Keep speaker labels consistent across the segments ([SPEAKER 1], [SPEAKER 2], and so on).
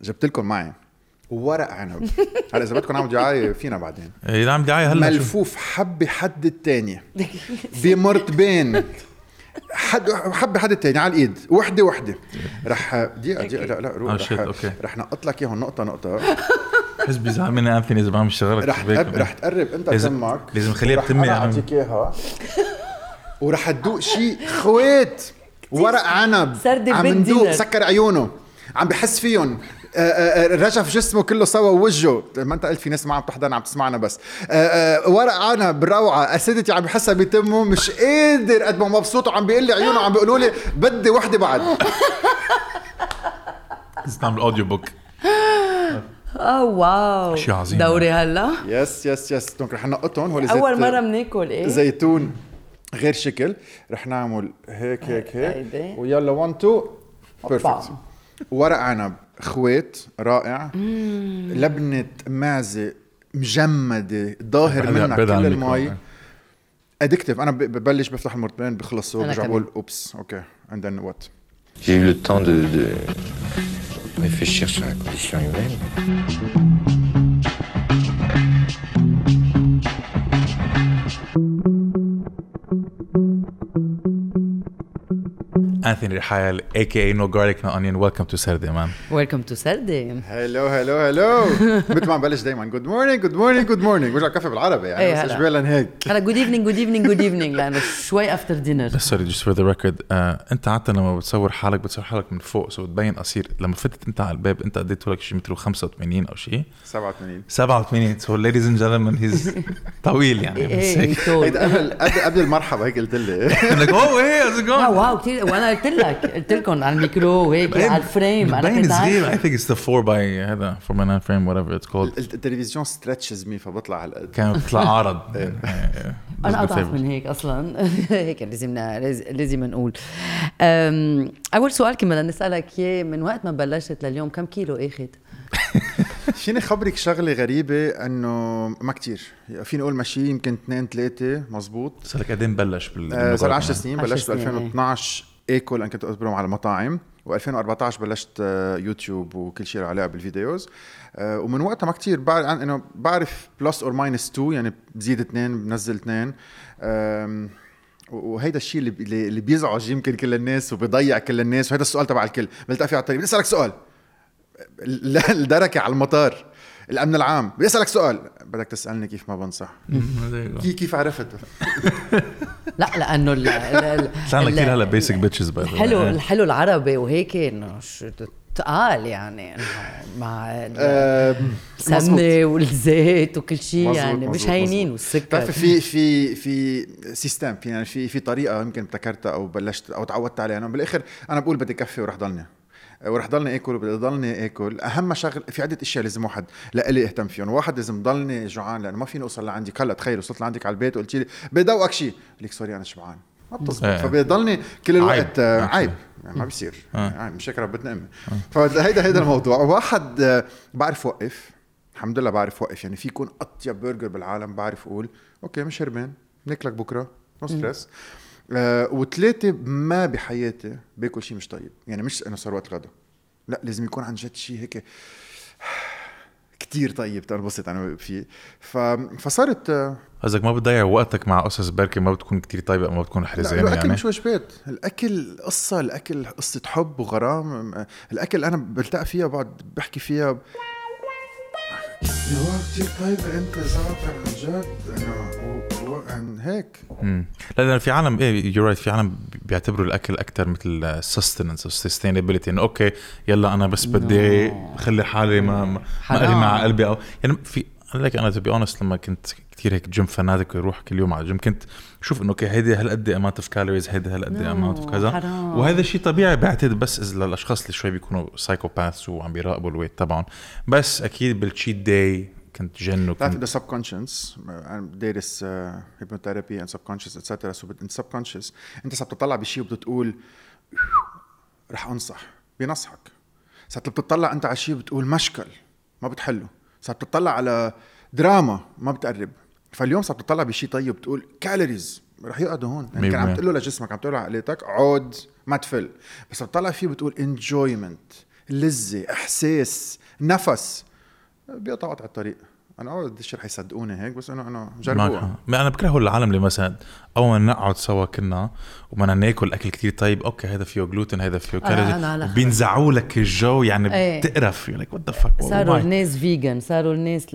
[SPEAKER 1] جبت لكم معي ورق عنب. هلا اذا بدكم نعمل دعايه فينا بعدين.
[SPEAKER 2] نعم دعايه هلا.
[SPEAKER 1] ملفوف حبه حد الثانيه بمرتبين، حبه حد الثاني على الايد، وحده رح دقيقه لا رح نقط لك اياهم نقطه.
[SPEAKER 2] حس بيزعل مني انثوني اذا بعمل شغلك.
[SPEAKER 1] رح تقرب انت تمك،
[SPEAKER 2] لازم خليها بتمي.
[SPEAKER 1] اعطيك اياها ورح تدوق شيء خوات ورق عنب عم ندوق، سكر عيونه عم بحس فيهم، رجف جسمه كله سوا ووجهه. ما انت قلت في ناس ما عم تحضرنا عم تسمعنا بس. ورق عنب بالروعه، اسيدتي عم بحسها بتمه، مش قادر قد ما مبسوط، وعم بيقول لي عيونه عم بيقولوا لي بدي وحده بعد.
[SPEAKER 2] نعمل اوديو بوك.
[SPEAKER 3] واو
[SPEAKER 2] شيء عظيم.
[SPEAKER 3] دوري هلا
[SPEAKER 1] يس دونك رح نقطهم. هو
[SPEAKER 3] اول مره بناكل ايه
[SPEAKER 1] زيتون غير شكل. رح نعمل هيك ويلا 1 2 بيرفكت. ورق عنب خوات رائع. لبنة معزة مجمدة ظاهر منها كل المي. ادكتيف. انا ببلش بفتح المرتبين بخلصوا برجع بقول اوبس اوكي and then what.
[SPEAKER 4] J'ai eu le temps de réfléchir sur la condition humaine.
[SPEAKER 2] Anthony Rahayal, aka No Garlic No Onion. Welcome to Saturday, man.
[SPEAKER 3] Welcome to Saturday.
[SPEAKER 1] hello. مثل ما نبلش دايما good morning. وجع كافي بالعربي يعني بس اجبالا هيك.
[SPEAKER 3] هلا good evening لانه شوي after dinner.
[SPEAKER 2] بس sorry just for the record. انت عادة لما بتصور حالك من فوق سو تبين قصير. لما فتت انت على الباب انت اديته لك شيء متر 85 او شيء 87. so ladies and gentlemen he's طويل يعني. بس هيك
[SPEAKER 1] قبل المرحبا هيك قلت لي
[SPEAKER 2] انك how's it going.
[SPEAKER 3] واو كثير. وانا قلت لكم على الميكرو وهيك على الفريم. انا كنت
[SPEAKER 2] صغير. I think it's the 4 by هذا 4 by 9 frame whatever it's called.
[SPEAKER 1] التلفزيون stretches me فبطلع على القد.
[SPEAKER 2] كان بيطلع عرض.
[SPEAKER 3] انا اضعف من هيك اصلا. هيك لازم نقول. اول سؤال كمان نسالك اياه، من وقت ما بلشت لليوم كم كيلو اخذ؟
[SPEAKER 1] فيني خبرك شغله غريبه انه ما كتير، فيني اقول ماشي يمكن 2-3 مزبوط.
[SPEAKER 2] صار لك قدين بلش
[SPEAKER 1] صار 10 سنين. بلشت 2012 اكل ان كنت اصبرهم على مطاعم، و2014 بلشت يوتيوب وكل شيء عليه بالفيديوز. ومن وقتها ما كتير انه بعرف بلس اور ماينس 2 يعني بزيد 2 بنزل 2. وهيدا الشيء اللي بيزعج يمكن كل الناس وبيضيع كل الناس. وهذا السؤال تبع الكل بلتقى فيه على الطريق. بدي اسالك سؤال الدركه على المطار، الامن العام، بدي اسالك سؤال بدك تسالني كيف ما بنصح. كيف عرفت؟
[SPEAKER 3] لا لانه
[SPEAKER 2] صار كثير هلا بيسك بيتشز بقى
[SPEAKER 3] الحلو العربي وهيك انه تقال يعني مع السمنه والزيت وكل شيء يعني مش هينين والسكر.
[SPEAKER 1] في سيستم يعني في طريقه يمكن ابتكرتها او بلشت او تعودت عليها. انا بالاخر انا بقول بدي كفي ورح ضلني اكل وبدي ضلني اكل. اهم شغله في عده اشياء لازم واحد لي اهتم فيهم. واحد لازم ضلني جوعان لانه ما فيني اوصل لعندي. هلا تخيل وصلت لعندك على البيت وقلت لي بدوقك شيء ليك سوري انا شبعان ما بتزبط. فبيضلني كل الوقت عيب يعني ما بيصير يعني مش هيك ربتنا امي. فهيدا الموضوع. واحد بعرف وقف الحمد لله، بعرف وقف يعني في يكون اطيب برجر بالعالم بعرف اقول اوكي مش هربان ناكلك بكره نو ستريس. وثلاثة ما بحياتي باكل شيء مش طيب يعني مش انه صار وقت غدا، لا لازم يكون عن جد شيء هيك كتير طيب تنبسط انا فيه. فصارت
[SPEAKER 2] قصدك ما بتضيع وقتك مع قصص بركة ما بتكون كتير طيبة ما بتكون حرزانة يعني.
[SPEAKER 1] الأكل مش وجبات، الأكل قصة، الأكل قصة حب وغرام. الأكل أنا بلتقى فيها بعد بحكي فيها كتير طيبة أنت زعتر عن جد أنا هيك.
[SPEAKER 2] لأن في عالم you're right، في عالم بيعتبروا الأكل أكتر مثل sustenance و sustainability إنه أوكي يلا أنا بس بدي خلي حالي ما أغني مع قلبي أو يعني في لك. أنا to be honest لما كنت كتير هيك جيم فنادق ويروح كل يوم على الجيم كنت شوف إنه كي هيدي هالقد amount of calories هيدي هالقد amount of كذا. وهذا الشيء طبيعي بعتقد بس إذا للأشخاص اللي شوي بيكونوا psychopaths وعم بيراقبوا الويت طبعا. بس أكيد بالcheat day كنت جن وكنت
[SPEAKER 1] the subconscious. I'm دارس hypnotherapy and subconscious etc. so in subconscious أنت سبتطلع بشيء وبتقول رح أنصح بينصحك. سبتطلع أنت على شيء بتقول مشكل ما بتحله. سبتطلع على دراما ما بتقرب. فاليوم سبتطلع بشيء طيب بتقول كالوريز رح يقعدوا هون يعني كان عم تقول له لجسمك عم تقول له عقليتك عود ما تفل. بس بتطلع فيه بتقول enjoyment لذة، احساس، نفس، بيقطع قطع الطريق. انا بديش رح يصدقوني هيك، بس انا جربوها.
[SPEAKER 2] انا بكره العالم اللي مثلا اول ما نقعد سوا كنا وما ناكل اكل كتير طيب، اوكي هذا فيه جلوتين هذا فيه كالوري، بينزعوا لك الجو يعني بتقرف لك وات ذا فك.
[SPEAKER 3] صاروا الناس فيجن، صاروا الناس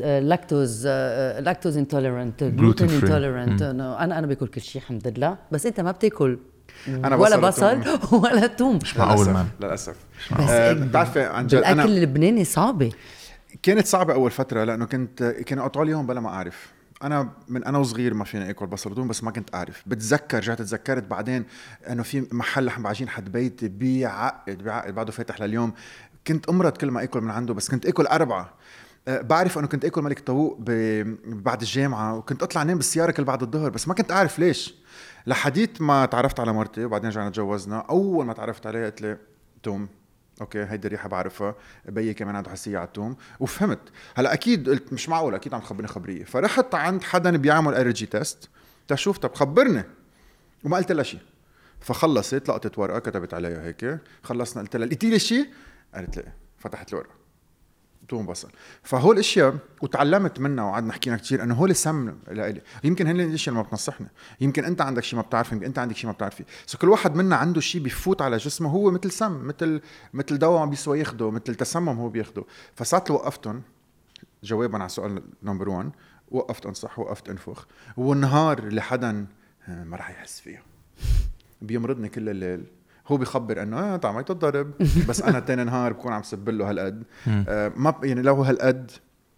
[SPEAKER 3] لاكتوز انتوليرنت، جلوتين انتوليرنت. انا باكل كل شيء الحمد لله، بس انت ما بتاكل ولا بصل ولا توم.
[SPEAKER 2] مش معقول
[SPEAKER 1] للاسف.
[SPEAKER 3] بتعرفي عن جد الاكل اللبناني صعبه،
[SPEAKER 1] كانت صعبة أول فترة، لأنه كانوا قطعوا اليوم بلا ما أعرف. أنا وصغير ما فيني أكل بصل وثوم، بس ما كنت أعرف. تذكرت بعدين إنه في محل لحم بعجين حد بيتي بيعقد بعده فاتح لليوم. كنت أمرض كل ما أكل من عنده، بس كنت أكل 4. بعرف أنه كنت أكل ملك طاووق بعد الجامعة، وكنت أطلع نام بالسيارة كل بعد الظهر، بس ما كنت أعرف ليش. لحديت ما تعرفت على مرتي، وبعدين رجعنا تجوزنا. أول ما تعرفت عليها قلت لي توم، اوكي هيدي الريحه بعرفها، بيي كمان عنده حساسيه على الثوم، وفهمت. هلا اكيد قلت مش معقول، اكيد عم تخبرني خبريه. فرحت عند حدا بيعمل الرجي تيست تشوف، طب خبرني، وما قلت لها شيء. فخلصت، لقطت ورقه كتبت عليها هيك، خلصنا. قلت لها لقيتي لي شيء؟ قالت لي. فتحت الورقه، توم بصل. فهول الاشياء وتعلمت منها، وقعدنا حكينا كتير انه هول السم لإلي. يمكن هن الاشياء اللي ما بتنصحنا، يمكن انت عندك شيء ما بتعرف، يمكن انت عندك شيء ما بتعرفي. كل واحد منا عنده شيء بيفوت على جسمه، هو مثل سم، مثل دواء ما بيسوى ياخده، مثل تسمم هو بياخده. فساعات وقفتهم جوابا على سؤال نمبر 1، وقفت انصح، وقفت انفخ. والنهار اللي حدا ما راح يحس فيه بيمرضني كل الليل، هو بيخبر انه طعميته الضرب، بس انا تاني نهار بكون عم سب له هالقد. ما يعني لو هالقد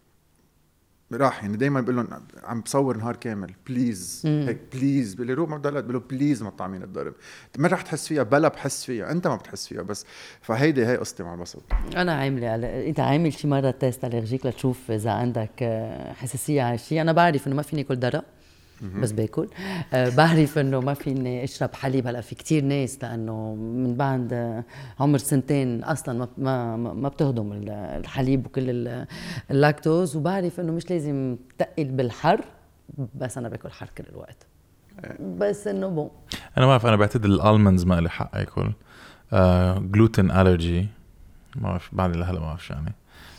[SPEAKER 1] راح، يعني دايما بقول لهم عم بصور نهار كامل بليز هيك بليز، بيقول لي روح ما بدي بقول له بليز ما تطعمين الضرب. ما رح تحس فيها، بلا بحس فيها، انت ما بتحس فيها. بس هي قصتي مع البصل.
[SPEAKER 3] انا عامله انت عامل شي مره تيست الرجيك لتشوف اذا عندك حساسيه على شيء؟ انا بعرف انه ما فيني اكل درق بس باكل. بعرف انه ما فيني اشرب حليب. هلا في كتير ناس لانه من بعد عمر 2 اصلا ما بتهضم الحليب وكل اللاكتوز. وبعرف انه مش لازم تقل بالحر، بس انا باكل حر كل الوقت. بس انه بون
[SPEAKER 2] انا ما بعرف، انا بعتقد الالمندز ما لي حق اكل. جلوتين الرجي ما بعرف بعد لهلا ما بعرف يعني.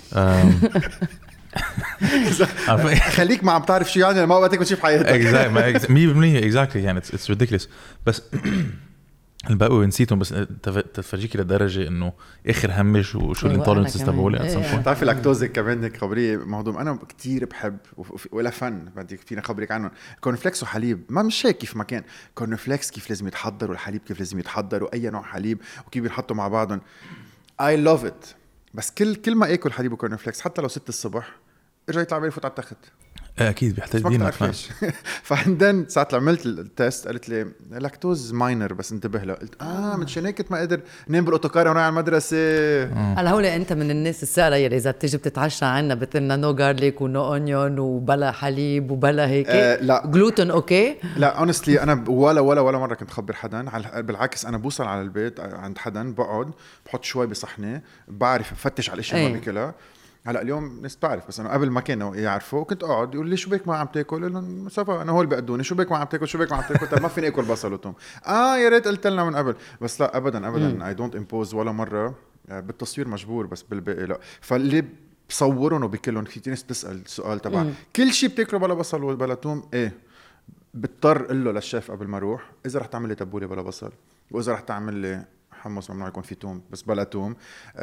[SPEAKER 1] خليك ما عم تعرف شو يعني ما وقتك بتشوف حياتك
[SPEAKER 2] 100% exactly يعني it's ridiculous. بس الباقي نسيتهم، بس تفرجيكي لدرجه انه اخر همش وشو الانتولرنس تبعولي.
[SPEAKER 1] بتعرف اللاكتوز كمان خبريه مهضوم. انا كتير بحب ولا فن بدي فينا خبرك عنه. كورنفليكس وحليب ما مش هيك كيف ما كان. كورنفليكس كيف لازم يتحضر، والحليب كيف لازم يتحضر، واي نوع حليب وكيف بينحطوا مع بعضهم. I love it. بس كل ما اكل حليب وكورنفليكس حتى لو 6 الصبح ارجع يطلع بالي فوت على التخت.
[SPEAKER 2] اكيد بيحتاجين.
[SPEAKER 1] فعندن ساعه اللي عملت التست قالت لي لاكتوز ماينر، بس انتبه له. قلت من هيك ما قدر نام بالاوتوكار ورايح على المدرسه.
[SPEAKER 3] هلا هو انت من الناس السهله يلي اذا بتيجي بتتعشى عنا بتقلنا نو جارليك ونو اونيون وبلا حليب وبلا هيك.
[SPEAKER 1] لا
[SPEAKER 3] جلوتين اوكي.
[SPEAKER 1] لا اونستلي انا ولا مره كنت خبر حدا. بالعكس انا بوصل على البيت عند حدا بقعد بحط شوي بصحنه، بعرف بفتش على الاشياء ما باكلها. هلا اليوم ناس بتعرف، بس انا قبل ما كانوا يعرفوا كنت اقعد يقول لي شو بك ما عم تاكل؟ قلت لهم صفا انا هول بيقدوني شو بك ما عم تاكل، شو بك ما عم تاكل؟ طب ما فيني اكل بصل وثوم. يا ريت قلت لنا من قبل. بس لا ابدا اي دونت امبوز ولا مره. بالتصوير مجبور بس بالباقي لا. فاللي بصورهم وبكلهم في ناس بتسال السؤال تبع كل شيء بتاكله بلا بصل وبلا ثوم. بضطر اقول له للشيف قبل ما اروح اذا رح تعمل لي تبوله بلا بصل، واذا رح تعمل لي حمص ممنوع يكون فيه ثوم بس بلا ثوم،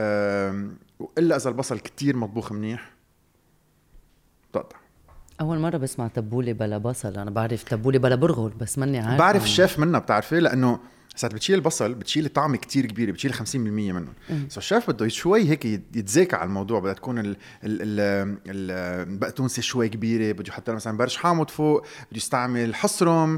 [SPEAKER 1] الا اذا البصل كتير مطبوخ منيح تقطع.
[SPEAKER 3] اول مره بسمع تبوله بلا بصل. انا بعرف تبوله بلا برغل بس ماني عارف.
[SPEAKER 1] بعرف الشيف منها بتعرفي، لانه ساعات بتشيل البصل بتشيل طعم كتير كبير، بتشيل 50% منه. الشيف بده شوي هيك يتذاكى على الموضوع. بدها تكون البقدونسه شوي كبيره، بده يحط مثلا برش حامض فوق، بده يستعمل حصرم،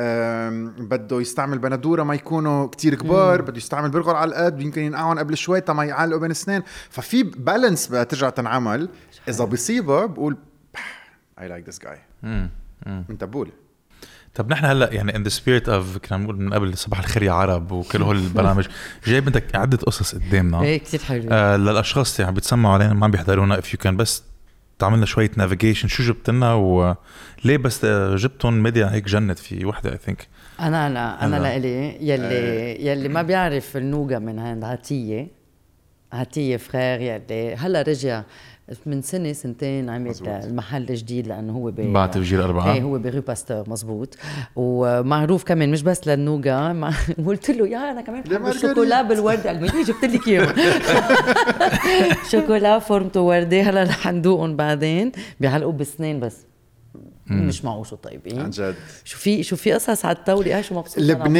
[SPEAKER 1] بده يستعمل بندوره ما يكونوا كتير كبار، بده يستعمل برغل على القد، يمكن ينقعون قبل شوي تما يعلقوا بين السنين. ففي بالانس بدها ترجع تنعمل. اذا بيصيبها بقول I like this guy من تبوله.
[SPEAKER 2] طب نحن هلا يعني in the spirit of كنا نقول من قبل صباح الخير يا عرب وكل هول البرامج جايب بدك عدة قصص قدامنا
[SPEAKER 3] هي كتير حلو.
[SPEAKER 2] للأشخاص يعني بتسمعوا علينا ما بيحضرونا if you can بس تعملنا شوية navigation شو جبت لنا وليه بس جبتهم ميديا هيك جنت في وحدة I think.
[SPEAKER 3] أنا لإلي يلي ما بيعرف النوغة من عند عطية عطية فخير يلي هلا رجع من سنة سنتين عمل
[SPEAKER 1] مزبوط.
[SPEAKER 3] المحل جديد لأنه هو
[SPEAKER 2] بعد تفجير 4
[SPEAKER 3] هو بريو باستور مزبوط ومعروف كمان مش بس للنوغا قلت له يا أنا كمان بحب الشوكولا بالوردة المني جبت لك إياه شوكولا فورمته وردة هلا رح ندوقهم بعدين بيعلقوا بسنين بس مش معقول شو طيبين
[SPEAKER 1] عن جد.
[SPEAKER 3] شو في قصص على الطاولة شو مبسوط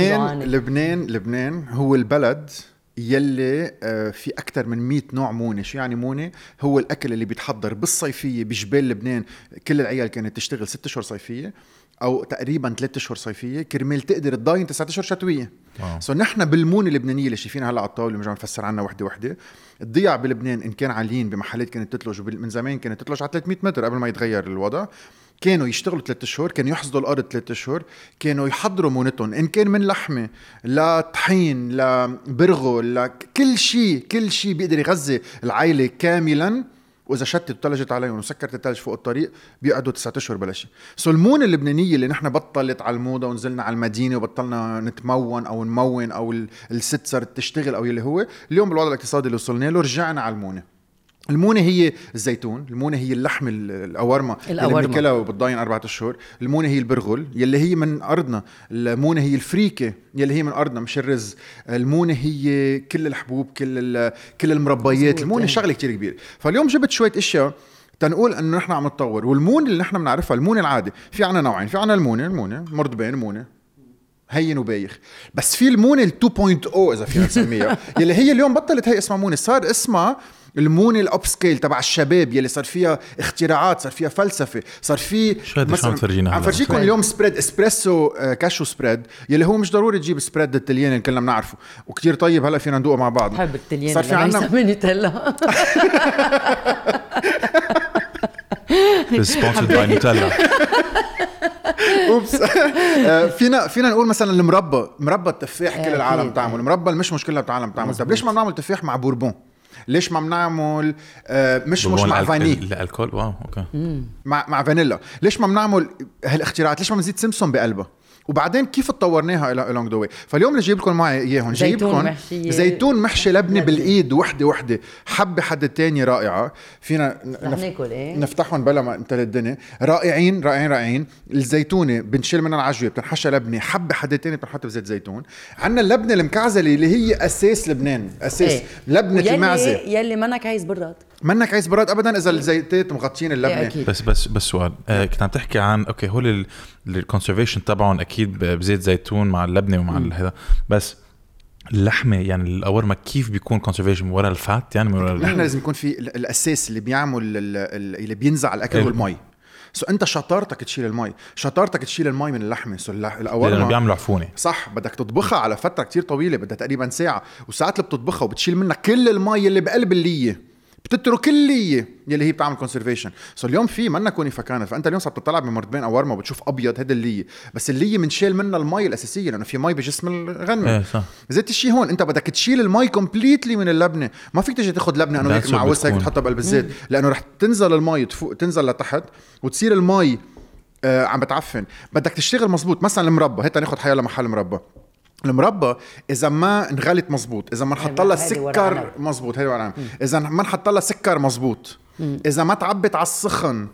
[SPEAKER 1] لبنان هو البلد يلي في أكتر من 100 نوع مونة. شو يعني مونة؟ هو الأكل اللي بيتحضر بالصيفية بجبال لبنان. كل العيال كانت تشتغل 6 أشهر صيفية أو تقريبا 3 أشهر صيفية كرمال تقدر تضاين 9 أشهر شتوية. سو نحن بالمونة اللبنانية اللي شايفينها هلا على الطاولة مش عم نفسر عنها وحدة الضياع بلبنان إن كان عاليين بمحلات كانت تتلج من زمان كانت تتلج على 300 متر قبل ما يتغير الوضع. كانوا يشتغلوا 3 أشهر كانوا يحصدوا الأرض 3 أشهر كانوا يحضروا مونتهم إن كان من لحمة لطحين لبرغو لكل شيء بيقدر يغذي العائلة كاملا. وإذا شتت وتلجت عليهم وسكرت التلج فوق الطريق بيقعدوا 9 أشهر بلا شيء. سو المونة اللبنانية اللي نحن بطلت على الموضة ونزلنا على المدينة وبطلنا نتمون أو نمون أو الست صارت تشتغل أو يلي هو اليوم بالوضع الاقتصادي اللي وصلنا له رجعنا على المونة. المونة هي الزيتون، المونة هي اللحم الأورمة اللي بناكلها وبتضاين 4 أشهر، المونة هي البرغل يلي هي من أرضنا، المونة هي الفريكة يلي هي من أرضنا مش الرز، المونة هي كل الحبوب كل المربيات، المونة شغلة كتير كبير. فاليوم جبت شوية أشياء تنقول انه نحن عم نتطور. والمونة اللي نحن بنعرفها المونة العادي في عنا نوعين، في عنا المونة مرضبين مونة هين وبايخ، بس في المونة 2.0 اذا فينا نسميها يلي هي اليوم بطلت هي اسمها مونة، صار اسمها المونة الاب سكيل تبع الشباب يلي صار فيها اختراعات، صار فيها فلسفه، صار في
[SPEAKER 2] مثلا
[SPEAKER 1] عم فرجيكم اليوم سبريد اسبريسو كاشو سبريد يلي هو مش ضروري تجيب سبريد التليان اللي كلنا بنعرفه وكتير طيب هلا فينا ندوقه مع بعض.
[SPEAKER 3] بحب التليان
[SPEAKER 1] صار في عنا
[SPEAKER 3] نوتيلا
[SPEAKER 2] سبونسرد باي نوتيلا.
[SPEAKER 1] اوبس. فينا نقول مثلا مربى التفاح كل العالم تعمل، المربى مش مشكلة بالعالم تعمل. طب ليش ما بنعمل تفاح مع بوربون؟ ليش ما بنعمل مش مع فانيل
[SPEAKER 2] الكول؟ واو اوكي
[SPEAKER 1] مع فانيلا؟ ليش ما بنعمل هالاختراعات؟ ليش ما بنزيد سمسم بقلبها؟ وبعدين كيف تطورناها along the way. فاليوم اللي جايب لكم معي اياهم جايب لكم زيتون محشي لبنه بالايد وحده حبه حد تاني رائعه. فينا نفتحهم بلا ما انت للدنيا. رائعين. الزيتونه بنشيل منها العجوه بتنحشى لبنه حبه حد تاني بنحط بزيت زيتون. عندنا اللبنه المكعزله اللي هي اساس لبنان، اساس لبنه المعزه
[SPEAKER 3] يلي منك عايز براد
[SPEAKER 1] ابدا اذا الزيتات مغطين اللبنه.
[SPEAKER 2] بس سؤال كنت عم تحكي عن اوكي هو الكونسرفيشن تبعهم اكيد بزيت زيتون مع اللبنه ومع هذا، بس اللحمه يعني الأورمة كيف بيكون كونسرفيشن ورا الفات؟ يعني
[SPEAKER 1] نحن لازم يكون في الاساس اللي بيعمل اللي بينزع الاكل والمي. انت شطارتك تشيل المي من اللحمه.
[SPEAKER 2] الأورمة بيعملوا عفونه
[SPEAKER 1] صح، بدك تطبخها على فتره كتير طويله، بدها تقريبا ساعه، وساعات اللي بتطبخها وبتشيل منها كل المي اللي بقلب الليه، بتترك اللي يلي هي بتعمل كونسرفيشن. اليوم في منا كوني فكانت، فانت اليوم صرت تطلع بمرتبين او ورمه وبتشوف ابيض هذا اللي بس اللي منشيل منها المي الاساسيه لانه في مي بجسم الغنم. زيت الشيء هون انت بدك تشيل المي كومبليتلي من اللبنه. ما فيك تيجي تاخذ لبنه انه هيك معوسه هيك وتحطها بقلب الزيت، لانه رح تنزل المي تنزل لتحت وتصير المي عم بتعفن. بدك تشتغل مزبوط. مثلا المربى هيك ناخذ حيلا محل المربى اذا ما انغلت مزبوط، اذا ما نحط لها سكر مزبوط، اذا ما نحط لها سكر مزبوط، اذا ما تعبت على السخن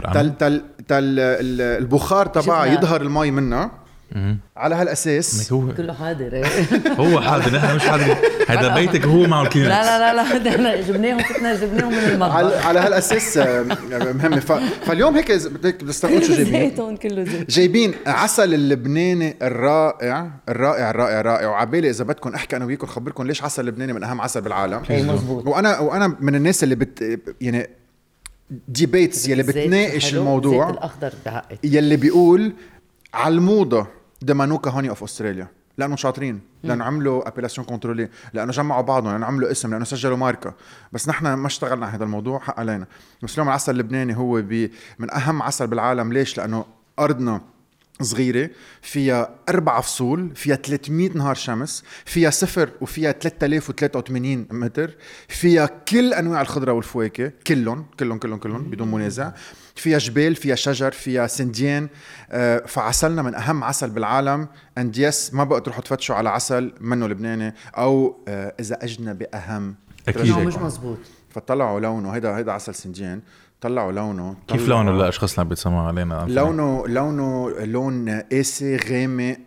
[SPEAKER 1] البخار تبعها يظهر المي منها. على هالاساس
[SPEAKER 3] كله حاضر.
[SPEAKER 2] هو حاضر، نحن مش حاضر. هذا بيتك هو معه الكلينكس.
[SPEAKER 3] لا جبناهم من المطبخ.
[SPEAKER 1] على هالاساس مهم. فاليوم هيك بدك تستنقل شو جايبين عسل اللبناني الرائع. وعبالي اذا بدكم احكي انا وياكم خبركم ليش عسل اللبناني من اهم عسل بالعالم.
[SPEAKER 3] مزبوط.
[SPEAKER 1] وانا من الناس اللي يعني ديبيتس يلي بتناقش الموضوع
[SPEAKER 3] الاخضر بحقي
[SPEAKER 1] يلي بيقول على الموضة دمانوكا هوني اوف استراليا لانه شاطرين، لانه عملوا ابيلاسيون كنترولي، لانه جمعوا بعضهم، لانه عملوا اسم، لانه سجلوا ماركه. بس نحن ما اشتغلنا على هذا الموضوع، حق علينا. بس اليوم العسل اللبناني هو من اهم عسل بالعالم. ليش؟ لانه ارضنا صغيرة، فيها 4 فصول، فيها 300 نهار شمس، فيها صفر وفيها 3083 متر، فيها كل أنواع الخضرة والفواكه كلهم بدون منازع، فيها جبال، فيها شجر، فيها سنديان. فعسلنا من أهم عسل بالعالم. أند يس ما بقى تروحوا تفتشوا على عسل منه لبناني أو إذا أجنبي أهم
[SPEAKER 2] أكيد.
[SPEAKER 3] مش مزبوط.
[SPEAKER 1] فطلعوا لونه، هيدا عسل سنجين، طلعوا لونه.
[SPEAKER 2] كيف لونه للاشخاص اللي عم بيتسمعوا علينا؟
[SPEAKER 1] لونه لون قاسي غامق.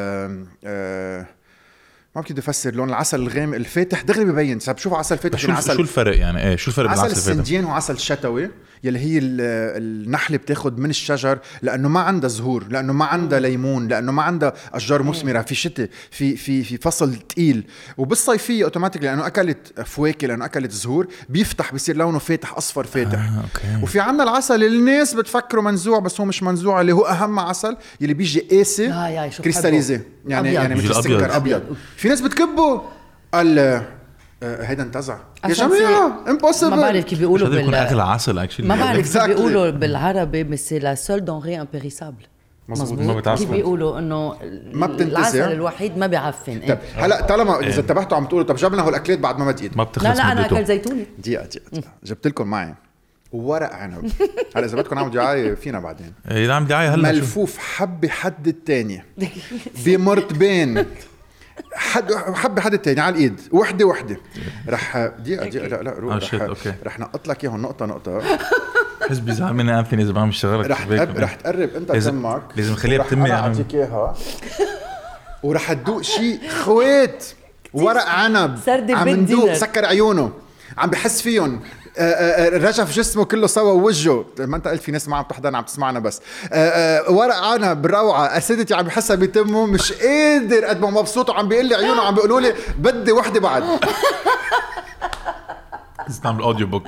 [SPEAKER 1] ما بدي افسر لون العسل الغامق الفاتح دغري ببين. بشوف عسل فاتح
[SPEAKER 2] من عسل. شو الفرق يعني؟ ايه شو الفرق بين
[SPEAKER 1] عسل
[SPEAKER 2] العسل
[SPEAKER 1] السنجين؟ وعسل شتوي يلي هي النحله بتاخد من الشجر لانه ما عندها زهور، لانه ما عندها ليمون، لانه ما عندها اشجار مثمره في شتاء، في فصل تقيل. وبالصيفيه اوتوماتيك لانه اكلت فواكه، لانه اكلت زهور، بيفتح بيصير لونه فاتح، اصفر فاتح.
[SPEAKER 2] أوكي.
[SPEAKER 1] وفي عندنا العسل اللي الناس بتفكره منزوع بس هو مش منزوع، اللي هو اهم عسل يلي بيجي قاسي كريستاليزي، يعني مثل السكر ابيض. في ناس بتكبه قال هيدا انتزع يا جماعه امبوسيبل.
[SPEAKER 3] ما بعرف كيف بيقولوا
[SPEAKER 2] اغلى عسل اكشلي.
[SPEAKER 3] ما بعرف كيف بيقولوا بالعربي، بس سي لا سول دونغي امبيريسابل.
[SPEAKER 2] مظبوط.
[SPEAKER 3] كيف بيقولوا انه العسل الوحيد ما بيعفن.
[SPEAKER 1] طب هلا طالما اذا انتبهتوا عم تقولوا طب جبنا هو الاكلات بعد ما بديت،
[SPEAKER 2] ما بتخلص.
[SPEAKER 3] لا انا اكل زيتوني.
[SPEAKER 1] دقيقه جبت لكم معي ورق عنب. هلا اذا بدكم نعمل دعايه فينا بعدين.
[SPEAKER 2] ايه نعمل دعايه هلا.
[SPEAKER 1] ملفوف حبه حد الثانيه بمرتبين، حد التاني على الايد، وحده رح دقيقه لا روح رح نقط لك اياهم نقطه.
[SPEAKER 2] حس بيزعل مني انثوني اذا بعمل شغلات.
[SPEAKER 1] رح تقرب انت تمك،
[SPEAKER 2] لازم خليها بتمي.
[SPEAKER 1] اعطيك اياها ورح تدوق شيء خوات ورق عنب عم ندوق، سكر عيونه، عم بحس فيهم، رجف جسمه كله سوا ووجهه. ما انت قلت في ناس ما عم تحضرنا عم تسمعنا بس. ورق عنب روعه، اسيدتي عم بحسها بتمه، مش قادر قد ما مبسوط، وعم بيقول لي عيونه عم بيقولوا لي بدي وحده بعد.
[SPEAKER 2] نعمل اوديو بوك.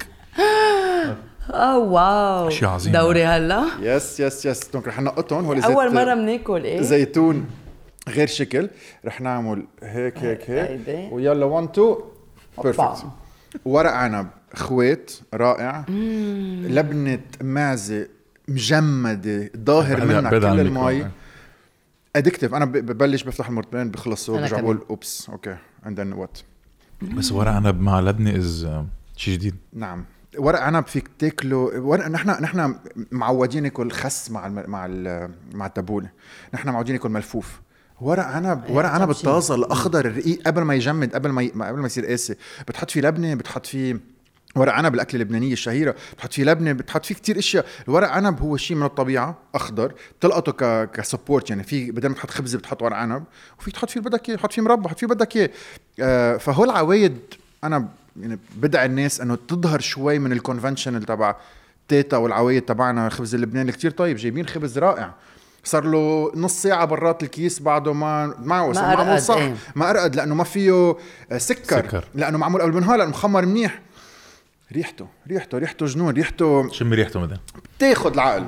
[SPEAKER 3] واو
[SPEAKER 2] شيء عظيم.
[SPEAKER 3] دوري هلا
[SPEAKER 1] يس دونك رح نقطهم. هو
[SPEAKER 3] اول مره بناكل ايه
[SPEAKER 1] زيتون غير شكل. رح نعمل هيك ويلا 1 2 بيرفكت. ورق عنب خوات رائع. لبنة معزة مجمدة ظاهر منها كل المي. ادكتيف. انا ببلش بفتح المرتبين بخلصوا برجع بقول اوبس اوكي اند ذن وات.
[SPEAKER 2] بس ورق عنب مع لبنة از شيء جديد.
[SPEAKER 1] نعم ورق عنب فيك تاكله. نحن معودين ناكل خس مع التبولة. نحن معودين ناكل ملفوف. ورق عنب الطازه الاخضر الرقيق قبل ما يجمد، قبل ما يصير قاسي. بتحط فيه لبنه، بتحط فيه ورق عنب الاكله اللبنانيه الشهيره، بتحط فيه لبنه، بتحط فيه كتير اشياء. الورق عنب هو شيء من الطبيعه اخضر، تلقطه كسبورت. يعني في بدل ما تحط خبز بتحط ورق عنب، وفي تحط فيه بدك اياه، تحط فيه مربى، تحط فيه بدك اياه. فهو العوايد انا يعني بدعي الناس انه تظهر شوي من الكونفنشنال تبع تيتا والعوايد تبعنا. الخبز اللبناني كتير طيب، جايبين خبز رائع صار له نص ساعة برات الكيس بعده ما معمول صح. ما أرقد لأنه ما فيه سكر. لأنه معمول قبل بالنهار، لأنه مخمر منيح. ريحته جنون. ريحته
[SPEAKER 2] شم ريحته مدى
[SPEAKER 1] بتاخد العقل.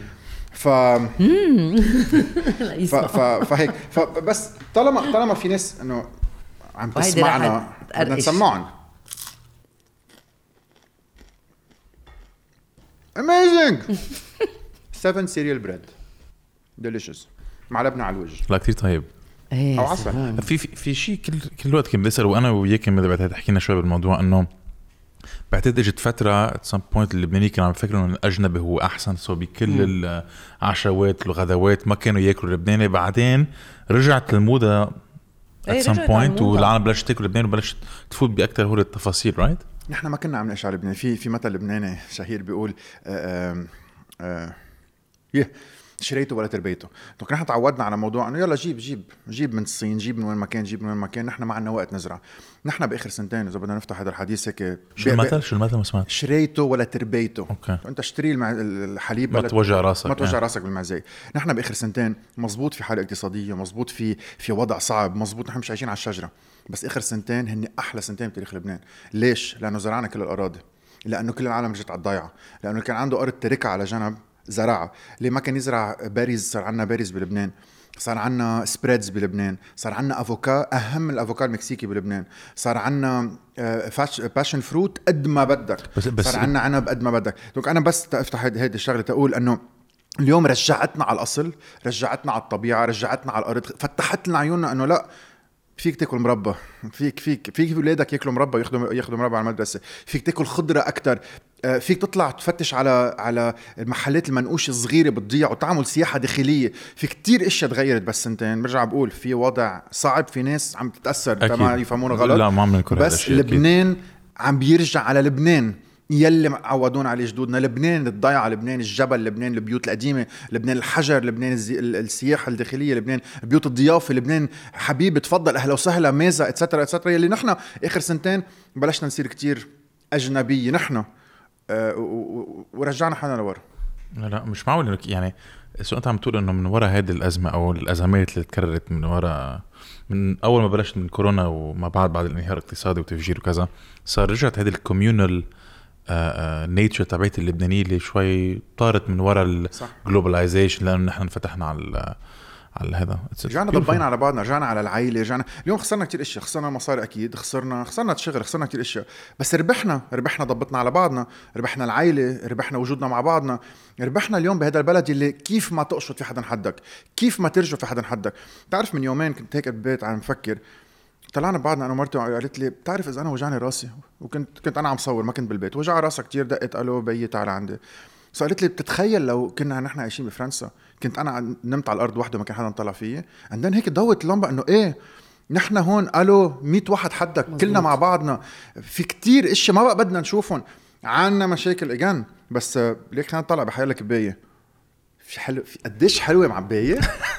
[SPEAKER 1] فهيك بس طالما في ناس إنه عم تسمعنا بدنا نسمعهم. amazing 7 cereal bread delicious مع لبنة على الوجه.
[SPEAKER 2] لا كتير طيب.
[SPEAKER 1] او عسل.
[SPEAKER 2] في شيء كل وقت كنت بسأل، وانا وياك بعد حكينا شوي بالموضوع، انه بعتقد اجت فتره at some point اللبنانيين كانوا عم يفكروا انه الاجنبي هو احسن، سو بكل العشوات والغدوات ما كانوا ياكلوا لبناني. بعدين رجعت الموضه at some point والعالم بلشت تاكل لبناني وبلشت تفوت باكثر هول التفاصيل. رايت
[SPEAKER 1] نحن ما كنا عم نعيش على لبنان. في مثل لبناني شهير بيقول شريته ولا تربيته. دونك نحن تعودنا على موضوع انه يلا جيب من الصين، جيب من وين ما كان. نحن ما عندنا وقت نزرع. نحن باخر سنتين اذا بدنا نفتح هذا الحديث هيك
[SPEAKER 2] شو المثل ما سمعت.
[SPEAKER 1] شريته ولا تربيته.
[SPEAKER 2] أوكي.
[SPEAKER 1] انت اشتري الحليب
[SPEAKER 2] ما توجع راسك
[SPEAKER 1] بالمعزاية. نحن باخر سنتين مزبوط في حالة اقتصادية، مزبوط في وضع صعب، مزبوط نحن مش عايشين على الشجرة، بس اخر سنتين هن احلى سنتين بتاريخ لبنان. ليش؟ لانه زرعنا كل الاراضي، لانه كل العالم رجعت على الضيعة، لانه كان عنده ارض تركها على جنب زراعة. اللي ما كان يزرع باريز، صار عنا باريز بلبنان، صار عنا سبريدز بلبنان، صار عنا افوكا، اهم الافوكا المكسيكي بلبنان، صار عنا باشن فروت قد ما بدك، صار عنا عنب قد ما بدك. دونك انا بس افتح هيدي الشغله تقول انه اليوم رجعتنا على الاصل، رجعتنا على الطبيعه، رجعتنا على الارض، فتحت لنا عيوننا انه لا فيك تاكل مربى، فيك اولادك ياكلوا مربى، ياخذوا مربى على المدرسه، فيك تاكل خضره اكثر، فيك تطلع تفتش على المحلات المنقوشه الصغيره بتضيع وتعمل سياحه داخليه. في كتير اشياء تغيرت بس سنتين. برجع بقول في وضع صعب، في ناس عم تتاثر ما يفهمونه غلط،
[SPEAKER 2] لا ما عم نكون
[SPEAKER 1] بس لبنان عم بيرجع على لبنان يلي عودونا عليه جدودنا. لبنان الضيعة، لبنان الجبل، لبنان البيوت القديمة، لبنان الحجر، لبنان السياحة الداخلية، لبنان بيوت الضيافة، لبنان حبيبي تفضل أهلا وسهلا ميزة اتسترا اتسترا، يلي نحن آخر سنتين بلشنا نصير كتير أجنبية نحن، ورجعنا حالنا لورا.
[SPEAKER 2] لا مش معقول انك يعني سو انت عم تقول انه من وراء هذه الازمه او الازمات اللي تكررت من وراء من اول ما بلشت من كورونا وما بعد الانهيار الاقتصادي وتفجير وكذا، صار رجعت هذه الكوميونال نيتشر تبعت اللبنانيه اللي شوي طارت من وراء الجلوباليزيشن، لانه نحن فتحنا على هذا
[SPEAKER 1] رجعنا ضبينا على بعضنا، رجعنا على العائله، رجعنا اليوم خسرنا كتير اشياء، خسرنا مصاري اكيد، خسرنا الشغل، خسرنا كتير اشياء، بس ربحنا ضبطنا على بعضنا، ربحنا العائله، ربحنا وجودنا مع بعضنا، ربحنا اليوم بهذا البلد اللي كيف ما تقشط في حدا حدك، كيف ما ترجع في حدا حدك. تعرف من يومين كنت هيك بالبيت عم فكر، طلعنا بعضنا انا ومرتي قالت لي بتعرف اذا انا وجعني راسي، وكنت انا عم صور ما كنت بالبيت، وجع راسها كتير، دقت الو بيي تعال عندي، سألت لي بتتخيل لو كنا نحن عايشين بفرنسا كنت انا نمت على الارض وحده ما كان حدا طلع فيي، عندنا هيك ضوت اللمبه انه ايه نحن هون الو 100 واحد حدك مزبوط. كلنا مع بعضنا في كتير اشياء ما بقى بدنا نشوفهم، عنا مشاكل اجان، بس ليك خلينا نطلع بحيالك كبايه في حلو، في قديش حلوه معبايه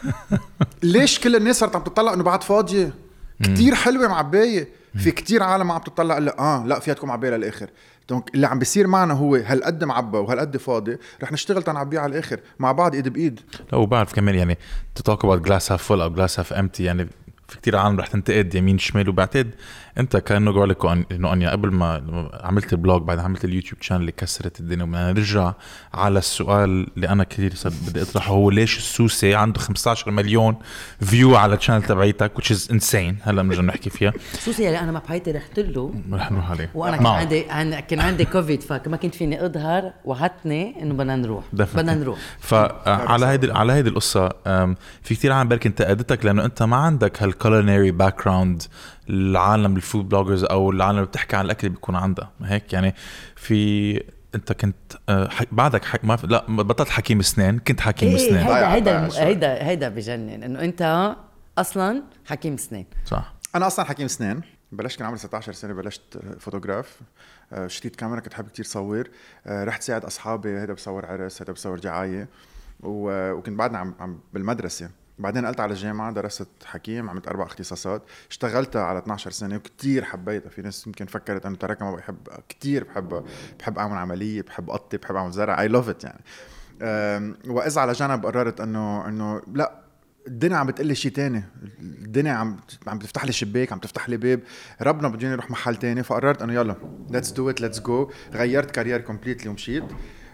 [SPEAKER 1] ليش كل الناس صارت عم تطلع انه بعد فاضيه، كتير حلوه معبايه، في كتير عالم عم تطلع لا فياتكم معبايه للاخر. دونك اللي عم بيصير معنا هو هالقد معبى وهالقد فاضي، رح نشتغل تنعبيه على الاخر مع بعض ايد بايد.
[SPEAKER 2] لا وبعرف كمان يعني تتوقع about glass half full او glass half empty، يعني في كتير عالم رح تنتقد يمين شمال، وبعتقد انت كانه قولك انه اني قبل ما عملت البلوج بعد عملت اليوتيوب شانل اللي كسرت الدنيا، وبدنا نرجع على السؤال اللي انا كثير بدي اطرحه، هو ليش السوسي عنده 15 مليون فيو على الشانل تبعيتك which is insane. هلا بنرجع نحكي فيها.
[SPEAKER 3] السوسي اللي انا ما بحياتي رحت له،
[SPEAKER 2] رح نروح عليه،
[SPEAKER 3] وانا كان عندي كوفيد فما كنت فيني اظهر، وعدتني انه بدنا نروح
[SPEAKER 2] فعلى هيدي القصه في كتير عالم بركي انتقدتك لانه انت ما عندك هالكولينري باك جراوند العالم الفود بلوجرز او العالم اللي بتحكي عن الاكل بيكون عندها هيك. يعني في انت كنت بعدك لا بطلت حكيم اسنان، كنت حكيم اسنان.
[SPEAKER 3] هيدا بجنن انه انت اصلا حكيم اسنان.
[SPEAKER 2] صح،
[SPEAKER 1] انا اصلا حكيم اسنان، بلشت كان عمري 16 سنه، بلشت فوتوغراف، شريت كاميرا كنت حابب كتير صور، رحت ساعد اصحابي، هيدا بصور عرس، هيدا بصور جعايه، وكنت بعدنا عم بالمدرسه. بعدين قلت على الجامعة، درست حكيم، عملت 4 اختصاصات، اشتغلتها على 12 سنة وكتير حبيتها. في ناس يمكن فكرت أنه تركها ما بحب، كتير بحب أعمل عملية، بحب قطي، بحب أعمل زرع، I love it يعني. وإذا على جانب قررت أنه لا، الدنيا عم بتقلي شيء تاني، الدنيا عم بتفتح لي شباك، عم تفتح لي باب، ربنا بدوني أروح محل تاني، فقررت أنه يلا let's do it let's go. غيرت كارير كومبليتلي ومشيت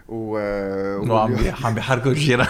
[SPEAKER 2] عم بيحركوا الشيرة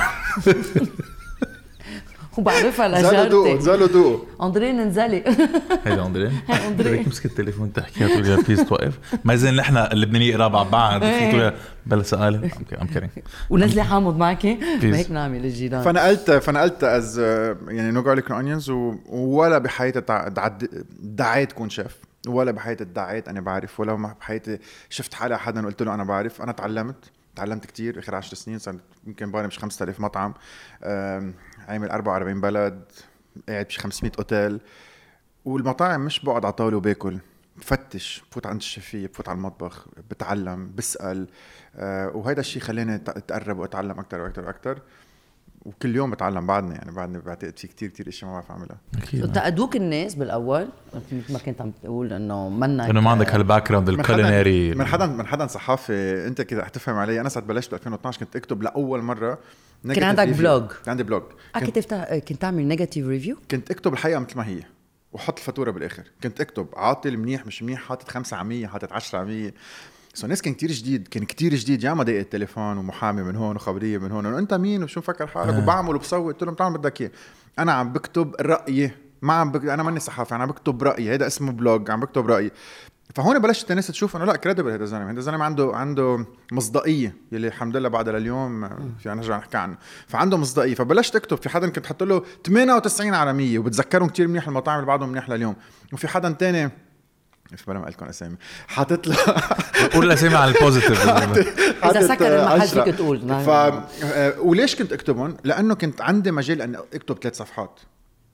[SPEAKER 3] وبعرفها لجارتي
[SPEAKER 1] زالوا دوقوا
[SPEAKER 3] أندرين ننزلي
[SPEAKER 2] هيدا أندرين مسك التليفون تحكيها تقول يا بليز توقف، ما زين نحن اللبنانية قراب بعض تقول بلا سؤال أم كريم
[SPEAKER 3] ونزلي حامض معكي هيك نعمل الجيران.
[SPEAKER 1] فنقلت از يعني نو جارليك اونيونز، ولا بحياتي دعيت كون شيف، ولا بحياتي ادعيت أنا بعرف، ولا بحياتي شفت حالي حدا وقلت له أنا بعرف. أنا تعلمت كتير آخر 10 سنين، صار يمكن باني مش 5000 مطعم، عامل 44 بلد، قاعد بش 500 اوتيل، والمطاعم مش بقعد على طاوله وباكل، بفتش، بفوت عند الشفية، بفوت على المطبخ، بتعلم، بسأل، وهذا الشيء خلاني اتقرب واتعلم اكتر واكتر واكتر، وكل يوم بتعلم بعدني بعتقد في كتير اشياء ما بعرف اعملها.
[SPEAKER 3] تقدوك الناس بالاول ما كنت عم تقول انه
[SPEAKER 2] ما عندك هالباك جراوند الكولينري
[SPEAKER 1] من حدا صحافي. انت كذا احتفهم علي، انا ساعه بلشت 2012 كنت اكتب لاول مره،
[SPEAKER 3] كان عندك بلوج؟
[SPEAKER 1] عندي بلوج.
[SPEAKER 3] كنت تعمل نيجاتيف ريفيو؟
[SPEAKER 1] كنت اكتب الحقيقه مثل ما هي وحط الفاتوره بالاخر، كنت اكتب عاطل منيح مش منيح، حاطط 5 على 100، حاطط 10 على 100. الناس كان كتير جديد، يا ما دقيق التليفون ومحامي من هون وخبريه من هون، انت مين وشو مفكر حالك وبعمل وبسوي. قلت لهم تعال بدك اياه، انا عم بكتب رايي، انا ماني صحافي، انا عم بكتب رايي، هذا اسمه بلوج، عم بكتب رايي. فهون بلشت الناس تشوف انه لا كريديبل، هذا الزلمه عنده مصداقيه، يلي الحمد لله بعد لليوم في نرجع نحكي عنه، فعنده مصداقيه. فبلشت اكتب، في حدا كنت حط له 98 على 100 وبتذكرهم كتير منيح، المطاعم اللي بعدهم منيح لليوم. وفي حدا تاني مش بلا ما قلت لكم اسامي، حاطط له
[SPEAKER 2] قول الاسامي على البوزيتيف
[SPEAKER 3] اذا سكر المحل فيك تقول.
[SPEAKER 1] وليش كنت اكتبهم؟ لانه كنت عندي مجال ان اكتب 3 صفحات،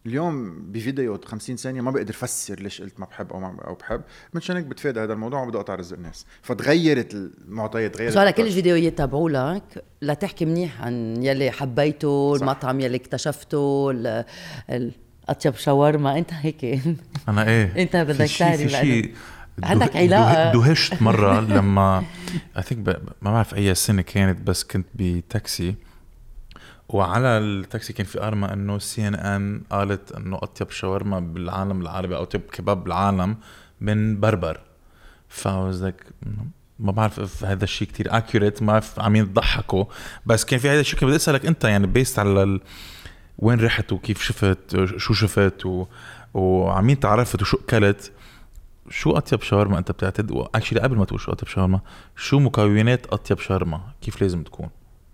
[SPEAKER 1] اليوم بفيديو 50 ثانيه ما بقدر افسر ليش قلت ما بحب او بحب، منشان هيك بتفادى هذا الموضوع وبدي اقطع رزق الناس. فتغيرت المعطيات، تغيرت.
[SPEAKER 3] سؤال كل الفيديوهات تبعوا لك لا تحكي منيح عن يلي حبيته، المطعم يلي اكتشفته، اطيب شاورما، انت هيك
[SPEAKER 2] انا ايه
[SPEAKER 3] انت بدك تعرف عندك
[SPEAKER 2] علاقه. دهشت مره لما I think ما بعرف اي سنه كانت، بس كنت بتاكسي وعلى التاكسي كان في أرمى انه CNN قالت انه اطيب شاورما بالعالم العربي او اطيب كباب بالعالم من بربر. فوزك ما بعرف هذا الشيء كتير accurate، ما عم يضحكوا، بس كان في هذا الشيء. كان بدي اسالك انت يعني بيست على وين رحت وكيف شفت شو شفت وعمين تعرفت وشو اكلت، شو اطيب شاورما انت بتعتقد؟ واكشلي قبل ما تقول شو اطيب شاورما، شو مكونات اطيب شاورما؟ كيف لازم تكون؟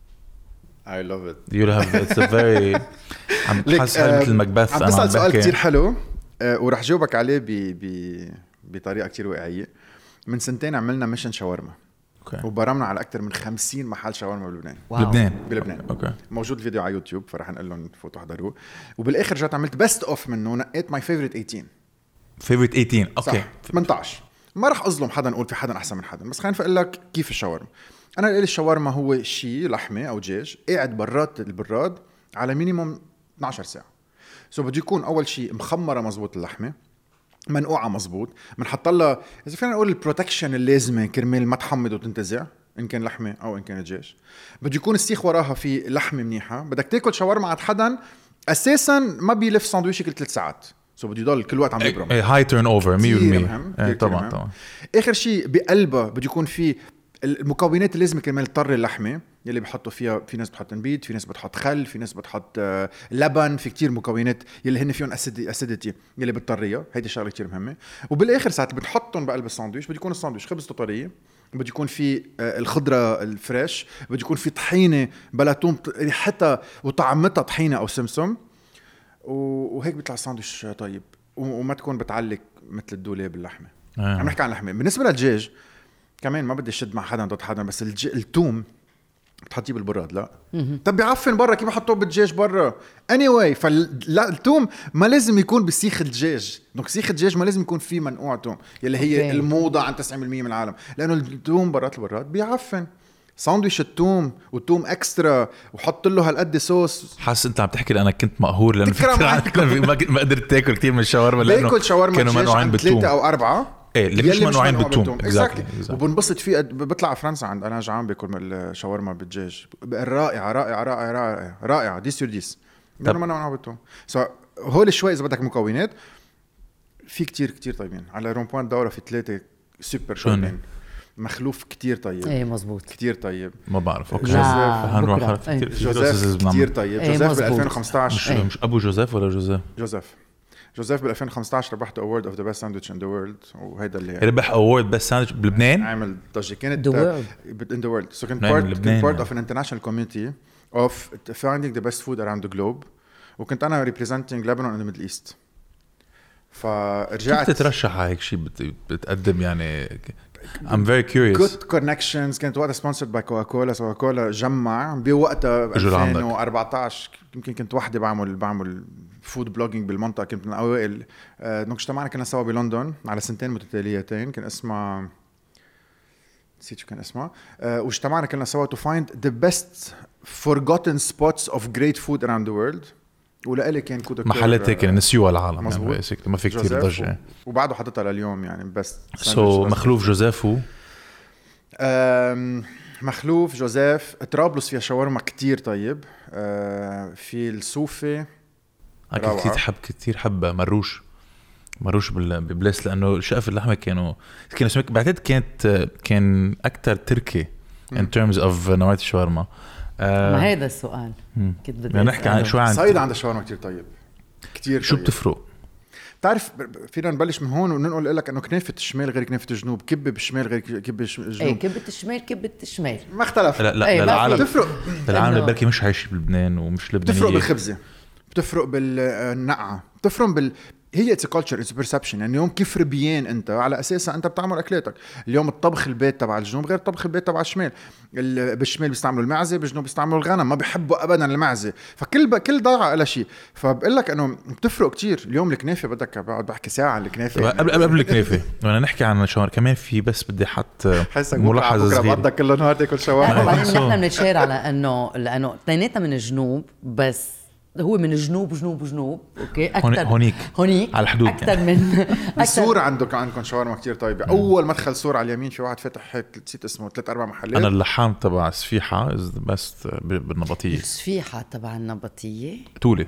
[SPEAKER 1] I love it.
[SPEAKER 2] You have it's a very عم بحس مثل مكبث.
[SPEAKER 1] عم بسأل سؤال كتير حلو ورح جاوبك عليه بطريقة كتير واقعية. من سنتين عملنا ميشن شاورما وبرمنا على أكتر من 50 محل شاورما بلبنان. بلبنان.
[SPEAKER 2] أوكي.
[SPEAKER 1] موجود الفيديو على يوتيوب، فرح نقول لهم فوتوا حضروه. وبالآخر جات عملت بست اوف منه، نقيت my favorite 18.
[SPEAKER 2] favorite 18 اوكي
[SPEAKER 1] 18. ما رح أظلم حدا نقول في حدا أحسن من حدا، بس خلينا نقول لك كيف الشاورما. أنا لي الشاورما هو شيء لحمة أو دجاج قاعد برات البراد على مينيموم 12 ساعة. بده يكون أول شيء مخمرة مزبوط اللحمة، منقوعة مزبوط، منحط لها إذا فينا نقول البروتكشن اللازمة كرمال ما تحمض وتنتزع إن كان لحمة أو إن كان دجاج. بده يكون السيخ وراها في لحمة منيحة. بدك تاكل شاورما عند حدا أساساً ما بيلف ساندويشة كل 3 ساعات، بده يضل كل وقت عم يبرم.
[SPEAKER 2] هاي تيرن اوفر 100%. طبعا.
[SPEAKER 1] آخر شيء بقلبه بده يكون في المكونات اللازمة كرمال تطر اللحمة يلي بحطوا فيها. في ناس بتحط نبيت، في ناس بتحط خل، في ناس بتحط لبن، في كتير مكونات يلي هن فيهم أسيديتي يلي بتطريها. هيدي الشغلة كتير مهمة. وبالآخر ساعات بنحطهم بقلب الساندويش. بده يكون الساندويش خبز طرية، بده يكون في الخضرة الفريش، بده يكون في طحينة بلا توم ريحتها وطعمتها طحينة أو سمسم، وهيك بيطلع الساندويش طيب وما تكون بتعلق مثل الدولاب باللحمة. عم نحكي عن اللحمة. بالنسبة للدجاج كمان ما بدي اشد مع حدا ضد حدا، بس التوم بتحطيه بالبراد. لا طب بيعفن برا، كيف بحطوه بالدجاج برا anyway؟ فلا التوم ما لازم يكون بسيخ الدجاج. دونك سيخ الدجاج ما لازم يكون فيه منقوع توم يلي هي الموضة عن 90% من العالم، لأنه التوم برات البراد بيعفن. ساندويش التوم والتوم اكسترا وحط له هالقد صوص.
[SPEAKER 2] حاسس انت عم تحكي انا كنت مقهور لانه ما قدرت تاكل كثير من الشاورما
[SPEAKER 1] لانه باكل شاورما كانوا منوعين بالثوم 3 أو 4
[SPEAKER 2] اللي مش منوعين بالثوم.
[SPEAKER 1] وبنبسط فيه. بطلع على فرنسا عند انا جعان باكل الشاورما بالدجاج رائعه رائعه رائعه رائعه رائعه دي سور ديس لانه منوعين بالثوم. هول شوي اذا بدك مكونات في كتير طيبين. على رومبوان الدورة في 3 سوبر شوبين. مخلوف كتير طيب.
[SPEAKER 3] ايه مزبوط
[SPEAKER 1] كتير طيب.
[SPEAKER 2] ما بعرف.
[SPEAKER 1] اوكي. جوزيف كتير طيب. جوزيف بال 2015
[SPEAKER 2] مش ابو جوزيف ولا
[SPEAKER 1] جوزيف بال 2015 ربحت award of the best sandwich in the world. وهيدا اللي
[SPEAKER 2] ربح award best sandwich بلبنان.
[SPEAKER 1] عمل ضجة كانت in the world. So كنت part of an international community of finding the best food around the globe. وكنت أنا representing Lebanon and the Middle East. فرجعت.
[SPEAKER 2] كيف تترشح على هيك شيء بتقدم يعني؟ I'm very curious.
[SPEAKER 1] Good connections. كانت وقتها sponsored by Coca-Cola. Coca-Cola جمع بوقتها 2014 يمكن كنت وحدي بعمل فود بلوجينج بالمنطقة. كنت من أوائل. اجتمعنا كنا سوا بلندن على 2 متتاليتين. كان اسمها نسيت شو كان اسمها. واجتمعنا كنا سوا to find the best forgotten spots of great food around the world. ولقلي كان كودا
[SPEAKER 2] محلات هيك نسيوها العالم يعني ما في كتير ضجة.
[SPEAKER 1] وبعده حطيتها لليوم يعني بس.
[SPEAKER 2] مخلوف جوزيف
[SPEAKER 1] مخلوف جوزيف. طرابلس فيها شاورما كتير طيب. في الصوفي
[SPEAKER 2] كتير حبة مروش ببلاس لأنه شقف اللحمة كانوا سمك بعتقد كان أكتر تركي in terms of نوعية الشاورما.
[SPEAKER 3] ما هيدا السؤال كنت بدي
[SPEAKER 2] نحكي عن شو عن
[SPEAKER 1] صيدا عند الشاورما كتير طيب كتير.
[SPEAKER 2] شو
[SPEAKER 1] طيب.
[SPEAKER 2] بتفرق؟
[SPEAKER 1] تعرف فينا نبلش من هون ونقول لك انه كنافة الشمال غير كنافة الجنوب، كبة بالشمال غير كبة الجنوب.
[SPEAKER 3] ايه كبة الشمال
[SPEAKER 1] ما اختلف.
[SPEAKER 2] لا العالم
[SPEAKER 1] بتفرق.
[SPEAKER 2] العالم البركي مش عايش بلبنان ومش لبنانية.
[SPEAKER 1] بتفرق بالخبزة، بتفرق بالنقعة، بتفرق هي اتس كلتشر اتس بيرسبشن. يعني اليوم كيف ربيان انت على اساسها انت بتعمل اكلاتك. اليوم الطبخ البيت تبع الجنوب غير طبخ البيت تبع الشمال. بالشمال بيستعملوا المعزه، بالجنوب بيستعملوا الغنم، ما بيحبوا ابدا المعزه. كل ضاعه لها شيء. فبقول لك انه بتفرق كتير. اليوم الكنافه بدك بقعد بحكي ساعه عن الكنافه.
[SPEAKER 2] قبل الكنافه وانا نحكي عن شاورما كمان في، بس بدي احط ملاحظه صغيره.
[SPEAKER 1] بدك كل نهار تاكل شاورما.
[SPEAKER 3] بعدين نحن بنتشير على انه لانه اثنيناتنا من الجنوب، بس هو من الجنوب جنوب اوكي اكثر
[SPEAKER 2] هونيك على الحدود
[SPEAKER 3] اكثر يعني. من
[SPEAKER 1] سورة عندكم شاورما كتير طيبه. اول مدخل سورة على اليمين في واحد فتح هيك نسيت اسمه 3-4 محلات.
[SPEAKER 2] انا اللحام تبع سفيحه بس بالنبطيه.
[SPEAKER 3] السفيحه تبع النبطيه
[SPEAKER 2] تولي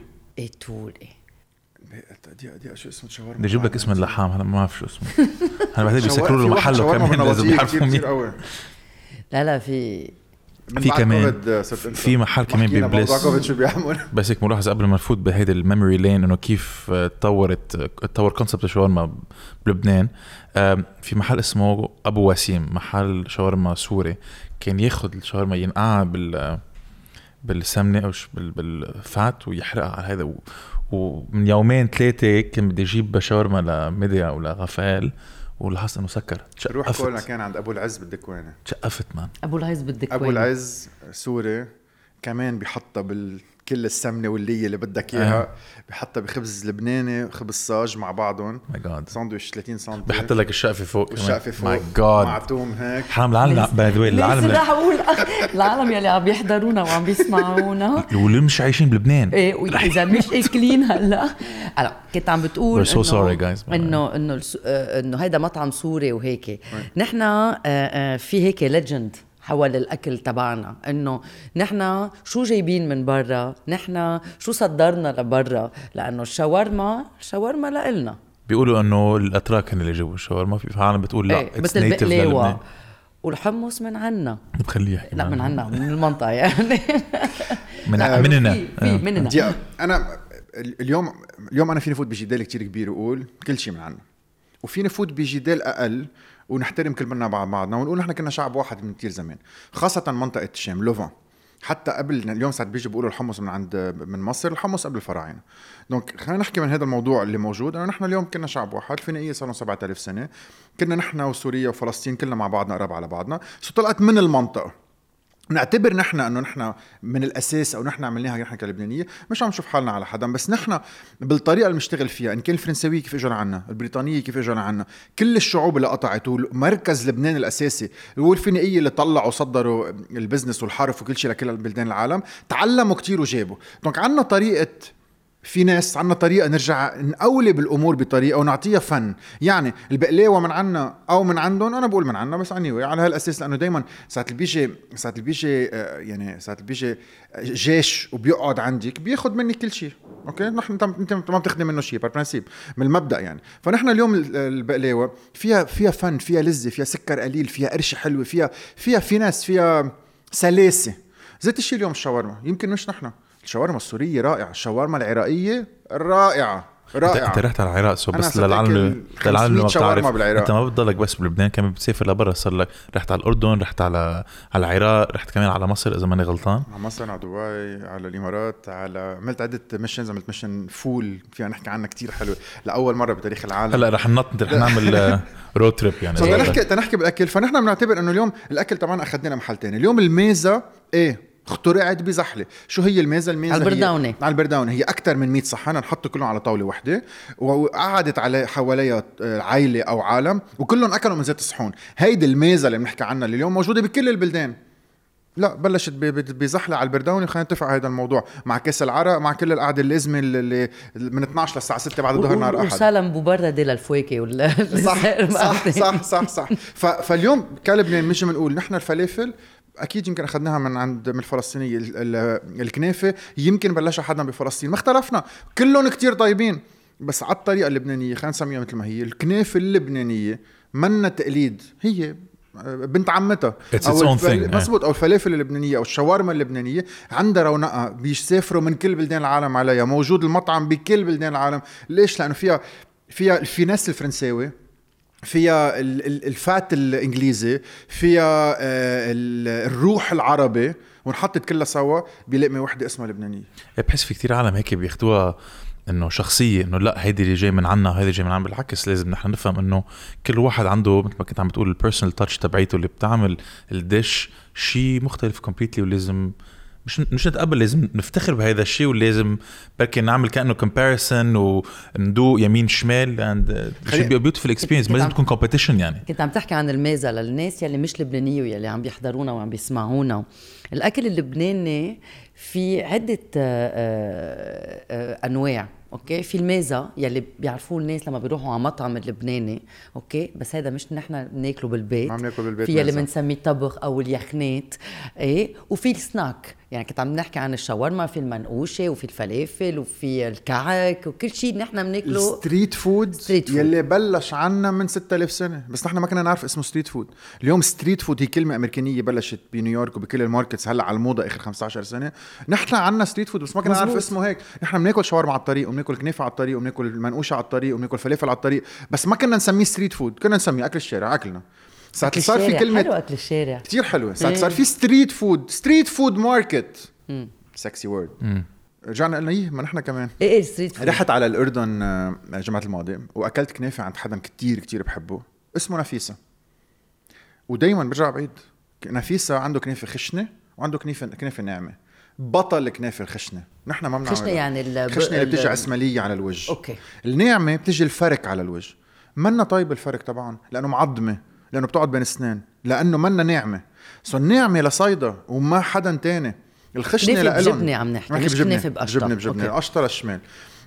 [SPEAKER 1] دي شو اسمه شاورما.
[SPEAKER 2] بدي اجيب لك اسم اللحام هلا ما بعرف شو اسمه. انا بعدين بيسكروا له محله كمان اذا بيعرفوا مين.
[SPEAKER 3] لا في
[SPEAKER 2] كمان في محل كمان ببليس. بس هيك ملاحظه قبل ما نفوت بهيدا الميموري لين انه كيف تطور كونسبت الشاورما بلبنان. في محل اسمه ابو وسيم، محل شاورما سوري، كان ياخذ الشاورما ينقعها بالسمنه او بالفات ويحرقها على هذا. ومن 2-3 كان بدي اجيب شاورما لميديا ولا غفال، ولاحظت انه سكر.
[SPEAKER 1] روح كلنا كان عند ابو العز بالدكوانه.
[SPEAKER 2] شقفت مان
[SPEAKER 3] ابو العز بالدكوانه.
[SPEAKER 1] ابو العز سوري كمان بيحطها كل السمنه والليه اللي بدك اياها. بيحطها بخبز لبناني وخبز صاج مع بعضهم. ساندويش 30 سم.
[SPEAKER 2] بحط لك الشقفه فوق
[SPEAKER 1] ماي جاد معتوم هيك.
[SPEAKER 2] حرام العالم باي العالم
[SPEAKER 3] راح اقول العالم يلي عم يحضرونا وعم بيسمعونا
[SPEAKER 2] واللي مش عايشين بلبنان
[SPEAKER 3] ايه، واذا مش اكلين هلا كنت عم بتقول انه هيدا مطعم سوري وهيك. نحن في هيك ليجند حول الأكل تبعنا، إنه نحنا شو جايبين من برا، نحنا شو صدرنا لبرا، لأنه الشاورما لإلنا.
[SPEAKER 2] بيقولوا إنه الأتراك اللي جابوا الشاورما، في عالم بتقول لا
[SPEAKER 3] مثل البقلاوة والحمص من عنا.
[SPEAKER 2] بخليه
[SPEAKER 3] لا من عنا، من المنطقة يعني
[SPEAKER 1] مننا. أنا اليوم أنا فيني فوت بجدال كتير كبير وقول كل شيء من عنا، وفيني فوت بجدال أقل ونحترم كل منا بعضنا ونقول نحن كنا شعب واحد من كتير زمان، خاصة منطقة الشام لوفان. حتى قبل اليوم ساعات بيجي بيقولوا الحمص من مصر، الحمص قبل الفراعنة. دونك خلينا نحكي من هذا الموضوع اللي موجود، انه نحن اليوم كنا شعب واحد. فينيقية صار 7000 سنة كنا نحن وسوريا وفلسطين كلنا مع بعضنا قراب على بعضنا. طلعت من المنطقة نعتبر نحن انه نحن من الاساس او نحن عملناها نحن كلبنانيه، مش عم نشوف حالنا على حدا، بس نحن بالطريقه اللي بنشتغل فيها، ان كان الفرنساويه كيف اجوا عنا، البريطانيه كيف اجوا عنا، كل الشعوب اللي قطعت، ومركز لبنان الاساسي هو الفينيقيه اللي طلعوا وصدروا البزنس والحرف وكل شيء لكل البلدان العالم، تعلموا كتير وجابوا. دونك عنا طريقه، في ناس عنا طريقة نرجع نقولب الأمور بطريقة ونعطيها فن. يعني البقلاوة من عنا أو من عندهم، أنا بقول من عنا بس عني على هالأساس، لأنه دايما ساعة البيجي جيش وبيقعد عندك بياخد منك كل شيء. أوكي، أنت ما بتخدم منه شيء بالبرنسيب من المبدأ يعني. فنحن اليوم البقلاوة فيها فن، فيها لذة، فيها سكر قليل، فيها قرشة حلوة، فيها ناس، فيها سلاسة. زيت الشيء اليوم الشاورما، يمكن مش نحن الشاورما السورية رائعة، الشاورما العراقية رائعة.
[SPEAKER 2] انت رحت على العراق بس للعالم ما بتعرف، انت ما بتضلك بس بلبنان، كمان بتسافر لبرا. صار لك رحت على الأردن، رحت على العراق، رحت كمان على مصر إذا ماني غلطان،
[SPEAKER 1] على مصر، على دبي، على الإمارات، عملت عدة ميشنز. عملت ميشن فول فيها نحكي عنها كتير حلوة لأول مرة بتاريخ العالم.
[SPEAKER 2] هلا رح نعمل رود تريب يعني.
[SPEAKER 1] تنحكي بالأكل. فنحن بنعتبر إنه اليوم الأكل طبعا أخذنا محل تاني. اليوم الميزة اخترعت بزحلة. شو هي الميزة؟ على البرداونة هي أكتر من 100 صحن نحط كلهم على طاولة واحدة، وقعدت على حواليها عائلة أو عالم وكلهم أكلوا من زيت الصحون. هيدي الميزة اللي بنحكي عنها اللي اليوم موجودة بكل البلدان. لا بلشت بزحلة على البرداونة. خلينا نتفق على هذا الموضوع مع كاس العرق، مع كل القعدة اللازمة اللي من 12 للساعة 6 بعد الظهر نهار أحد،
[SPEAKER 3] وسالم مبردة للفواكه صح.
[SPEAKER 1] فاليوم كلبنان مش بنقول نحن الفلافل اكيد يمكن اخذناها من الفلسطينيه. الكنافه يمكن بلشها حدا بفلسطين، ما اختلفنا، كلهم كتير طيبين، بس على الطريقه اللبنانيه. خلينا نسميها مثل ما هي الكنافه اللبنانيه، منا تقليد، هي بنت عمتها مزبوط. او الفلافل اللبنانيه او الشاورما اللبنانيه عندها رونقها، بيسافروا من كل بلدان العالم عليها، موجود المطعم بكل بلدان العالم. ليش؟ لانه فيها الفيناس الفرنساوي، فيها الفات الانجليزي، فيها الروح العربي، ونحطت كلها سوا بلقمه وحده اسمها لبنانيه.
[SPEAKER 2] بحس في كتير عالم هيك بياخدوها انه شخصيه، انه لا هيدي اللي جاي من عنا وهيدي جاي من عنا. بالعكس لازم نحن نفهم انه كل واحد عنده مثل ما كنت عم بتقول البيرسونال تاتش تبعيته اللي بتعمل الديش شيء مختلف كومبليتلي، ولازم مش نتقبل، لازم نفتخر بهذا الشيء، ولازم بركي نعمل كأنه comparison وندوق يمين شمال and should be a beautiful experience. ما لازم تكون competition. يعني كنت
[SPEAKER 3] عم تحكي عن الميزة للناس يلي مش لبنانية ويلي عم بيحضرونا وعم بيسمعونا. الأكل اللبناني في عدة أنواع. اوكي، في الميزة يلي بيعرفوه الناس لما بيروحوا على مطعم اللبناني، اوكي، بس هذا مش نحن بناكله بالبيت، في يلي بنسميه طبخ او اليخنات، ايه، وفي السناك. يعني كنت عم نحكي عن الشاورما، في المنقوشه وفي الفلافل وفي الكعك وكل شيء نحن بناكله.
[SPEAKER 1] ستريت فود يلي بلش عنا من 6000 سنه، بس نحن ما كنا نعرف اسمه ستريت فود. اليوم ستريت فود هي كلمه امريكانيه بلشت بنيويورك وبكل الماركتس هلا على الموضه اخر 15 سنه. نحن عنا ستريت فود بس ما كنا نعرف اسمه هيك. نحن بناكل شاورما على الطريق، وبناكل كنافه على الطريق، وبناكل منقوشه على الطريق، وبناكل فلافل على الطريق، بس ما كنا نسميه ستريت فود، كنا نسميه اكل الشارع، اكلنا. ساعات صار في كلمه
[SPEAKER 3] حلو اكل الشارع
[SPEAKER 1] كتير حلوه. ساعات صار في ستريت فود، ستريت فود ماركت، سكسي وورد. رجعنا قلنا ايه، ما نحن كمان
[SPEAKER 3] ايه ستريت فود.
[SPEAKER 1] رحت على الاردن الجمعه الماضيه واكلت كنافه عند حدا كتير كتير بحبه اسمه نفيسه، ودايما برجع بعيد. نفيسه عنده كنافه خشنه وعنده كنافه ناعمه. بطل كنافه الخشنه نحن ما بنعملها.
[SPEAKER 3] خشنه يعني
[SPEAKER 1] الخشنه اللي بتيجي عسمليه على الوجه.
[SPEAKER 3] اوكي.
[SPEAKER 1] الناعمه بتيجي الفرك على الوجه. منا طيب الفرك طبعا لانه معضمه، لانه بتقعد بين اسنان، لانه منا ناعمه. سو الناعمه لصيدا وما حدا تاني. الخشنه لألون
[SPEAKER 3] بجبنه عم نحكي، مش كنافه بقشطه.
[SPEAKER 1] بجبنه القشطه للشمال.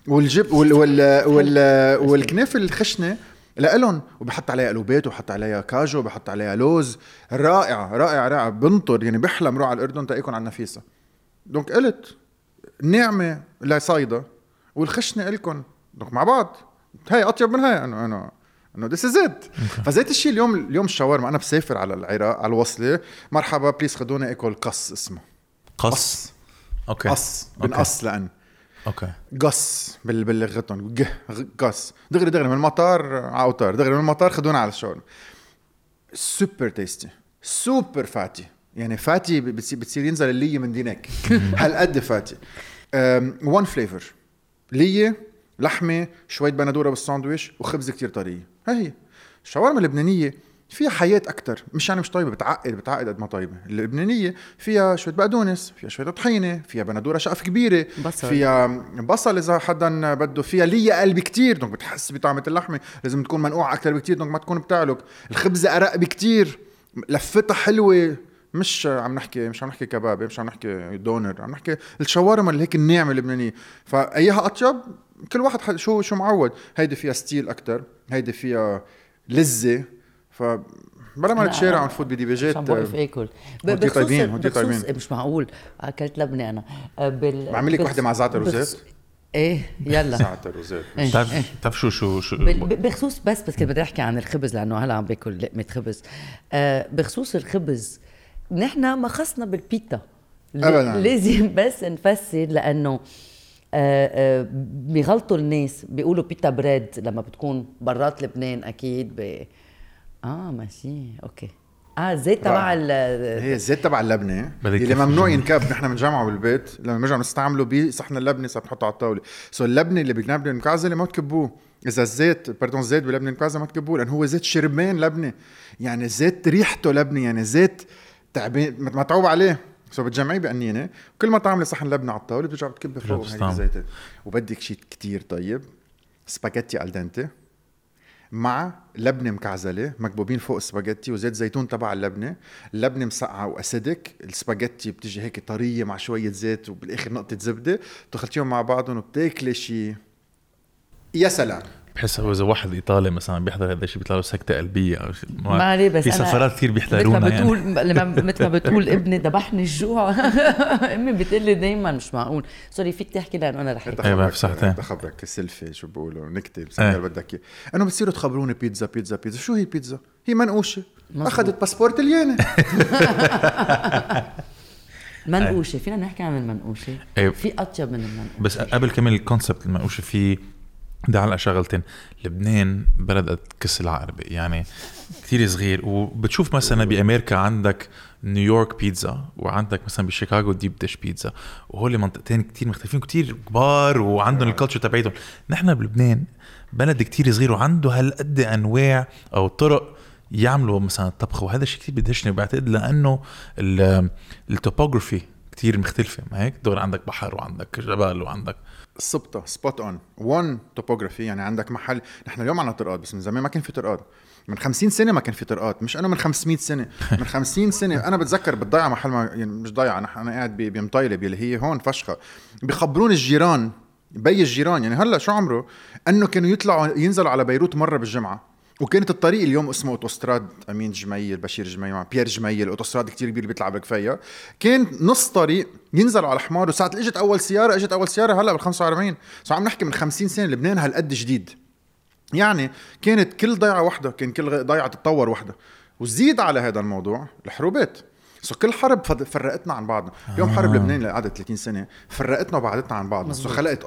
[SPEAKER 1] والكنافه الخشنه لألون، وبحط عليها قلوبات وبحط عليها كاجو وبحط عليها لوز. رائعه بنطر يعني بحلم روح على الاردن تاكل على النفيسه. دونك قلت ناعمه لصيدا والخشنه لكم، دونك مع بعض هاي اطيب من هاي. انا this is it. فزيت الشيء اليوم الشاورما. انا بسافر على العراق على الوصله، مرحبا بليز خدونا اكل قص. اسمه
[SPEAKER 2] قص. اوكي.
[SPEAKER 1] قص بنقص لان
[SPEAKER 2] اوكي
[SPEAKER 1] قص باللغتهم قص. دغري من المطار على اوتار، دغري من المطار خدونا على الشاورما. سوبر تيستي، سوبر فاتي. يعني فاتي بتصير ينزل اللي من دينك هالقد فاتي. وان فليفر، ليه لحمه شويه بندوره بالساندويش وخبز كتير طريه. هي الشاورما اللبنانيه فيها حياة أكتر. مش يعني مش طيبة، بتعقد قد ما طيبة. اللبنانية فيها شوية بقدونس، فيها شوية طحينة، فيها بندورة شقف كبيرة، فيها بصل إذا حدا بده، فيها ليا قلب كتير، دونك بتحس بطعمة اللحمة لازم تكون منقوعة أكتر بكتير، دونك ما تكون بتعلق. الخبزة أرق بكتير، لفتها حلوة. مش عم نحكي كباب، مش عم نحكي دونر، عم نحكي الشاورما اللي هيك الناعمة اللبنانية. فأيها أطيب كل واحد شو معود. هيدي فيها ستيل أكتر، هيدي فيها لذة. فبلا ما نتشارع ونفوت بديباجات.
[SPEAKER 3] عم بوقف اكل
[SPEAKER 1] هودي طيبين.
[SPEAKER 3] مش معقول اكلت لبنه انا
[SPEAKER 1] بعمل لك وحده مع زعتر وزيت.
[SPEAKER 3] ايه يلا
[SPEAKER 1] زعتر وزيت.
[SPEAKER 2] تعرف شو
[SPEAKER 3] بخصوص بس كنت بدي احكي عن الخبز لانه هلا عم باكل لقمه خبز. بخصوص الخبز نحن ما خصنا بالبيتا لازم بس نفسر لانه بيغلطوا الناس بيقولوا بيتا بريد لما بتكون برات لبنان اكيد ماشي اوكي. الزيت تبع
[SPEAKER 1] هي الزيت تبع اللبنه اللي ممنوع ينكب. نحن بنجمعه بالبيت لما بنرجع نستعمله بصحن اللبنه صار بنحطه على الطاوله. اللبنه اللي بنعمله مكعزله ما تكبوه. اذا الزيت زيت بلبنه مكعزله ما تكبوه لان هو زيت شربان لبنه. يعني زيت ريحته لبنه، يعني زيت تعبان متعوب عليه. بتجمعيه بقنينه، كل ما تعملي صحن لبنه على الطاوله بترجع بتكبي فوق هيك زيت. وبدك شيء كتير طيب، سباجيتي الدنتي مع لبنه مكعزله مكبوبين فوق السباجيتي وزيت زيتون تبع اللبنه مسقعه واسيدك. السباجيتي بتيجي هيك طريه مع شويه زيت وبالاخر نقطه زبده، تخلطيهم مع بعضهم وبتاكلي شيء يا سلام.
[SPEAKER 2] بحس هو إذا واحد إيطالي مثلا بيحضر هذا الشيء بيطلع له سكتة قلبية أو شيء.
[SPEAKER 3] ما عليه، بس
[SPEAKER 2] في سفرات كتير بيحضرونا
[SPEAKER 3] يعني مثل ما بتقول ابني ذبحني الجوع. أمي بتقلي دايما مش معقول. سوري فيك تحكي لأنه أنا رح
[SPEAKER 2] أحكي. أيوة في ساعتين.
[SPEAKER 1] تخبرك سيلفي شو بقولوا نكتة بسنة بدك إياه. أنه بتصيروا تخبروني بيتزا. شو هي البيتزا؟ هي منقوشة. أخذت باسبور إيطالياني.
[SPEAKER 3] منقوشة. فينا نحكي عن المنقوشة. في أطيب من المنقوشة.
[SPEAKER 2] بس قبل كمان الكونسبت المنقوشة في ده على شغلتين. لبنان بلد قد كأس العقربة يعني كتير صغير. وبتشوف مثلا بأمريكا عندك نيويورك بيتزا وعندك مثلا بشيكاغو ديب ديش بيتزا وهول منطقتين كتير مختلفين كتير كبار وعندهم الكالتشر تبعيتهم. نحن بلبنان بلد كتير صغير وعنده هالقد أنواع أو طرق يعملوا مثلا الطبخ. وهذا الشيء كتير بدهشني بعتقد لأنه التوبوغرافي كتير مختلفة. ما هيك دول عندك بحر وعندك جبل وعندك
[SPEAKER 1] السبطة سبوت اون وان توبوغرافي. يعني عندك محل، نحن اليوم عنا طرقات بس من زمان ما كان في طرقات. من 50 سنة ما كان في طرقات، مش أنا من 500 سنة. من 50 سنة أنا بتذكر بالضيعة محل ما يعني مش ضيعة، أنا قاعد بمطايلة اللي هي هون فشخة، بيخبرون الجيران بي الجيران يعني هلا شو عمره أنه كانوا يطلعوا ينزلوا على بيروت مرة بالجمعة. وكانت الطريق اليوم اسمه اوتوستراد امين جميل بشير جميل بيير جميل، اوتوستراد كتير كبير بيطلع بكفايه. كان نص طريق ينزلوا على الحمار. وساعه اجت اول سياره هلا بال45. سو عم نحكي من 50 سنه لبنان هالقد جديد. يعني كانت كل ضيعه وحده، كان كل ضيعه تتطور وحده. وزيد على هذا الموضوع الحروبات. سو كل حرب فرقتنا عن بعضنا. اليوم حرب لبنان اللي قعدت 30 سنه فرقتنا وبعدتنا عن بعض. سو خلقت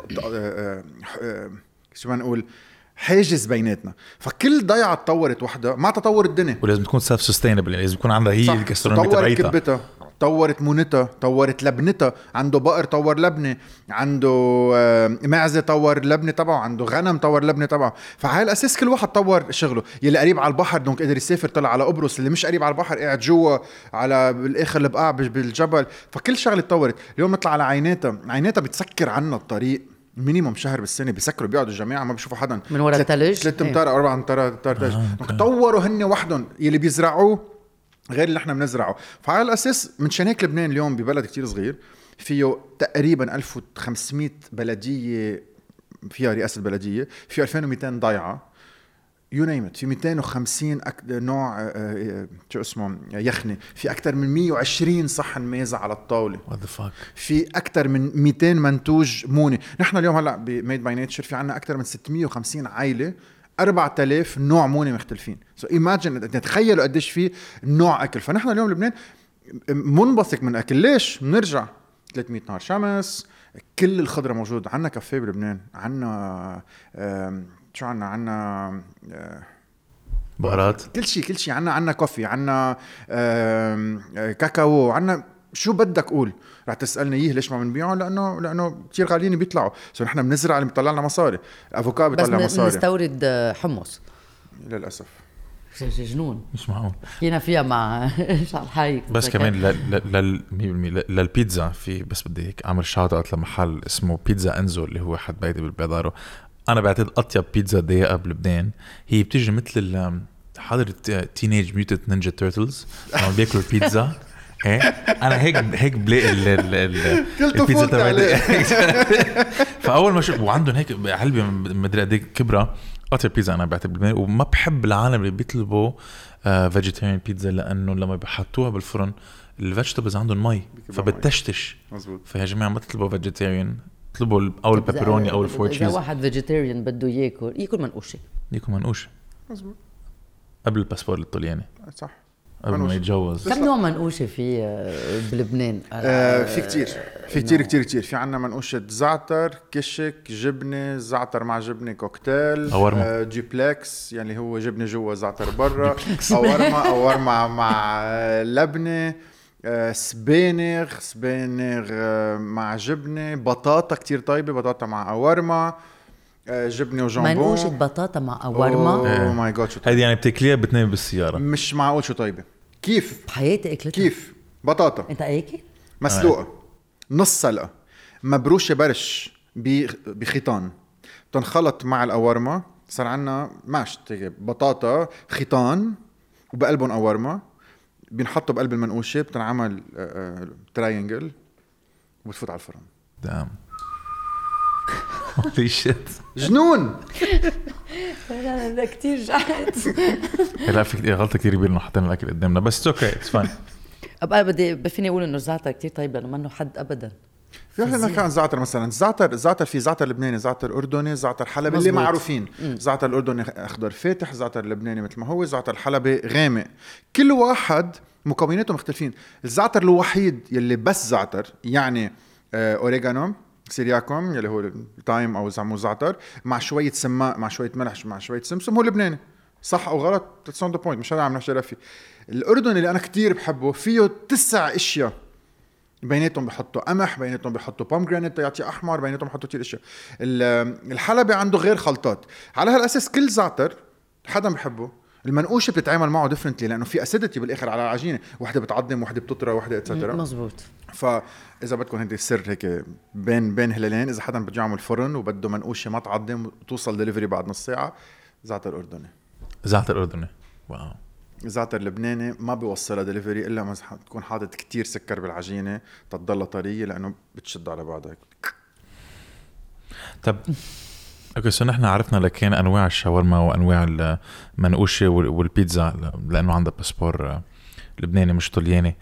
[SPEAKER 1] شو بنقول حاجز بيناتنا. فكل ضيعة تطورت وحدة مع تطور الدنيا.
[SPEAKER 2] ولازم تكون سيلف سستينبل، يعني لازم يكون عندها هي الجاسترونومي
[SPEAKER 1] تطورت
[SPEAKER 2] تبعيتها.
[SPEAKER 1] كبتها، طورت مونتها، طورت لبنتها. عنده بقر طور لبنة، عنده معزة طور لبنة تبعه، عنده غنم طور لبنة تبعه. فعلى الأساس كل واحد طور شغله. يلي قريب على البحر دونك قدر يسافر طلع على قبرص، اللي مش قريب على البحر قاعد جوا على بالآخر البقاع بالجبل. فكل شغلة تطورت. اليوم نطلع على عيناتها بتسكر عنا الطريق مينيموم شهر بالسنة. بيسكروا بيقعدوا الجماعة ما بيشوفوا حدا
[SPEAKER 3] من وراء الثلج
[SPEAKER 1] 3 امتار 4 امتار تلج. طوروا هن وحدهم. يلي بيزرعوه غير اللي احنا بنزرعه. فعلى الأساس من هيك لبنان اليوم ببلد كتير صغير فيه تقريبا 1500 بلدية فيها رئاسة بلدية، فيه 2200 ضيعة يو نيمت، في 250 نوع شو اسمه يخني، في أكتر من 120 صحن ميزة على الطاولة، في أكتر من 200 منتوج مونة. نحن اليوم هلأ بميد باي نيتشر في عنا أكتر من 650 عائلة، 4000 نوع مونة مختلفين. سو إيماجن تخيلوا قديش في نوع أكل. فنحن اليوم لبنان منبثق من أكل. ليش؟ بنرجع 300 نهار شمس، كل الخضرة موجود. عنا كافيه بلبنان، عنا شو عنا
[SPEAKER 2] بهارات،
[SPEAKER 1] كل شيء عنا كوفي، عنا كاكاو، عنا شو بدك قول. رح تسألني ايه ليش ما بنبيعه؟ لأنه كتير غاليين بيطلعوا. سو نحن بنزرع اللي بيطلع لنا مصاري. الافوكادو بيطلع مصاري.
[SPEAKER 3] بس بنستورد حمص
[SPEAKER 1] للأسف.
[SPEAKER 3] جنون
[SPEAKER 2] مش معقول.
[SPEAKER 3] حكينا فيها مع شعب حي.
[SPEAKER 2] بس كمان للبيتزا في، بس بدي هيك اعمل شاوت اوت لمحل اسمه بيتزا انزو اللي هو حد بيتي بالبيضارو. انا بعتقد اطيب بيتزا ضيقه بلبنان. هي بتيجي مثل حاضر تينيج ميوتنت نينجا تيرتلز لما بياكلوا البيتزا. ايه انا هيك بلاقي البيتزا تبعتي. فاول ما شفت وعندهم هيك علبه مدري قد ايه كبره، اطيب بيتزا انا بعتقد بلبنان. وما بحب العالم اللي بيطلبوا فيجيتيريان بيتزا لانه لما بيحطوها بالفرن الفيجيتابلز عندهم مي فبتشتش. مزبوط. فيا جماعه ما تطلبوا فيجيتيريان، اطلبوا او البيبروني او الفور تشيز.
[SPEAKER 3] اذا واحد فيجيتيريان بده ياكل منقوشه.
[SPEAKER 1] مزبوط.
[SPEAKER 2] قبل الباسبور الطلياني
[SPEAKER 1] صح،
[SPEAKER 2] قبل ما يتجوز.
[SPEAKER 3] كم نوع منقوشه في بلبنان؟
[SPEAKER 1] في كتير. في عنا منقوشة زعتر، كشك، جبنة، زعتر مع جبنة كوكتيل، دوبلكس يعني هو جبنة جوا زعتر برا، أورما مع لبنة، سبانغ مع جبنة، بطاطا كتير طيبة، بطاطا مع أورما، جبنة وجامبون.
[SPEAKER 3] منقوشة بطاطا مع أورما.
[SPEAKER 1] أوه ماي جاد شو طيبة.
[SPEAKER 2] هذه يعني بتاكليها بتنام بالسيارة.
[SPEAKER 1] مش معقول شو طيبة. كيف
[SPEAKER 3] بحياتي أكلتها.
[SPEAKER 1] كيف بطاطا
[SPEAKER 3] أنت أكل
[SPEAKER 1] مسلوقة نص سلقة مبروشة برش بخيطان تنخلط مع الأورما. صار عنا ماش بطاطا خيطان وبقلبهم أورما بنحطه بقلب المنقوشة، بتنعمل تراينجل وبتفوت على الفرن.
[SPEAKER 2] دام holy shit
[SPEAKER 1] جنون.
[SPEAKER 3] لا كتير جعت.
[SPEAKER 2] لا في غلطة كتير كبيرة إنه حطينا الأكل قدامنا، بس اوكي اتس فاين.
[SPEAKER 3] أبقى بدي فيني أقول إنه الزعتر كتير طيب لأنه منه حد أبدا.
[SPEAKER 1] في احنا كان زعتر مثلا زعتر في زعتر لبناني، زعتر أردني، زعتر حلبي اللي معروفين. زعتر الأردني أخضر فاتح، زعتر اللبناني مثل ما هو، زعتر الحلبي غامق. كل واحد مكوناته مختلفين. الزعتر الوحيد يلي بس زعتر يعني أوريغانو، سيرياكم يلي هو تايم او زعتر مع شويه سماق مع شويه ملح مع شويه سمسم، هو لبناني. صح او غلط that's on the point، مش هذا عم نحكي فيه. الاردن اللي انا كتير بحبه فيه 9 اشياء، بيناتهم بحطوا قمح، بيناتهم بحطوا بومجرانيت يعطي احمر، بيناتهم بحطوا كتير اشياء. الحلبي عنده غير خلطات. على هالاساس كل زعتر حدا بحبه. المنقوشه بتتعامل معه ديفرنتلي لانه في اسيدتي بالاخر على العجينه، وحده بتعضم وحده بتطرى وحده اتسترا.
[SPEAKER 3] مزبوط.
[SPEAKER 1] فاذا بدكم هندي السر هيك بين هلالين، اذا حدا بده يعمل فرن وبده منقوشه ما تعضم وتوصل دليفري بعد نص ساعه، زعتر اردني.
[SPEAKER 2] زعتر اردني. واو.
[SPEAKER 1] زعتر لبناني ما بيوصلها دليفري الا ما تكون حاطط كتير سكر بالعجينه تضلها طريه لانه بتشد على بعضها.
[SPEAKER 2] طب اوكي، سو نحن عرفنا لكن انواع الشاورما وانواع المنقوشه والبيتزا لانه عندها باسبور لبناني مش طلياني.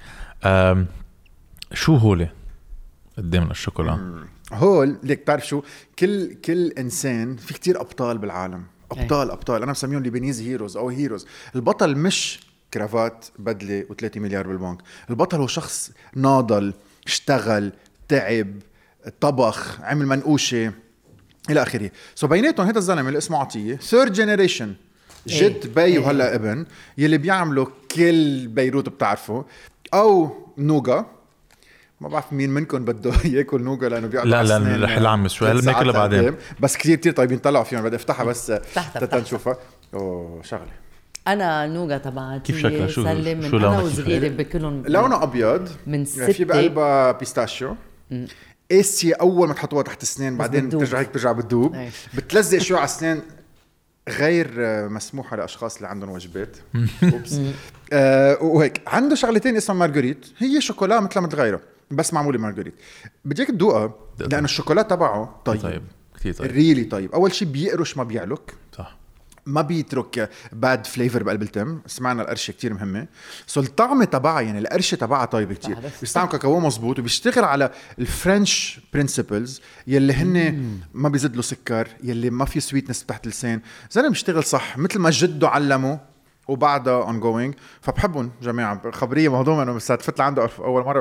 [SPEAKER 2] شو هولي قدامنا الشوكولا؟
[SPEAKER 1] هول ليك بتعرف شو، كل انسان في كتير ابطال بالعالم، ابطال انا بسميهم ليبنيز هيروز او هيروز. البطل مش كرافات بدله و3 مليار بالبنك، البطل هو شخص ناضل، اشتغل، تعب، طبخ، عمل منقوشه الى اخره. سو بيناتهم هذا الزلمه اللي اسمه عطيه ثيرد جينيريشن، جد بي وهلا ابن، يلي بيعملوا كل بيروت بتعرفه. او نوغا، ما بعرف مين منكم بده ياكل نوغا لانه بيقعد
[SPEAKER 2] لا رح نعمل شوي هلا بناكلها بعدين،
[SPEAKER 1] بس كتير طيبين طلعوا فيهم. بدي افتحها بس تنشوفها. اوه شغله.
[SPEAKER 3] انا نوغا تبعتي
[SPEAKER 2] كيف شكلها؟ شو
[SPEAKER 3] انا وصغيره بكلهم
[SPEAKER 1] لونه ابيض
[SPEAKER 3] من
[SPEAKER 1] في بقلبها بيستاشيو. قاسية أول ما تحطوها تحت السنين، بعدين بترجع هيك بترجع بتدوب، بتلزق شوي على السنين، غير مسموحة لأشخاص اللي عندهم وجبات. أوبس. وهيك عنده شغلتين اسمها مارغريت، هي شوكولا مثل غيرها بس معمولة مارغريت. بديك تدوقها لأنه الشوكولا تبعه طيب
[SPEAKER 2] كتير طيب،
[SPEAKER 1] ريلي طيب. أول شيء بيقرش ما بيعلك،
[SPEAKER 2] صح،
[SPEAKER 1] ما بيترك باد فليفر بقلب التم. سمعنا القرشة كتير مهمة. سو الطعم تبعها يعني القرشة تبعها طيب كتير، بيستعمل كاكاو مزبوط، وبيشتغل على الفرنش برينسيبلز يلي هن ما بيزد له سكر، يلي ما في سويتنس تحت اللسان. زلمة بيشتغل صح مثل ما جده علموا وبعدها ongoing. فبحبهم جماعة. خبرية موضوع انه بس فتت عنده اول مرة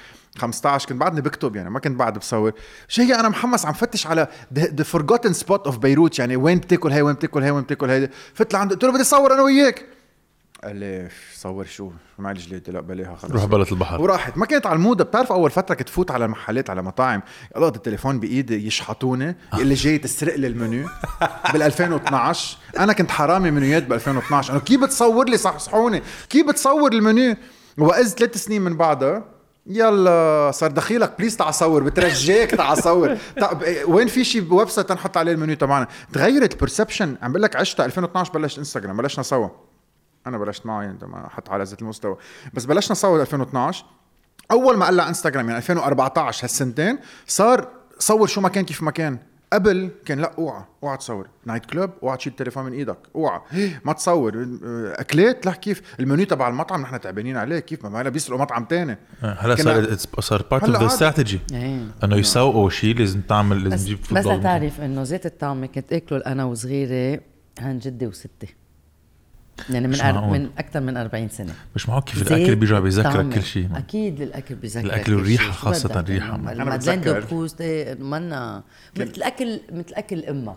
[SPEAKER 1] 2015 كنت بعدني بكتب، يعني ما كنت بعد بصور شيء. انا محمس عم فتش على the forgotten spot of بيروت، يعني وين بتاكل هاي، وين بتاكل هاي، وين بتاكل هاي. فتت عنده قلت له بدي اصور انا وياك. قال لي صور شو معي جليتي؟ لا بلاها خلص،
[SPEAKER 2] روح بلد البحر.
[SPEAKER 1] وراحت. ما كانت على الموضة. بتعرف اول فترة كنت فوت على محلات على مطاعم يلا التليفون بايدي يشحطوني، اللي جاي تسرق لي المنيو بال 2012. انا كنت حرامي منيوات بال 2012. انا كيف بتصور لي صحوني، كيف بتصور المنيو؟ وإذ 3 سنين من بعدها يلا صار دخيلك بليز تعال صور، بترجاك تعال صور. وين في شيء ويب سايت نحط عليه المنيو تبعنا؟ تغيرت البرسبشن. عم بقول لك عشت 2012 بلشت انستغرام، بلشنا سوا. انا بلشت معه يعني ما حط على ذات المستوى، بس بلشنا صور 2012. اول ما قلع انستغرام يعني 2014 هالسنتين صار صور شو ما كان كيف ما كان. قبل كان لا اوعى تصور نايت كلوب، اوعى تشيل التليفون من ايدك، اوعى ما تصور اكلات. لا كيف المنيو تبع المطعم نحن تعبانين عليه، كيف ما بيسرقوا مطعم تاني.
[SPEAKER 2] هلا صار بارت اوف ذا استراتيجي انه يسوقوا شيء لازم تعمل، لازم تجيب
[SPEAKER 3] بس تعرف انه زيت الطعم كنت اكله انا وصغيره عن جدي وستي، يعني من اكثر من 40 سنه.
[SPEAKER 2] مش معقول كيف الاكل بيرجع بيذكرك كل شيء.
[SPEAKER 3] اكيد الاكل بيذكرك
[SPEAKER 2] الاكل والريحه، خاصه الريحه.
[SPEAKER 3] انا بتذكر بوست منا مثل اكل امك.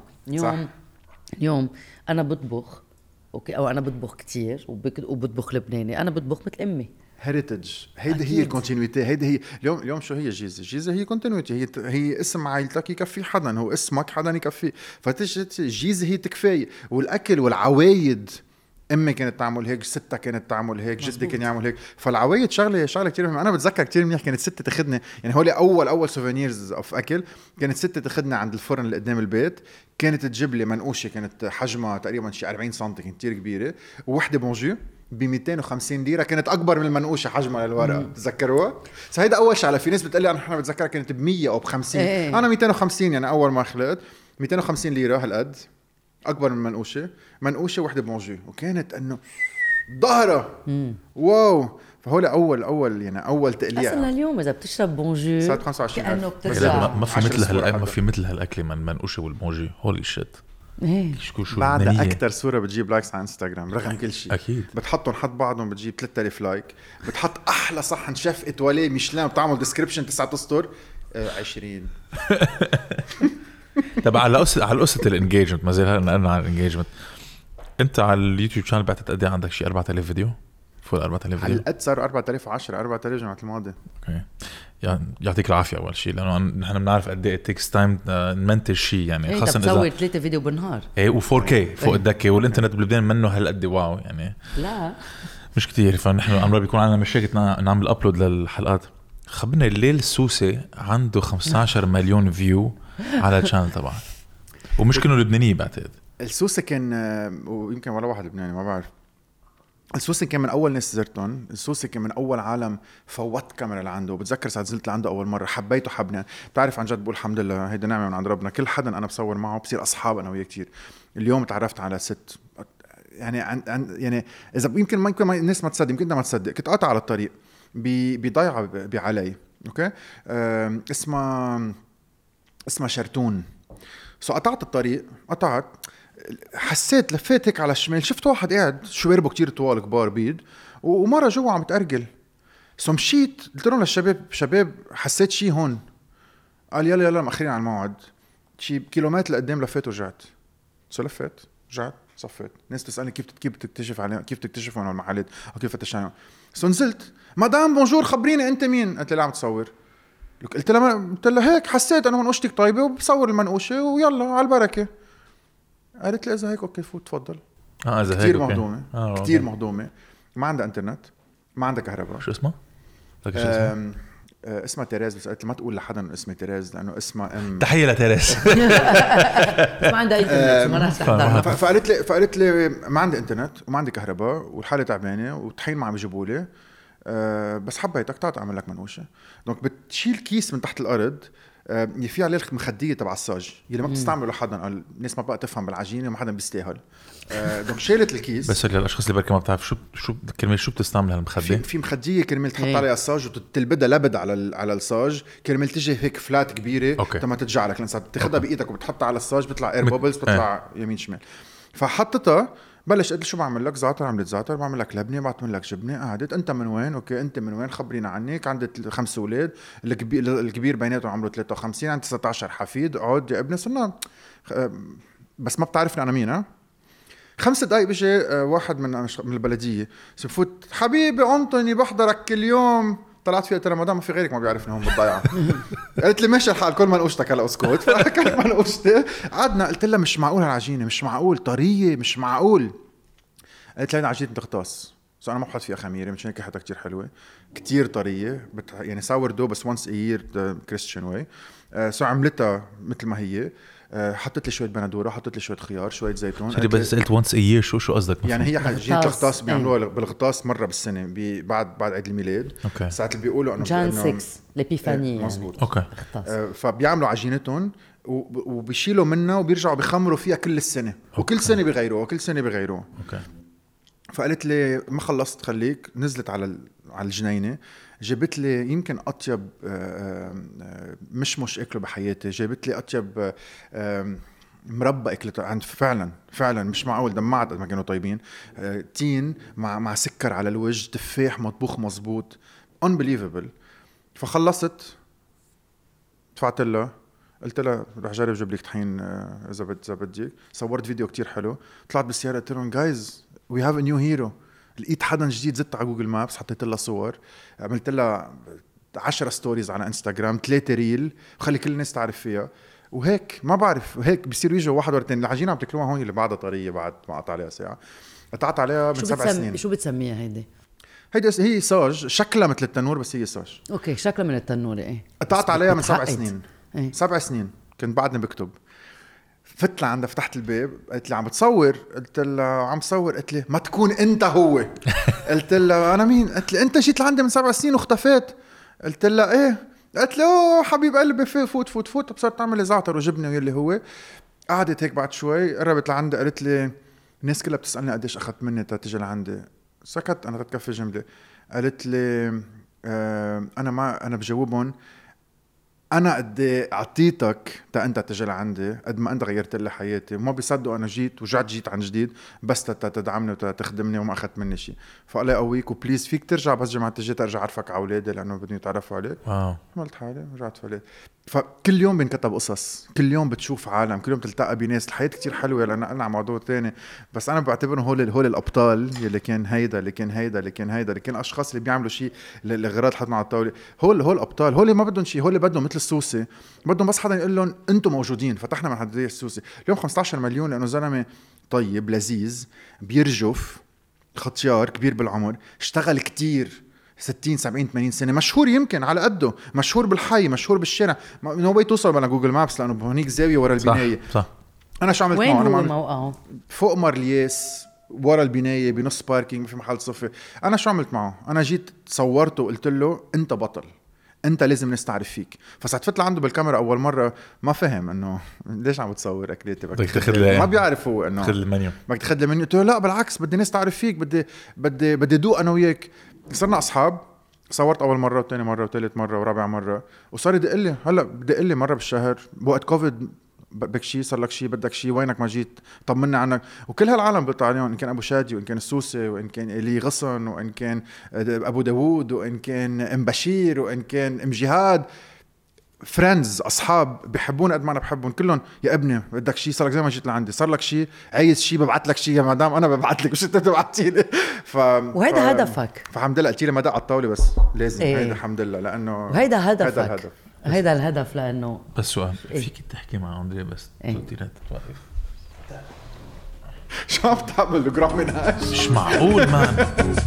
[SPEAKER 3] اليوم انا بطبخ اوكي، او انا بطبخ كتير وبطبخ لبناني. انا بطبخ مثل امي. هيريتج،
[SPEAKER 1] هيدي هي الكونتينيوتي. هيدي هي اليوم شو هي جيزه هي كونتينيوتي. هي اسم عائلتك يكفي حدا، هو اسمك حدا يكفي. فتجي جيزه هي تكفي. والاكل والعوايد، امي كانت تعمل هيك، ستة كانت تعمل هيك، جدي كان يعمل هيك. فالعوايد شغله كتير مهمه. انا بتذكر كتير منيح كانت ستة تاخذني، يعني هولي اول سوفينيرز اوف اكل. كانت ستة تاخذني عند الفرن اللي قدام البيت، كانت تجيب لي منقوشه كانت حجمها تقريبا شي 40 سم، كانت كتير كبيره، ووحده بونجو ب 250 ليره، كانت اكبر من المنقوشه حجمها للورقه. تذكروها؟ هيدا اول شغله. في ناس بتقول لي انا بتذكرها كانت ب100 او ب50. انا 250 يعني اول ما خلقت 250 ليره هالقد، اكبر من منقوشه وحده بونجو، وكانت انه ظهره واو. فهول اول يعني اول تقليع.
[SPEAKER 3] اصلا اليوم اذا بتشرب بونجو
[SPEAKER 1] صارت 25
[SPEAKER 3] كانه بترجع.
[SPEAKER 2] ما في مثل هالاكل من منقوشه والبونجو. هولي شيت.
[SPEAKER 1] شو بعد اكثر صوره بتجيب لايكس على انستغرام رغم كل شيء.
[SPEAKER 2] اكيد
[SPEAKER 1] بتحطهم حد بعضهم بتجيب 3000 لايك. بتحط احلى صحن شيف اتوالي ميشلان بتعمل ديسكريبشن 9 اسطر 20.
[SPEAKER 2] طب على قصة الانجيجمنت، ما زال هلا قلنا على الانجيجمنت. انت على اليوتيوب شانل بعتت قد ايه عندك؟ شيء 4000 فيديو، فوق 4000 فيديو.
[SPEAKER 1] هالقد صار 4010 4000 جمعة الماضي.
[SPEAKER 2] اوكي يعني يعطيك العافيه اول شيء، لانه نحن بنعرف قد ايه تيكس تايم نمنتج شيء يعني،
[SPEAKER 3] خاصه اذا تصور 3 فيديو بالنهار
[SPEAKER 2] ايه و4K فوق الدكه، والانترنت بلبنان منه هالقد واو يعني
[SPEAKER 3] لا
[SPEAKER 2] مش كتير. فنحن عمره بيكون عندنا مشاكل نعمل ابلود للحلقات. خبرنا الليل السوسي عنده 15 مليون فيو على الشانل تبعك، ومش كانوا لبنانيين بعتقد.
[SPEAKER 1] السوسي كان ويمكن ولا واحد لبناني ما بعرف. السوسي كان من اول ناس زرتهم. السوسي كان من اول عالم فوت كاميرا لعنده. بتذكر ساعه نزلت لعنده اول مره حبيته حبنا. بتعرف عن جد بقول الحمد لله هيدا نعمه من عند ربنا. كل حدا انا بصور معه بصير اصحاب انا وياه كتير. اليوم تعرفت على ست يعني يعني اذا يمكن الناس ما تصدق، يمكن انت ما تصدق. كنت قاطع على الطريق بضيعه بعلي اوكي اسمها شرتون. قطعت الطريق حسيت لفيت هيك على الشمال شفت واحد قاعد شواربه كتير طوال كبار بيض ومرة جوا عم تأرجل. مشيت قلت لهم للشباب شباب حسيت شي هون. قال يلا مأخرين على الموعد. شي كيلومتر لقدام لفيت ورجعت. لفيت رجعت صفيت. ناس تسألني كيف تكتشف عليهم، كيف تكتشفوا عن المحلات أو كيف فتشانهم. نزلت مدام بونجور خبريني أنت مين؟ قلت لها عم تصور. قلت لها هيك حسيت أنا منقوشتك طيبة وبصور المنقوشة ويلا على البركة. قالت لي إذا هيك أوكي فوت تفضل.
[SPEAKER 2] إذا
[SPEAKER 1] كتير
[SPEAKER 2] هيك
[SPEAKER 1] مهضومة. كتير مهضومة. ما عندها انترنت، ما عندها كهرباء.
[SPEAKER 2] شو اسمها؟
[SPEAKER 1] اسمها تيريز. بس قلت ما تقول لحدا اسمي تيريز لأنه اسمها
[SPEAKER 2] تحية لتيريز.
[SPEAKER 3] ما عندها انترنت ما راح تحضر.
[SPEAKER 1] فقالت لي ما عندي انترنت وما عندي كهرباء والحالة تعبانة وطحين ما عم يجيبوا لي. بس حبيتك تعال اعمل لك منقوشه. دونك بتشيل كيس من تحت الارض في عليه المخديه تبع الصاج يلي ما بتستعمله لحدا. قال الناس ما بقى تفهم بالعجينه وما حدا بيستاهل. دونك شالت الكيس.
[SPEAKER 2] بس للاشخاص اللي بركي ما بتعرف شو كرمال شو بتستعمل هالمخديه.
[SPEAKER 1] في مخديه كرمال تحط عليها الصاج وتلبدها لبد على الصاج كرمال تجي هيك فلات كبيره تما ترجع لك. لانك بتاخذها بايدك وبتحطها على الصاج بيطلع اير بوبلز بتطلع يمين شمال. فحطتها بلش قلت شو بعمل لك؟ زعتر. عملت زعتر. بعمل لك لبنه. بعمل لك جبنه. قعدت انت من وين؟ اوكي انت من وين؟ خبرينا عنك. عندي 5 اولاد. الكبير بيناتهم عمره 53. عندي 19 حفيد. اقعد يا ابني صرنا بس ما بتعرفني انا مين. 5 دقايق بيجي واحد من البلديه بفوت حبيبي انطوني بحضرك كل يوم. طلعت فيها ترى مدام ما في غيرك ما بيعرفني هون بالضيعه. قالت لي ماشي الحال كل ما نقوشتك هلا اسكت. فكل ما نقوشتي قعدنا. قلت لها مش معقول هالعجينه مش معقول طريه مش معقول. قالت لي عجينه تغطاس. انا ما بحط فيها خميره مشان هيك حتى كتير حلوه كتير طريه يعني ساور دو بس once a year كريستيان واي. عملتها مثل ما هي. حطت لي شويه بندوره حطت لي شويه خيار شويه زيتون.
[SPEAKER 2] بس سألت once a year شو قصدك؟
[SPEAKER 1] يعني هي عجينه الغطاس بيعملوها بالغطاس مره بالسنه بعد عيد الميلاد. ساعه اللي بيقولوا انه
[SPEAKER 3] جان 6 لابيفاني
[SPEAKER 1] مزبوط.
[SPEAKER 2] اوكي
[SPEAKER 1] فبيعملوا عجينتهم وبيشيلوا منها وبيرجعوا بيخمروا فيها كل السنه. وكل سنه بيغيروها اوكي. فقالت لي ما خلصت خليك. نزلت على الجنينه جابت لي يمكن اطيب مش اكله بحياتي. جابت لي اطيب مربى اكلته عند فعلا مش معقول. دمعت ما كانوا طيبين. تين مع سكر على الوجه. تفاح مطبوخ مزبوط unbelievable. فخلصت دفعت لها قلت لها رح جرب جيب لك طحين اذا بدك. صورت فيديو كتير حلو. طلعت بالسياره قلت لهم جايز we have a new hero. لقيت حدا جديد. زدت على جوجل مابس حطيت لها صور. عملت لها 10 ستوريز على انستغرام 3 ريل وخلي كل الناس تعرف فيها. وهيك ما بعرف هيك بيصيروا يجوا واحد ورا الثاني. العجينه عم تاكلوها هون اللي بعدها طريه بعد ما قطع عليها ساعه. قطعت عليها من 7 سنين.
[SPEAKER 3] شو بتسميها هيدي
[SPEAKER 1] هي صاج شكلها مثل التنور بس هي صاج.
[SPEAKER 3] اوكي شكلها من التنور. ايه
[SPEAKER 1] قطعت عليها من 7 سنين.
[SPEAKER 3] ايه
[SPEAKER 1] 7 سنين كنت بعدني بكتب. فت لعندها فتحت الباب قالت لي عم بتصور؟ قلت لها عم بصور. قلت لي ما تكون انت هو. قلت لها انا مين؟ قلت لي انت جيت لعندي من 7 سنين واختفيت. قلت لها ايه. قلت له حبيب قلبي فوت. بصرت تعمل زعتر وجبنه ويلي هو. قعدت هيك بعد شوي قربت لعندي قالت لي الناس كلها بتسالني قديش اخذت مني تيجي لعندي. سكت انا تكفي جمله. قالت لي انا بجاوبهم انا قد اعطيتك تا انت تجي لعندي، قد ما انت غيرت لي حياتي، وما بيصدقوا انا جيت عن جديد بس تدعمني وتخدمني وما اخذت مني شيء. فالله يقويك وبليز فيك ترجع بس جماعه تجي ارجع اعرفك على اولادي لانه بدهم يتعرفوا عليك. عملت حالي رجعت فليت. فكل يوم بينكتب قصص، كل يوم بتشوف عالم، كل يوم تلتقى بناس. الحياه كتير حلوه. لان قلنا على موضوع تاني، بس انا بعتبرهم هول الابطال اللي كان هيدا اللي كان هيدا اللي كان هيدا اللي كان اشخاص اللي بيعملوا شيء لغراض حطنا على الطاوله. هول ابطال، هول ما بدهم شيء، هول بدهم مثل السوسي، بدهم بس حدا يقول لهم انتم موجودين. فتحنا مع حدا السوسي اليوم 15 مليون لانه زلمه طيب لذيذ بيرجف ختيار كبير بالعمر، اشتغل كتير 60 70 80 سنه، مشهور يمكن على قده، مشهور بالحي، مشهور بالشارع. نو واي توصل على جوجل مابس لانه هونيك زاويه ورا البنايه.
[SPEAKER 2] صح.
[SPEAKER 1] انا شو عملت
[SPEAKER 3] وين
[SPEAKER 1] معه؟
[SPEAKER 3] هو موقعه؟
[SPEAKER 1] فوق مارلياس ورا البنايه بنص باركينج في محل صفي. انا شو عملت معه؟ انا جيت صورته وقلت له انت بطل، انت لازم نستعرف فيك. فساعت فت لعنده بالكاميرا اول مره ما فهم انه ليش عم بتصور اكلاتي، ما بيعرف هو انه
[SPEAKER 2] تاخذ المنيو،
[SPEAKER 1] بدك تاخذ المنيو. قلت له لا بالعكس، بدي ناس تعرف فيك، بدي دوق انا وياك. صرنا اصحاب، صورت اول مره وثاني مره وثالث مره ورابع مره، وصار يدق لي هلا بدق لي مره بالشهر بوقت كوفيد، بدك شيء، صار لك شيء، بدك شيء، وينك، ما جيت، طمنا عنك. وكل هالعالم بيطلع عليهم، ان كان ابو شادي وان كان السوسي وان كان إلي غصن وان كان ابو داوود وان كان ام بشير وان كان ام جهاد، فريندز، اصحاب بيحبون قد ما انا بحبهم كلهم. يا ابني بدك شيء، صار لك زي ما جيت لعندي، صار لك شيء، عايز شيء، ببعث لك شيء يا مدام، انا ببعث لك مش انت بتبعثي لي.
[SPEAKER 3] وهيدا هدفك.
[SPEAKER 1] فالحمد لله قلت لي ما دق على الطاوله بس لازم إيه. هيدا الحمد لله لانه
[SPEAKER 3] وهيدا هدفك. هيدا الهدف. لانه
[SPEAKER 2] بس سؤال فيك تحكي مع أندري بس قلتي لا توقف.
[SPEAKER 1] شو عم تعمل جرام منهاج؟
[SPEAKER 2] مش معقول مان.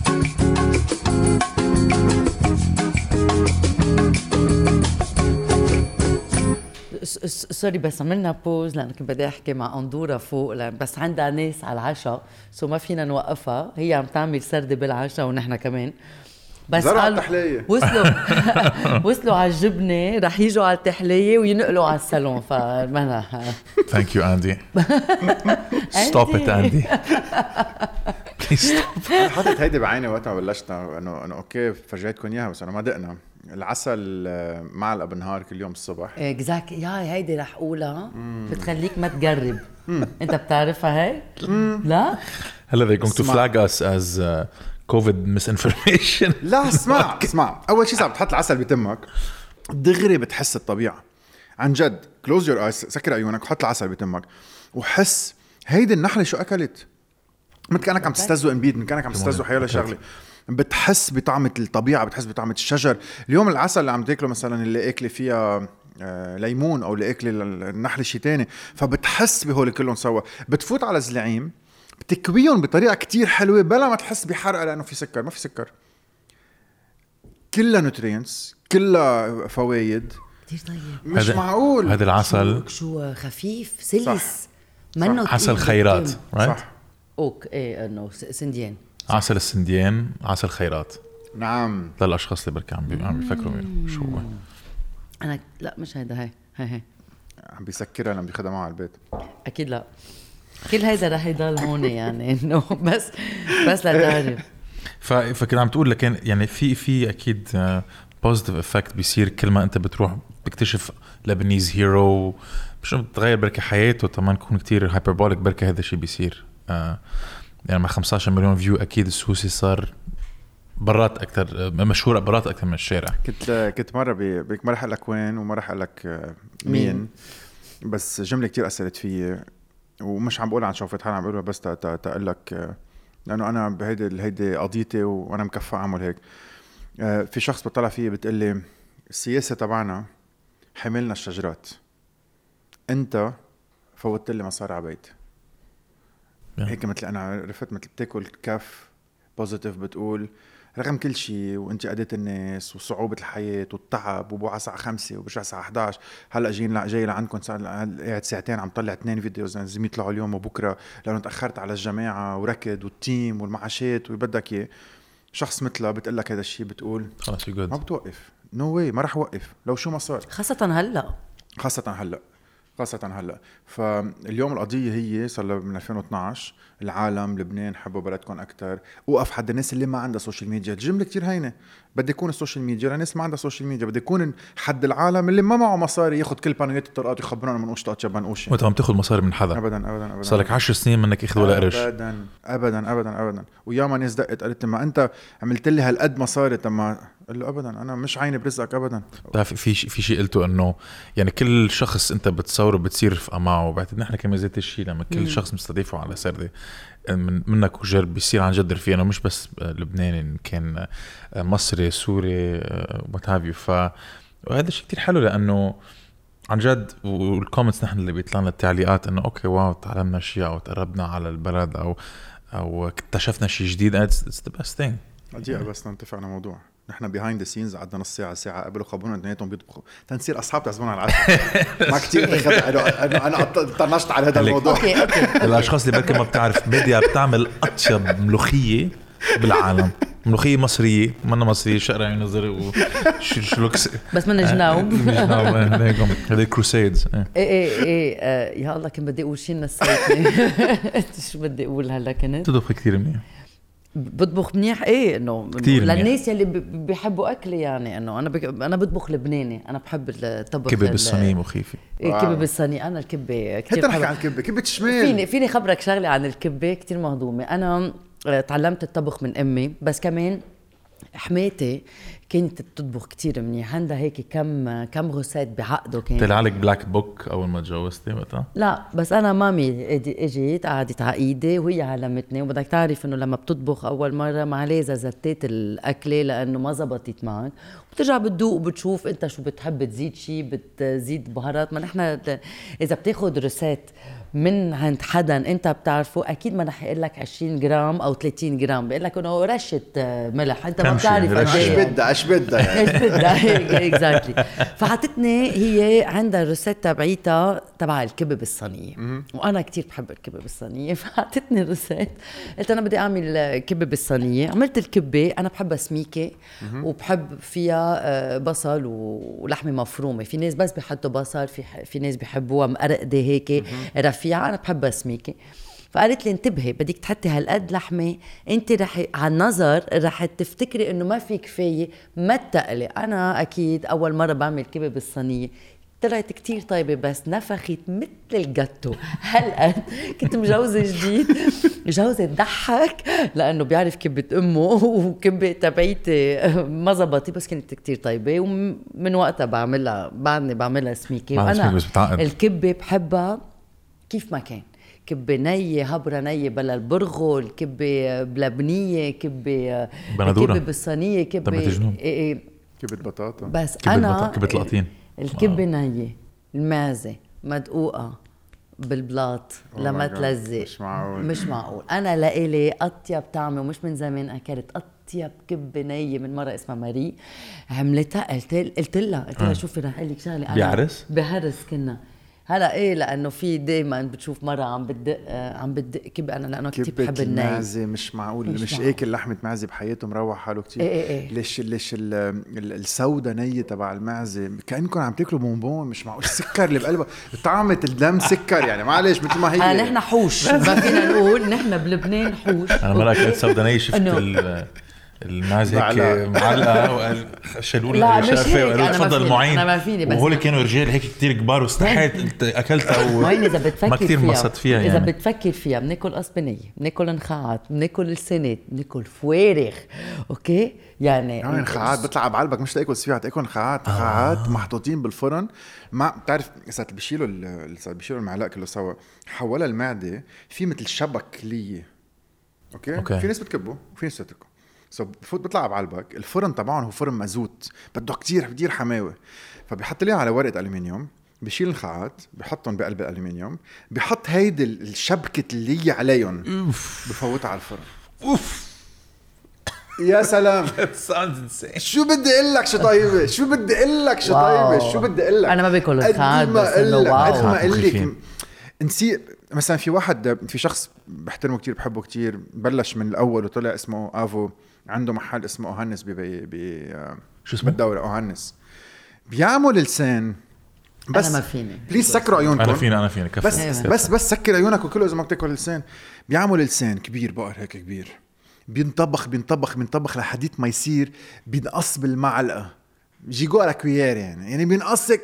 [SPEAKER 3] سوري بس عملنا بوز لأنه كنت بدي أحكي مع أندورا فوق، بس عندها ناس على العشاء سو ما فينا نوقفها. هي عم تعمل سردة بالعشاء ونحن كمان. بس
[SPEAKER 1] التحلية
[SPEAKER 3] وصلوا على الجبنة، رح يجوا على التحلية وينقلوا على الصالون. فمنا
[SPEAKER 2] ثانك يو أندي. ستوب ات أندي بليز ستوب.
[SPEAKER 1] حطيت هيدي بعيني وقت ما بلشنا انه اوكي فرجيتكم اياها بس انا ما دقنا العسل مع الابنهار كل يوم الصبح.
[SPEAKER 3] اكزاكت. يا هيدي رح اقولها بتخليك ما تقرب. انت بتعرفها هي؟ لا
[SPEAKER 2] هلا they going to flag us as COVID misinformation.
[SPEAKER 1] لا اسمع اول شيء صعب تحط العسل بتمك دغري بتحس الطبيعه عن جد. close your eyes، سكر عيونك وحط العسل بتمك وحس هيدي النحله شو اكلت. مثل كأنك عم تستزو انبيد، من كأنك عم تستزو حيالة شغلة. بتحس بطعمة الطبيعة، بتحس بطعمة الشجر. اليوم العسل اللي عم تاكله مثلا اللي اكلي فيها ليمون او اللي اكلي النحل شي تاني، فبتحس بهول كلهم سوا. بتفوت على الزلعيم بتكويهم بطريقة كتير حلوة بلا ما تحس بحرقة لأنه في سكر. ما في سكر، كلها نوترينتس، كلها فوايد
[SPEAKER 3] كتير طيب.
[SPEAKER 1] مش معقول.
[SPEAKER 2] هذا العسل
[SPEAKER 3] شو خفيف سلس منه
[SPEAKER 2] عسل خيرات
[SPEAKER 1] صح.
[SPEAKER 3] اوك ايه انه سنديان،
[SPEAKER 2] عسل السنديان، عسل خيرات.
[SPEAKER 1] نعم
[SPEAKER 2] للاشخاص اللي بركي عم بيفكروا شو هو.
[SPEAKER 3] انا لا مش هيدا هي
[SPEAKER 1] عم بيسكرها لما بياخدها معه على البيت.
[SPEAKER 3] اكيد لا، كل هيدا رح يضل هون يعني انه بس لا تعرف.
[SPEAKER 2] فكنت عم تقول لكن يعني في اكيد بوزيتيف افكت بيصير كل ما انت بتروح بتكتشف لبنيز هيرو، مش بتغير بركي حياته طبعا نكون كتير هايبربوليك بركي هذا الشيء بيصير. يعني مع 15 مليون فيو اكيد السوسي صار برات اكثر مشهور، برات اكثر من الشارع.
[SPEAKER 1] كنت مره ما رح اقول لك وين وما رح اقول لك مين، بس جمله كتير اثرت فيي ومش عم بقولها عن شوفة حالي، عم بقولها بس تقول لك لانه انا بهيدي قضيتي وانا مكفى اعمل هيك. في شخص بتطلع فيه بتقول لي السياسه تبعنا حملنا الشجرات، انت فوتت لي مصاري على بيت. هيك مثل انا عرفت مثل بتاكل كف بوزيتيف بتقول رغم كل شيء وانت قديت الناس وصعوبة الحياة والتعب وبوعى الساعة 5 وبرجع الساعة 11 هلأ جاي لعندكم قاعد ساعتين عم طلع 2 فيديوز لازم يطلعوا اليوم وبكرة لأنه تأخرت على الجماعة وركض والتيم والمعاشات ويبدك ايه. شخص مثله بتقلك هذا الشيء بتقول
[SPEAKER 2] خلاص
[SPEAKER 1] ما بتوقف، نو واي ما رح وقف لو شو ما صار،
[SPEAKER 3] خاصة هلأ.
[SPEAKER 1] هلأ خاصة هلا. فاليوم القضية هي صار من 2012 العالم لبنان حبوا بلدكم أكتر. وقف حد الناس اللي ما عندها سوشيال ميديا. الجملة كتير هينة. بدي يكون السوشيال ميديا لناس ما عندها سوشيال ميديا. بدي يكون حد العالم اللي ما معه مصاري ياخد كل بانويات الطرقات ويخبرونا من قشطة بنقوش.
[SPEAKER 2] وانت عم تاخذ مصاري من حدا؟
[SPEAKER 1] أبدا أبدا أبدا.
[SPEAKER 2] صار لك 10 سنين منك اخذ ولا قرش.
[SPEAKER 1] أبدا أبدا أبدا أبدا. وياما ناس دقت قالت ما أنت عملت لي هالقد مصاري. تما قال له أبدا أنا مش عيني برزقك أبدا.
[SPEAKER 2] في شيء قلته إنه يعني كل شخص أنت بتصوره بتصير رفقة معه. وبعتقد نحن كمان زيت الشيء لما كل شخص مستضيفه على سردة منك وجرب بيصير عن جد رفيق. أنا مش بس لبناني، إن كان مصري سوري وات وهذا شيء كتير حلو لأنه عن جد. والكومنتس نحن اللي بيطلع لنا التعليقات إنه أوكي واو تعلمنا شيء أو تقربنا على البلد أو اكتشفنا شيء جديد. It's the best thing.
[SPEAKER 1] بس نتفق على موضوع. نحن behind the scenes قعدنا نص ساعة قبل خبرونا اثنيناتهم بيطبخوا تنصير أصحاب تعزمونا على العشاء. ما كتير أنا طنشت على هذا الموضوع.
[SPEAKER 2] الأشخاص اللي بالك ما بتعرف ميديا بتعمل أطيب ملوخية بالعالم. ملوخية مصرية منا مصرية شقرة عين نظر وشلوكس
[SPEAKER 3] بس من جناوب
[SPEAKER 2] هذي كروسيدز.
[SPEAKER 3] ايه يا الله كنت بدي اقول شيء نسيتني. شو بدي اقول هلا كنت
[SPEAKER 2] تطبخ كتير منيح.
[SPEAKER 3] بطبخ منيح. ايه انه للناس اللي بيحبوا اكلي يعني انه انا بطبخ لبناني. انا بحب الطبخ.
[SPEAKER 2] كبه بالصينيه مخيفه.
[SPEAKER 3] كبه بالصينيه. انا الكبه كتير
[SPEAKER 1] بحب. عن الكبه كبه شمال.
[SPEAKER 3] فيني خبرك شغله عن الكبه كتير مهضومه. انا تعلمت الطبخ من امي بس كمان حماتي كنت بتطبخ كتير منيح. عندها هيك كم غسات بعقده. كان
[SPEAKER 2] طلع لك بلاك بوك اول ما تجوزتي وقتها؟
[SPEAKER 3] لا بس انا مامي اجيت قعدت على ايدي وهي علمتني. وبدك تعرف انه لما بتطبخ اول مره ما عليه زتات الاكله لانه ما زبطت معك. بترجع بتدوق وبتشوف انت شو بتحب تزيد شيء بتزيد بهارات. ما نحن اذا بتاخد رسات من عند حدا انت بتعرفه اكيد ما رح يقول لك 20 جرام او 30 جرام. بيقول لك انه رشه ملح. انت ما بتعرف
[SPEAKER 1] ايش بدها
[SPEAKER 3] ايش بدها اكزاكتلي. فحطتني هي عندها الرسيت تبعيتها تبع الكبه بالصينيه. وانا كتير بحب الكبه بالصينيه. فحطتني الرسيت قلت انا بدي اعمل كبه بالصينيه. عملت الكبه. انا بحبها سميكه وبحب فيها بصل ولحمه مفرومه. في ناس بس بيحطوا بصل. في ناس بيحبوها مقرقده هيك رفيعه. انا بحبها سميكه. فقالت لي انتبهي بدك تحطي هالقد لحمه. انت رح على النظر رح تفتكري انه ما في كفايه ما تقلي. انا اكيد اول مره بعمل كبه بالصينيه طلعت كتير طيبه بس نفخت مثل الجاتو. هالقد كنت مجوزه جديد. جوزي ضحك لانه بيعرف كبه امه وكبه تبعيتي ما زبطت بس كانت كتير طيبه. ومن وقتها بعملها سميكه. وانا الكبه بحبها كيف ما كان. كبه نيه هبره نيه بلا البرغل. كبه بلبنيه. كبه بالصينيه. كبه
[SPEAKER 1] كبه بطاطا.
[SPEAKER 3] بس انا
[SPEAKER 2] كبه لقطين.
[SPEAKER 3] الكبه نيه المعزه مدقوقه بالبلاط لما تلزق. مش معقول. انا لإلي اطيب طعمه ومش من زمان اكلت اطيب كبه نيه من مره اسمها ماري عملتها. قلت لها شوفي رح اقول لك شغله. بهرس كنا هلا ايه لانه في دائما بتشوف مره عم بدق كبه. انا لانه كتير بحب الناي.
[SPEAKER 1] المعزه مش معقول. مش اكل لحمه معزه بحياته مروح حاله كتير.
[SPEAKER 3] إيه.
[SPEAKER 1] ليش السودا نيه تبع المعزه كانكم عم تاكلوا بونبون. مش معقول. السكر اللي بقلبها طعمه الدم سكر يعني معلش مثل ما هي.
[SPEAKER 3] نحن حوش ما فينا نقول نحن بلبنان حوش.
[SPEAKER 2] انا مره اكلت سودا نيه شفت المعزة هيك معلقة وقال شالوا لي شافة وقالوا تفضل معين. وهول كانوا رجال هيك كتير كبار واستحيت انت اكلتها
[SPEAKER 3] ما
[SPEAKER 2] كتير انبسطت فيها يعني.
[SPEAKER 3] اذا بتفكر فيها بناكل قصبنية بناكل نخاعات بناكل السنات بناكل فوارغ. اوكي يعني
[SPEAKER 1] نخاعات بطلع بعلبك مش تاكل سفيعة تاكل نخاعات محطوطين بالفرن. ما بتعرف ساعة بيشيلوا المعلقة كله سوا حولها المعدة في مثل شبك ليه. اوكي في ناس بتكبه وفي ناس بتتركه. بفوت بطلع بعلبك. الفرن طبعا هو فرن مازوت بده كتير حماوة. فبيحط ليها على ورقة ألمنيوم. بيشيل الخاعات بيحطهم بقلب الألمنيوم. بيحط هيدي الشبكة اللي عليهم بفوتها على الفرن. يا سلام. شو بدي اقول لك شو طيبه. شو بدي اقول لك
[SPEAKER 3] انا ما باكل الخاعات بس انه واو.
[SPEAKER 1] ما اقول لك نسي مثلا في واحد في شخص بحترمه كتير بحبه كتير بلش من الاول وطلع اسمه افو. عنده محل اسمه اوهانس شو اسمه بالدورة اوهانس. بيعمل لسان بس
[SPEAKER 3] أنا ما فيني
[SPEAKER 1] بليز سكروا عيونكم.
[SPEAKER 2] انا فيني كفي.
[SPEAKER 1] بس سكر عيونك وكله اذا ما بتاكل لسان. بيعمل لسان كبير بقر هيك كبير، بينطبخ لحديت ما يصير بينقص بالمعلقه، جيجو على كويار يعني بينقصك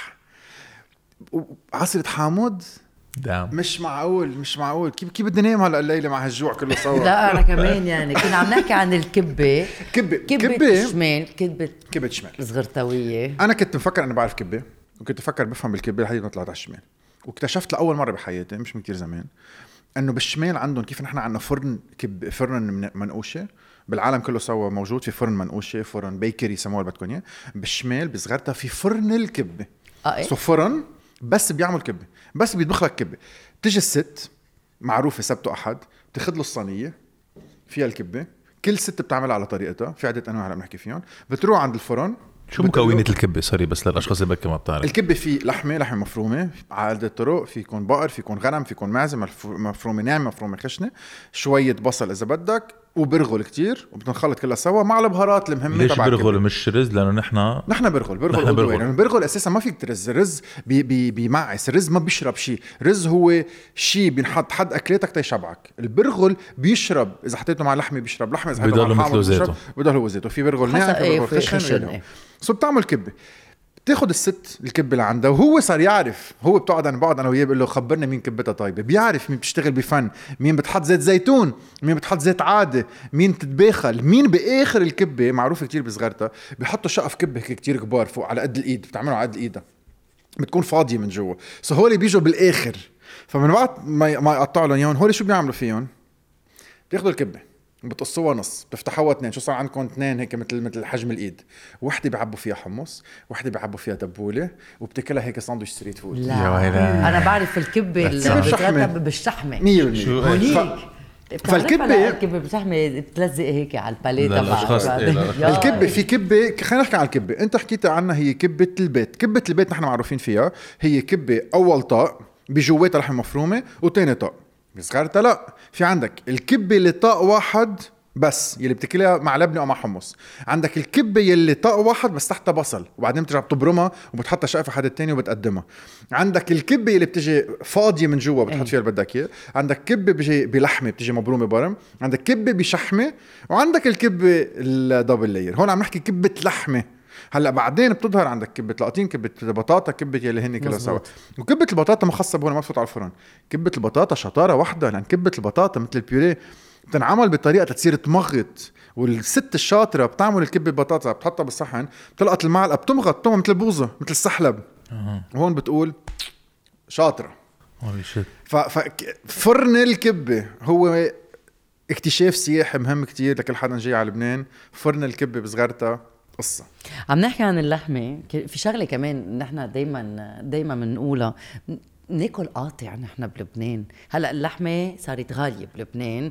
[SPEAKER 1] عصرة حامض. مش معقول كيف بدي نام هلا الليله مع هالجوع كله سوا.
[SPEAKER 3] لا انا كمان يعني كنا عم نحكي عن الكبه كبه شمال كبه
[SPEAKER 1] شمال
[SPEAKER 3] صغرتويه.
[SPEAKER 1] انا كنت مفكر انا بعرف كبه، وكنت مفكر بفهم بالكبه لحد ما طلعت على الشمال، واكتشفت لاول مره بحياتي مش من كتير زمان انه بالشمال عندهم كيف نحن عندنا فرن فرن منقوشه بالعالم كله سوا موجود، في فرن منقوشه فرن بيكري يسموه اللي بدكم اياه. بالشمال بصغرتها في فرن الكبه. سو فرن بس بيعمل كبه، بس بيطبخ لك كبه. تيجي الست معروفه سبت واحد بتاخذ له الصينيه فيها الكبه، كل ست بتعملها على طريقتها، في عده انواع هلا بنحكي فيهم. بتروح عند الفرن.
[SPEAKER 2] شو مكونات الكبه سوري بس للاشخاص اللي بكي ما بتعرف؟
[SPEAKER 1] الكبه في لحمه مفرومه على عده طرق، في يكون بقر، في يكون غنم، في يكون معزه مفرومه ناعمه مفرومه خشنه، شويه بصل اذا بدك، وبرغل كتير، وبتنخلط كلها سوا مع البهارات المهمه تبع الكبه. ليش برغل
[SPEAKER 2] مش رز؟ لانه نحن
[SPEAKER 1] برغل يعني برغل اساسا ما فيك ترز، الرز بيمعس، الرز ما بيشرب شيء، الرز هو شيء بينحط حد اكلاتك تيشبعك. البرغل بيشرب اذا حطيته مع لحمه بيشرب لحمه، اذا حطيته مع حامض بيضل هو زيته. في برغل ناعم، في برغل خشن. سو بتعمل كبه، بتاخد الست الكبه اللي عندها، وهو صار يعرف، هو بتقعد انا وياه بقول له خبرنا مين كبتها طيبه. بيعرف مين بتشتغل بفن، مين بتحط زيت زيتون، مين بتحط زيت عادي، مين تتباخل، مين باخر الكبه. معروف كتير بصغرتها بيحطوا شقف كبه كتير كبار فوق على قد الايد، بتعملوا على قد الايد بتكون فاضيه من جوا. سو هول بيجوا بالاخر، فمن وقت ما يقطعوا لهم اياهم هول شو بيعملوا فيهم؟ بياخذوا الكبه بتقصوها نص، بتفتحوها اثنين، شو صار عندكم اثنين هيك مثل حجم الايد، وحده بيعبوا فيها حمص، وحده بيعبوا فيها تبوله، وبتاكلها هيك ساندويتش ستريت فود.
[SPEAKER 3] لا انا بعرف الكبه اللي بالشحمه
[SPEAKER 1] 100%.
[SPEAKER 3] فالكبه بالشحمه بتلزق هيك على الباليه تبعها.
[SPEAKER 1] الكبه في كبه، خلينا نحكي عن الكبه. انت حكيت عنها، هي كبه البيت. كبه البيت نحن معروفين فيها، هي كبه اول طاق بجواتها لحمه مفرومه، وثاني طاق بصغرتها لا، في عندك الكبه اللي طاق واحد بس يلي بتاكلها مع لبنه او مع حمص، عندك الكبه يلي طاق واحد بس تحتها بصل وبعدين بترجع بتبرمها وبتحطها شقفه حد التاني وبتقدمها، عندك الكبه يلي بتجي فاضيه من جوا بتحط فيها اللي بدك اياه، عندك كبه بيجي بلحمه بتجي مبرومه برم، عندك كبه بشحمه، وعندك الكبه الدبل لاير. هون عم نحكي كبه لحمه. هلا بعدين بتظهر عندك كبه لقطين، كبه بطاطا، كبه يلي هن كلها سوا. وكبه البطاطا مخصب هون ما تفوت على الفرن. كبه البطاطا شطاره واحده، لان كبه البطاطا مثل البيوريه بتنعمل بطريقه تصير تمغط، والست الشاطره بتعمل الكبه البطاطا بتحطها بالصحن، بتلقط المعلقه بتمغط مثل البوظه مثل السحلب. وهون بتقول شاطره. ففرن الكبه هو اكتشاف سياحي مهم كتير لكل حدا جاي على لبنان. فرن الكبه بصغرتها قصة.
[SPEAKER 3] عم نحكي عن اللحمة، في شغلة كمان نحن دايما بنقولها، ناكل قاطع نحن بلبنان. هلأ اللحمة صارت غالية بلبنان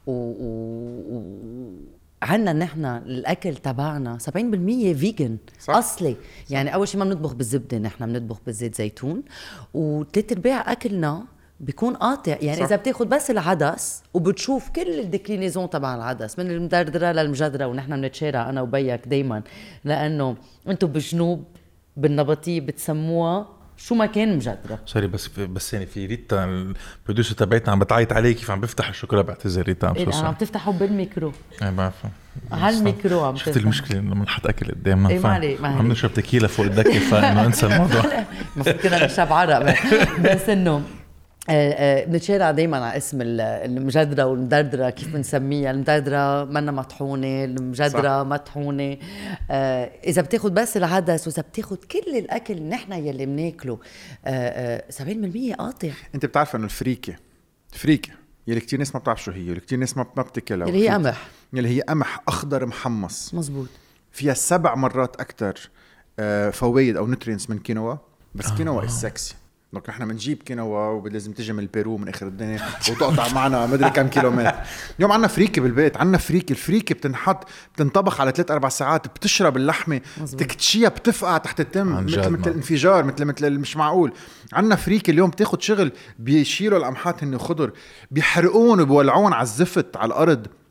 [SPEAKER 3] عنا نحن الأكل تبعنا 70% فيجن أصلي. يعني أول شيء ما بنطبخ بالزبدة، نحن بنطبخ بالزيت زيتون، و3/4 أكلنا بيكون قاطع. يعني صح. إذا بتاخد بس العدس وبتشوف كل الديكلينيزون تبع العدس من المدردرة للمجدرة، ونحن بنتشارع أنا وبيك دايما لأنه أنتم بجنوب بالنبطية بتسموها شو ما كان مجدرة.
[SPEAKER 2] سوري بس يعني في ريتا البروديوسر تبعتنا عم بتعيط عليه كيف عم بفتح الشوكولا. بعتذر ريتا
[SPEAKER 3] عم تفتحه بالميكرو.
[SPEAKER 2] اي بعرف
[SPEAKER 3] هالميكرو عم
[SPEAKER 2] شفت المشكلة لما نحط أكل قدامنا عم نشرب تكيلة فوق الدكة فإنه انسى الموضوع.
[SPEAKER 3] ما فكرنا نشرب عرق بس إنه بنتشارع دايما على اسم المجدرة والمدردرة. كيف بنسميها؟ المدردرة منا مطحونة، المجدرة مطحونة. إذا بتاخد بس العدس وإذا بتاخد كل الأكل نحن يلي بناكله 70% قاطع.
[SPEAKER 1] أنت بتعرف إنه الفريكة يلي كتير ناس ما بتعرف شو هي، يلي كتير ناس ما بتاكلها،
[SPEAKER 3] يلي هي قمح،
[SPEAKER 1] يلي هي قمح أخضر محمص.
[SPEAKER 3] مزبوط.
[SPEAKER 1] فيها 7 مرات أكتر فوائد أو نوترينز من كينوا. بس كينوا السكسي. donc نحن بنجيب كينوا ولازم تيجي من البيرو من اخر الدنيا وتقطع معنا مدري كم كيلومتر. اليوم عندنا فريكه بالبيت، عندنا الفريكه بتنطبخ على 3-4 ساعات، بتشرب اللحمه تكتشيها بتفقع تحت التم مثل الانفجار، مثل مش معقول. عندنا فريكه اليوم بتاخد شغل، بيشيلوا القمحات هن خضر، بيحرقون وبيولعون على الزفت على الارض،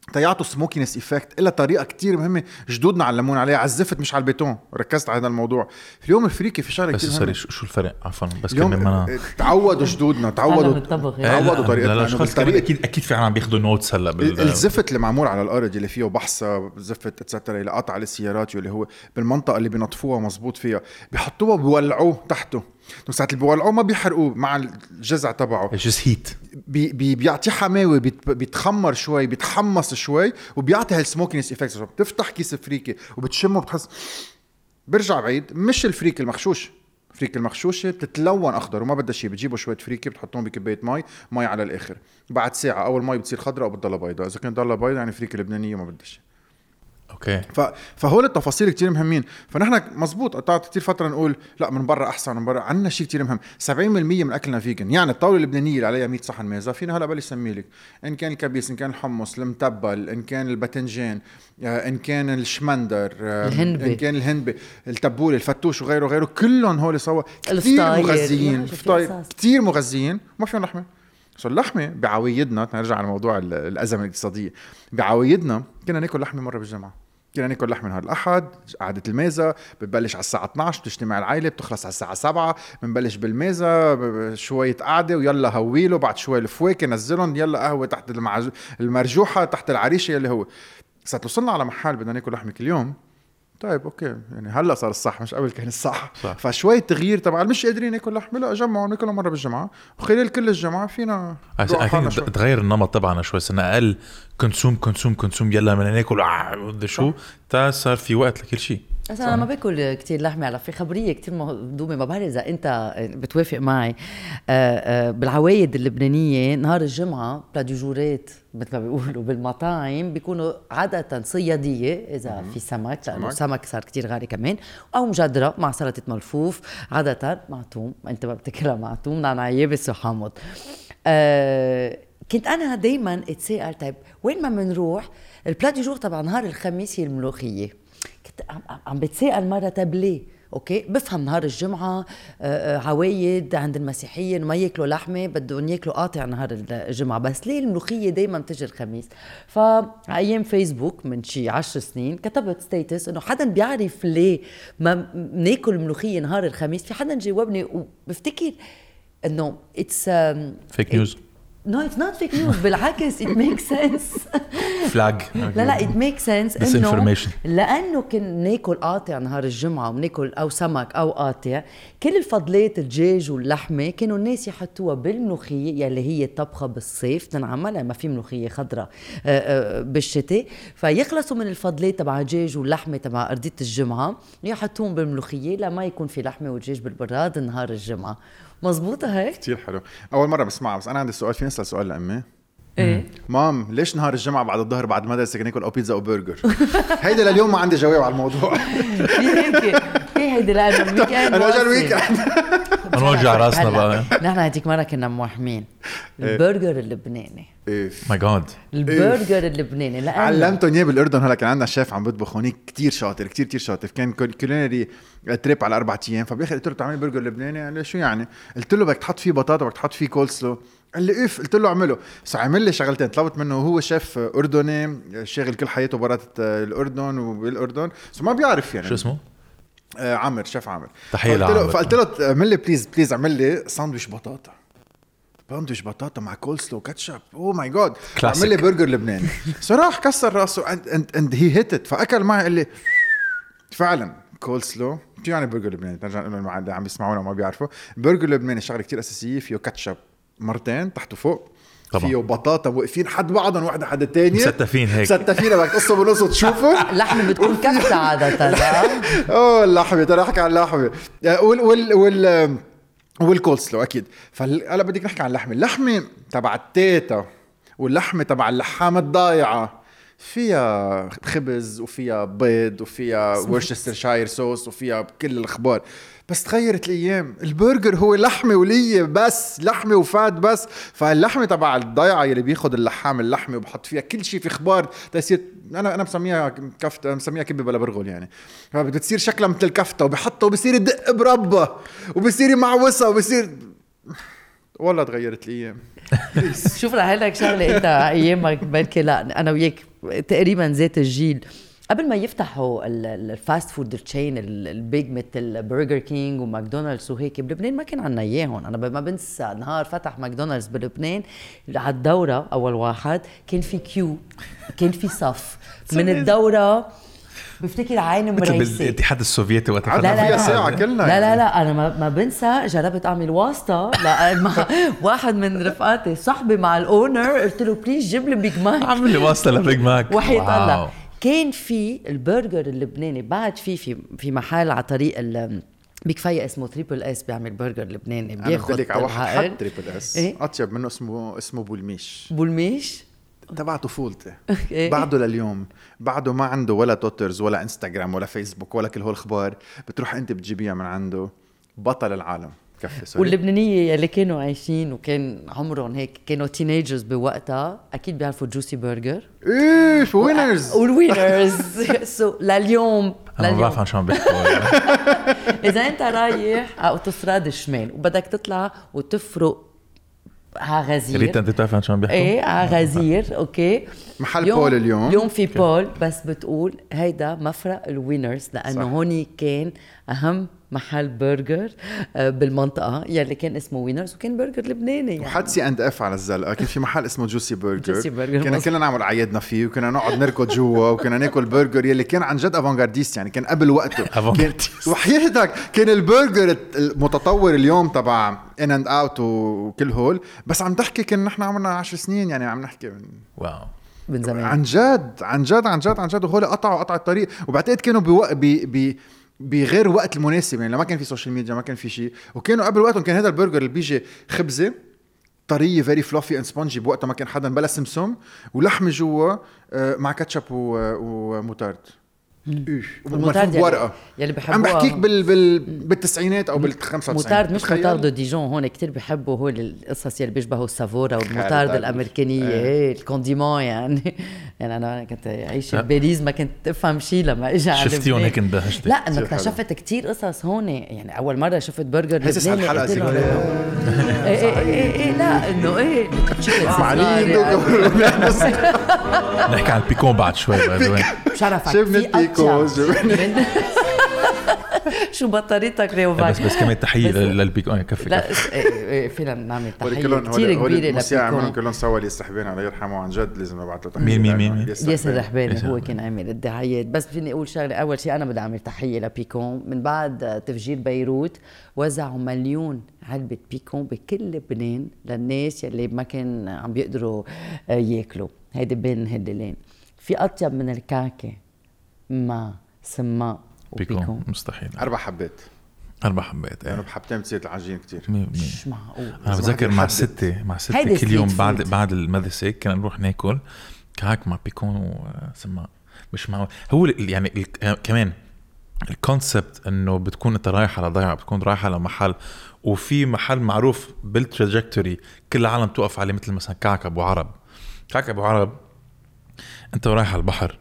[SPEAKER 1] تيعطوا سموكينس إفكت إلا طريقة كتير مهمة جدودنا علمونا عليها. عزفت مش على البيتون، ركزت على هذا الموضوع. في اليوم الفريكي في شغلة كتير مهمة.
[SPEAKER 2] شو الفرق عفوا بس
[SPEAKER 1] اليوم تعودوا جدودنا تعودوا طريقتنا.
[SPEAKER 2] أكيد في عم بياخدوا نوتس هلا
[SPEAKER 1] الزفت اللي معمول على الأرض اللي فيه بحصة زفت اتسترا اللي قطع على السيارات واللي هو بالمنطقة اللي بينطفوها مزبوط فيها بيحطوها بيولعوه تحته. ساعة اللي بيولعوه ما بيحرقوه مع الجزع تبعه،
[SPEAKER 2] just heat.
[SPEAKER 1] بيعطي حماوة، بيتخمر شوي، بيتحمص شوي، وبيعطي هالسموكينس إفكت. بتفتح كيس فريكي وبتشمه بتحس برجع بعيد. مش الفريك المخشوش، فريك المخشوشة بتتلون أخضر وما بدها شيء. بتجيبوا شوية فريكي بتحطهم بكباية مي على الآخر. بعد ساعة أول مي بتصير خضراء أو بتضل بيضاء. إذا كانت ضل بيضاء يعني فريك اللبنانية ما بدها شيء.
[SPEAKER 2] اوكي.
[SPEAKER 1] فهول التفاصيل كتير مهمين. فنحن مزبوط قطعت كتير فتره نقول لا من برا احسن، من برا عندنا شيء كتير مهم. 70% من اكلنا فيجن. يعني الطاوله اللبنانيه اللي عليها 100 صحن ميزه فينا هلا بلش سميلك ان كان الكبيس، ان كان الحمص المتبل، ان كان الباذنجان، ان كان الشمندر، ان كان الهندبه، التبوله، الفتوش وغيره غيره. كلهم هول سوا كتير مغذيين، كتير مغذيين وما فيهم لحمه. اللحمه بعوايدنا، نرجع على موضوع الازمه الاقتصاديه. بعوايدنا كنا ناكل لحمه مره بالجمعه، كنا ناكل لحمه نهار الاحد. قعده الميزه بتبلش على الساعه 12 بتجتمع العائله بتخلص على الساعه 7. بنبلش بالميزه شويه قعده ويلا هويله، بعد شوي الفواكه نزلهم، يلا قهوه تحت المرجوحه تحت العريشه اللي هو. ساعه وصلنا على محل بدنا ناكل لحمه كل يوم. طيب اوكي يعني هلا صار الصح مش قبل كان الصح. فشويه تغيير تبع مش قادرين ناكل لحمه، لا جمعوا ناكلها مره بالجمعه وخلال كل الجمعه فينا
[SPEAKER 2] تغير النمط تبعنا شوي. صرنا اقل كونسوم يلا بدنا ناكل شو تا صار في وقت لكل شيء.
[SPEAKER 3] انا ما باكل كتير لحمه. على في خبريه كتير مهضومه، ما بعرف اذا انت بتوافق معي. بالعوايد اللبنانيه نهار الجمعه بلاديجورات مثل ما بيقولوا بالمطاعم بيكونوا عاده صياديه اذا في سمك، لانه السمك صار كتير غالي كمان، او مجدره مع سلطه ملفوف عاده مع توم. انت ما بتاكلها مع توم، نعناع يابس وحامض. كنت انا دايما اتساءل طيب وين ما بنروح البلاديجور تبع نهار الخميس هي الملوخيه. كنت عم بتساءل مرة طب ليه؟ اوكي بفهم نهار الجمعة عوايد عند المسيحيين ما ياكلوا لحمة، بدهم ياكلوا قاطع نهار الجمعة، بس ليه الملوخية دايما بتجي الخميس؟ فأيام فيسبوك من شي 10 سنين كتبت ستيتس انه حدا بيعرف ليه ما ناكل ملوخية نهار الخميس. في حدا جاوبني وبفتكر انه it's
[SPEAKER 2] fake news.
[SPEAKER 3] No, it's not fake news. بالعكس it makes sense.
[SPEAKER 2] flag.
[SPEAKER 3] لا it makes sense إنه لأنه كنا ناكل قاطع نهار الجمعة وناكل أو سمك أو قاطع، كل الفضلات الدجاج واللحمة كانوا الناس يحطوها بالملوخية يلي هي الطبخة بالصيف تنعمل ما في ملوخية خضراء بالشتاء، فيخلصوا من الفضلات تبع الدجاج واللحمة تبع أرضية الجمعة يحطوهم بالملوخية لما يكون في لحمة ودجاج بالبراد نهار الجمعة. مظبوطة هيك؟
[SPEAKER 1] كتير حلو. أول مرة بسمعها. بس أنا عندي سؤال، في نسأل سؤال لأمي.
[SPEAKER 3] إيه؟
[SPEAKER 1] مام ليش نهار الجمعة بعد الظهر بعد مدرسة ناكل أو بيتزا أو برجر؟ هيدا لليوم ما عندي جواب على الموضوع.
[SPEAKER 3] في هيدا لأنه الويكند
[SPEAKER 1] أنا أجل الويكند
[SPEAKER 2] نوجع راسنا بقى.
[SPEAKER 3] نحن هديك مرة كنا موحمين البرجر اللبناني.
[SPEAKER 2] ماي جاد
[SPEAKER 3] البرجر اللبناني
[SPEAKER 1] علمتهم اياه بالاردن. هلا كان عندنا شيف عم بيطبخ هونيك كتير شاطر كتير شاطر. كان كولينري تريب على 4 ايام. فباخر قلت له بتعمل برجر لبناني؟ قال لي شو يعني؟ قلت له بدك تحط فيه بطاطا بدك تحط فيه كولسلو. قال لي اف. قلت له اعمله. بس عمل لي شغلتين طلبت منه. هو شيف اردني شاغل كل حياته برات الاردن وبالاردن بس ما بيعرف يعني
[SPEAKER 2] شو اسمه.
[SPEAKER 1] عامر شيف عامر.
[SPEAKER 2] تحيه لعامر.
[SPEAKER 1] فقلت له اعمل لي بليز اعمل لي ساندويش بطاطا. باندويش بطاطا مع كولسلو كاتشب. اوه ماي جاد. عمل لي برجر لبناني. صراحه كسر راسه اند هي هيت. فاكل معي قال لي فعلا كولسلو شو يعني برجر لبناني. نرجع نقول اللي عم بيسمعونا وما بيعرفوا برجر لبناني شغله كتير اساسيه. فيه كاتشب مرتين تحته فوق طبعا. فيه بطاطا واقفين حد بعضهم واحده حد الثانيه
[SPEAKER 2] مستفين هيك
[SPEAKER 1] مستفين بدك تقصه بالنص وتشوفه.
[SPEAKER 3] اللحمه بتكون كفتة عاده.
[SPEAKER 1] اللحمه ترى احكي عن اللحمه والكولسلو اكيد. فهلا بدك نحكي عن اللحمه تبع التيتا واللحمه تبع اللحامه الضايعه. فيها خبز وفيها بيض وفيها ورشسترشاير صوص وفيها كل الاخبار. بس تغيرت الايام. البرجر هو لحمه وليه بس، لحمه وفات بس. فاللحمه تبع الضايعه اللي بياخد اللحام اللحمه وبحط فيها كل شيء في خبار تصير انا بسميها كفته، بسميها كبه بلا برغل يعني. فبتصير شكلها مثل الكفته وبحطه وبصير يدق بربه وبصير يمعوسها وبصير والله تغيرت الايام.
[SPEAKER 3] شوف رح لك شغله انت ايامك بركي لا انا وياك تقريبا ذات الجيل قبل ما يفتحوا الفاست فود تشين البيج مثل برجر كينج وماكدونالدز وهيك. بلبنان ما كان عنا اياهم. انا ما بنسى نهار فتح ماكدونالدز بلبنان على الدوره اول واحد كان في كيو، كان في صف من الدوره. بفتكر عين مريسي
[SPEAKER 2] بالاتحاد السوفيتي وقت
[SPEAKER 1] لا فيها ساعة كلنا
[SPEAKER 3] لا أنا ما بنسى. جربت أعمل واسطة مع واحد من رفقاتي صاحبي مع الأونر، قلت له بليز جيب لي بيج ماك،
[SPEAKER 2] عمل لي واسطة لبيج ماك.
[SPEAKER 3] وحيط الله كان في البرجر اللبناني بعد في محل على طريق بكفاية اسمه تريبل اس بيعمل برجر لبناني بياخد
[SPEAKER 1] على واحد تريبل اس أطيب منه اسمه بولميش تبع طفولتي بعده لليوم، بعده ما عنده ولا تويترز ولا انستغرام ولا فيسبوك ولا كل هول اخبار، بتروح انت بتجيبيها من عنده. بطل العالم كفي.
[SPEAKER 3] واللبنانية اللي كانوا عايشين وكان عمرهم هيك كانوا تينيجرز بوقتها اكيد بيعرفوا جوسي برجر.
[SPEAKER 1] ايه شو وينرز
[SPEAKER 3] والوينرز سو لليوم
[SPEAKER 2] انا ما بعرف عن شو عم بيحكوا.
[SPEAKER 3] اذا انت رايح على اوتوستراد الشمال وبدك تطلع وتفرق عغزير،
[SPEAKER 2] ريت انت بتعرف عن شو عم بيحكوا؟
[SPEAKER 3] ايه عغزير اوكي
[SPEAKER 1] محل بول اليوم
[SPEAKER 3] في بول، بس بتقول هيدا مفرق الوينرز لانه هوني كان اهم محل برجر بالمنطقه يلي كان اسمه وينرز، وكان برجر لبناني يعني.
[SPEAKER 1] وحد سي اند اف على الزلقه كان في محل اسمه جوسي برجر كنا كلنا نعمل عيادنا فيه وكنا نقعد نركض جوا وكنا ناكل برجر يلي كان عن جد افانغارديست يعني كان قبل وقته. كان وحياتك كان البرجر المتطور اليوم تبع ان اند اوت وكل هول، بس عم تحكي كنا نحن عمرنا 10 سنين يعني عم نحكي من
[SPEAKER 3] واو من زمان
[SPEAKER 1] عن جد وهول قطع الطريق. وبعتقد كانوا بغير وقت المناسب يعني، لما كان في سوشيال ميديا ما كان في شيء، وكانوا قبل وقتهم كان هذا البرجر اللي بيجي خبزه طريه فيري فلوفي اند سبونجي بوقتها ما كان حدا بلا سمسم ولحمه جوا مع كاتشب وموتارد.
[SPEAKER 3] الموتارد يلي بحبوها
[SPEAKER 1] عم بحكيك بالتسعينات او بال95.
[SPEAKER 3] موتارد مش موتارد ديجون هون كتير بحبوا هو القصص يلي بيشبهوا السافورا والموتارد الامريكانيه الكونديمون يعني انا كنت عايشه بباريس ما كنت افهم شيء لما اجى على
[SPEAKER 2] شفتيهم هيك اندهشت.
[SPEAKER 3] لا انا اكتشفت كتير قصص هون يعني. اول مره شفت برجر
[SPEAKER 1] لبناني
[SPEAKER 3] ايه لا انه ايه
[SPEAKER 2] نحكي عن البيكون بعد شوي
[SPEAKER 3] شرفك في شو بطاريتك ريوفاك.
[SPEAKER 2] بس كمان تحية للبيكون كفي.
[SPEAKER 3] لا فينا نعمل تحية كتير كبيرة
[SPEAKER 1] للبيكون. كلهم سوا ليس رحباني الله يرحمه عن جد لازم نبعث له تحية.
[SPEAKER 2] مين
[SPEAKER 3] ياسر رحباني هو كان عامل الدعايات. بس فيني أقول شغلة، أول شيء أنا بدي أعمل تحية لبيكون. من بعد تفجير بيروت وزعوا 1,000,000 علبة بيكون بكل لبنان للناس يلي ما كان عم بيقدروا ياكلوا. هيدي بين هدلين في أطيب من الكعكة مع سماء
[SPEAKER 2] بيكون مستحيل.
[SPEAKER 1] 4 حبات يعني بحبتين بتصير العجين كتير
[SPEAKER 3] مش معقول.
[SPEAKER 2] انا بذكر مع ستة كل يوم بعد المدرسة كنا نروح ناكل كعك مع بيكون وسماء. مش معقول. هو يعني كمان الكونسبت انه بتكون انت رايح على ضيعة، بتكون رايح على محل وفي محل معروف بالتراجكتوري كل العالم توقف عليه، مثل مثلا كعك ابو عرب انت رايح على البحر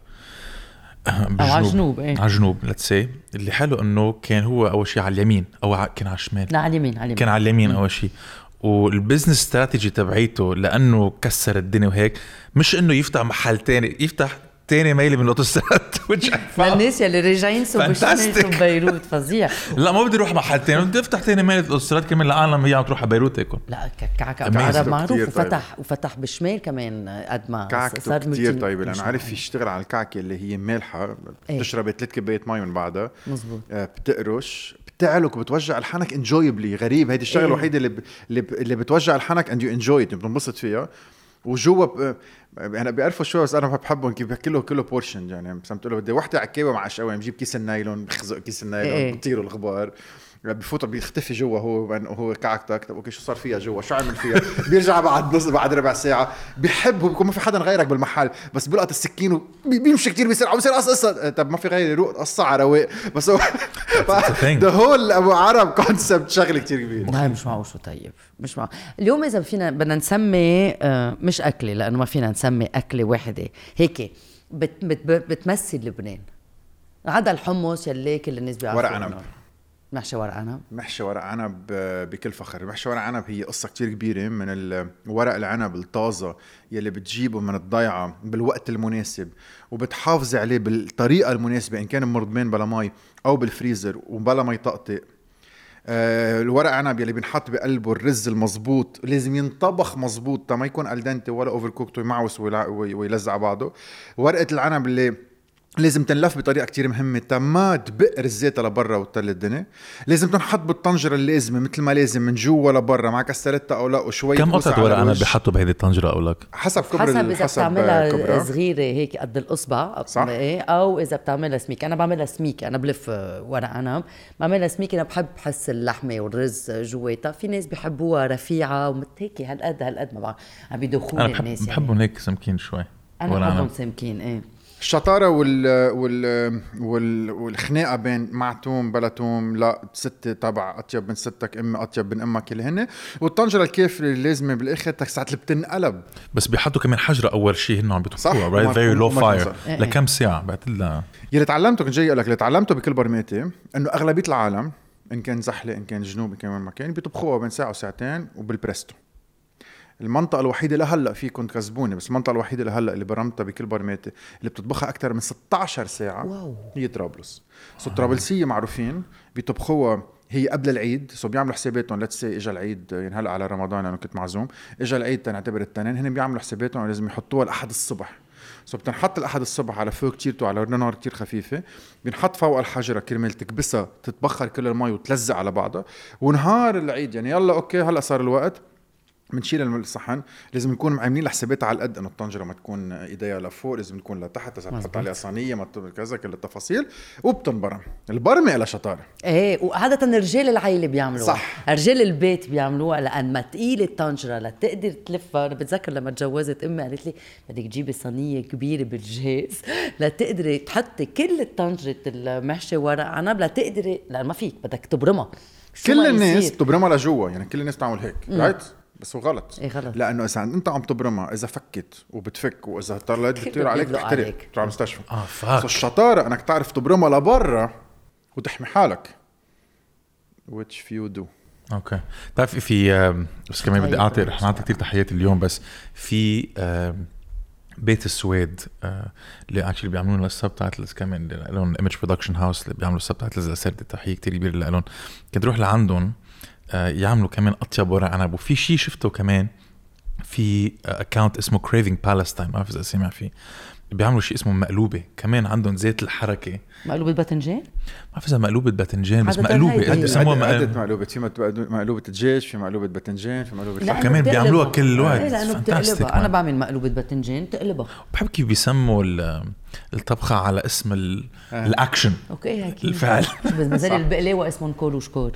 [SPEAKER 2] عجنوب let's say. اللي حلو انه كان هو اول شيء على اليمين او كان على الشمال.
[SPEAKER 3] لا على اليمين
[SPEAKER 2] كان على اليمين اول شيء. والبزنس استراتيجي تبعيته لانه كسر الدنيا وهيك، مش انه يفتح محل تاني، يفتح تاني ميلي من الاوتوستراد
[SPEAKER 3] للناس اللي راجعين سو بيروت فظيع.
[SPEAKER 2] لا ما بدي اروح محل تاني، بدي افتح تاني ميلي الاوتوستراد كمان العالم هي عم تروح على بيروت تاكل.
[SPEAKER 3] لا كعكة عرب معروف وفتح بالشمال كمان قد ما
[SPEAKER 1] صار كتير طيب. انا عارف يشتغل على الكعكة اللي هي مالحة بتشرب 3 كوبايات مي من بعدها مزبوط، بتقرش بتعلق وبتوجع الحنك انجويبلي. غريب هيدي الشغله الوحيده اللي بتوجع الحنك اند يو انجوي بتنبسط فيها. وجوا انا بيعرفوا شو، بس انا بحبهم كيف كله بورشن يعني. مثلا بتقول له بدي وحده عكاوي مع شقوه، بجيب كيس النايلون بخزق كيس النايلون بطيروا الغبار بفوت بيختفي جوا هو كعكتك. طب اوكي شو صار فيها جوا، شو عمل فيها؟ بيرجع بعد ربع ساعه. بيحب هو بيكون ما في حدا غيرك بالمحل، بس بيلقط السكين وبيمشي كتير بيصير قصه. طب ما في غيري يروق قصه على رواق. بس هو ده هول ابو عرب كونسبت شغله كتير كبير.
[SPEAKER 3] لا مش معقول شو طيب مش معقول. اليوم اذا فينا بدنا نسمي مش اكله، لانه ما فينا نسمي اكله واحده هيك بتمثل لبنان عدا الحمص يلي كل الناس بيعرفوا.
[SPEAKER 1] ورق عنب
[SPEAKER 3] محشي ورق عنب.
[SPEAKER 1] محشي ورق عنب بكل فخر. محشي ورق عنب هي قصة كتير كبيرة من ورق العنب الطازة يلي بتجيبه من الضيعة بالوقت المناسب وبتحافظ عليه بالطريقة المناسبة، إن كان مرضمين بلا مي أو بالفريزر وبلا ما يطقطق. الورق عنب يلي بنحط بقلبه الرز المزبوط لازم ينطبخ مزبوط ما يكون الدنتي ولا اوفر كوكت ويمعوس ويلزع بعضه. ورقة العنب اللي لازم تنلف بطريقه كتير مهمه ما تبقر الزيت لبرا وتطل الدنيا. لازم تنحط بالطنجره اللازمه مثل ما لازم من جوا لبرا مع كستريتا او لا وشوي.
[SPEAKER 2] كم قطعه ورق عنب بحطوا بهيدي الطنجره او لك؟
[SPEAKER 1] حسب كبر
[SPEAKER 3] حسب اذا بتعملها
[SPEAKER 1] كبرها.
[SPEAKER 3] صغيره هيك قد الاصبع او اذا بتعملها سميك. انا بعملها سميك، انا بلف ورق عنب بعملها سميك. انا بحب حس اللحمه والرز جواتها. في ناس بيحبوها رفيعه ومتهيكي هالقد ما بعرف عم بيدوخوني الناس.
[SPEAKER 2] انا بحبهم هيك سمكين شوي.
[SPEAKER 3] انا بحبهم سمكين. ايه
[SPEAKER 1] الشطارة والخناقة بين معتوم بلا توم لا ستة تبع أطيب من ستك أمي أطيب من أمك اللي هن، والطنجرة الكافرة اللي لازمة بالآخر تكسات اللي بتنقلب.
[SPEAKER 2] بس بيحطوا كمان حجرة أول شيء هن عم بيطبخوها right very low fire لكم ساعة بعتلها.
[SPEAKER 1] يلي تعلمته كنت جاي أقولك اللي تعلمته بكل برماتي إنه أغلبية العالم إن كان زحلة إن كان جنوب إن كان وين ما كان بيطبخوها بين ساعة وساعتين وبالبريستو. المنطقة الوحيدة لهلا في كنت كسبوني بس المنطقة الوحيدة لهلا اللي برمتها بكل برماتي اللي بتطبخها أكتر من 16 ساعة واو. هي طرابلس. الطرابلسية معروفين بيطبخوها هي قبل العيد بيعملوا حساباتهم لتسي اجى العيد يعني هلا على رمضان انا كنت معزوم اجى العيد تنعتبر التنين هن بيعملوا حساباتهم لازم يحطوها الأحد الصبح. بتنحط الأحد الصبح على فوق كتير على نار كتير خفيفة بنحط فوق الحجرة كرمال تكبسها تتبخر كل المي وتلزق على بعضها. ونهار العيد يعني يلا اوكي هلا صار الوقت بنشيل الصحن. لازم نكون معاملين الحسابات على القد انه الطنجره ما تكون ايديها لفوق لازم تكون لتحت لازم نحط عليها صينيه ما كذا كل التفاصيل وبتنبرم. البرمه لها شطاره.
[SPEAKER 3] ايه وعاده رجال العائله بيعملوها
[SPEAKER 1] صح.
[SPEAKER 3] رجال البيت بيعملوها لان ما تقيله الطنجره لتقدر تلفها. انا بتذكر لما تجوزت امي قالت لي بدك تجيبي صينيه كبيره بالجهاز لتقدري تحطي كل طنجره المحشي ورق عنب لتقدري لان ما فيك بدك تبرمها.
[SPEAKER 1] كل الناس بتبرمها لجوا يعني كل الناس بتعمل هيك رايت بس هو غلط.
[SPEAKER 3] إيه غلط.
[SPEAKER 1] لانه اذا انت عم تبرمها اذا فكت وبتفك واذا طلعت بتطير عليك تحترق تروح على المستشفى. الشطاره انك تعرف تبرمها لبرا وتحمي حالك which few do.
[SPEAKER 2] اوكي تعرف في بس كمان بدي اعطي رح نعطي كثير تحيات اليوم بس في بيت السويد اللي اكشلي بيعملون السبتايتلز كمان لهم ايمج برودكشن هاوس اللي بيعملوا السبتايتلز لسرد تحيه كثير كبيره لهم. كنت روح لعندهم يعملوا كمان أطيب ورق عنب. وفي شيء شفته كمان في أكاونت اسمه Craving Palestine ما أعرف إذا سمع فيه بيعملوا شيء اسمه مقلوبة كمان عندهم زيت الحركة.
[SPEAKER 3] مقلوبة باذنجان؟
[SPEAKER 2] ما أعرف إذا مقلوبة باذنجان بس مقلوبة
[SPEAKER 1] بيسموها مقلوبة. في مقلوبة دجاج في مقلوبة باذنجان في مقلوبة
[SPEAKER 2] كمان بيعملوها كل الوقت.
[SPEAKER 3] لأنه بتقلبها. أنا بعمل مقلوبة باذنجان تقلبها.
[SPEAKER 2] بحب كيف بيسموا الطبخة على اسم الأكشن.
[SPEAKER 3] أوكي
[SPEAKER 2] الفعل.
[SPEAKER 3] بس مازال البقلاوة اسمهم كول وشكور.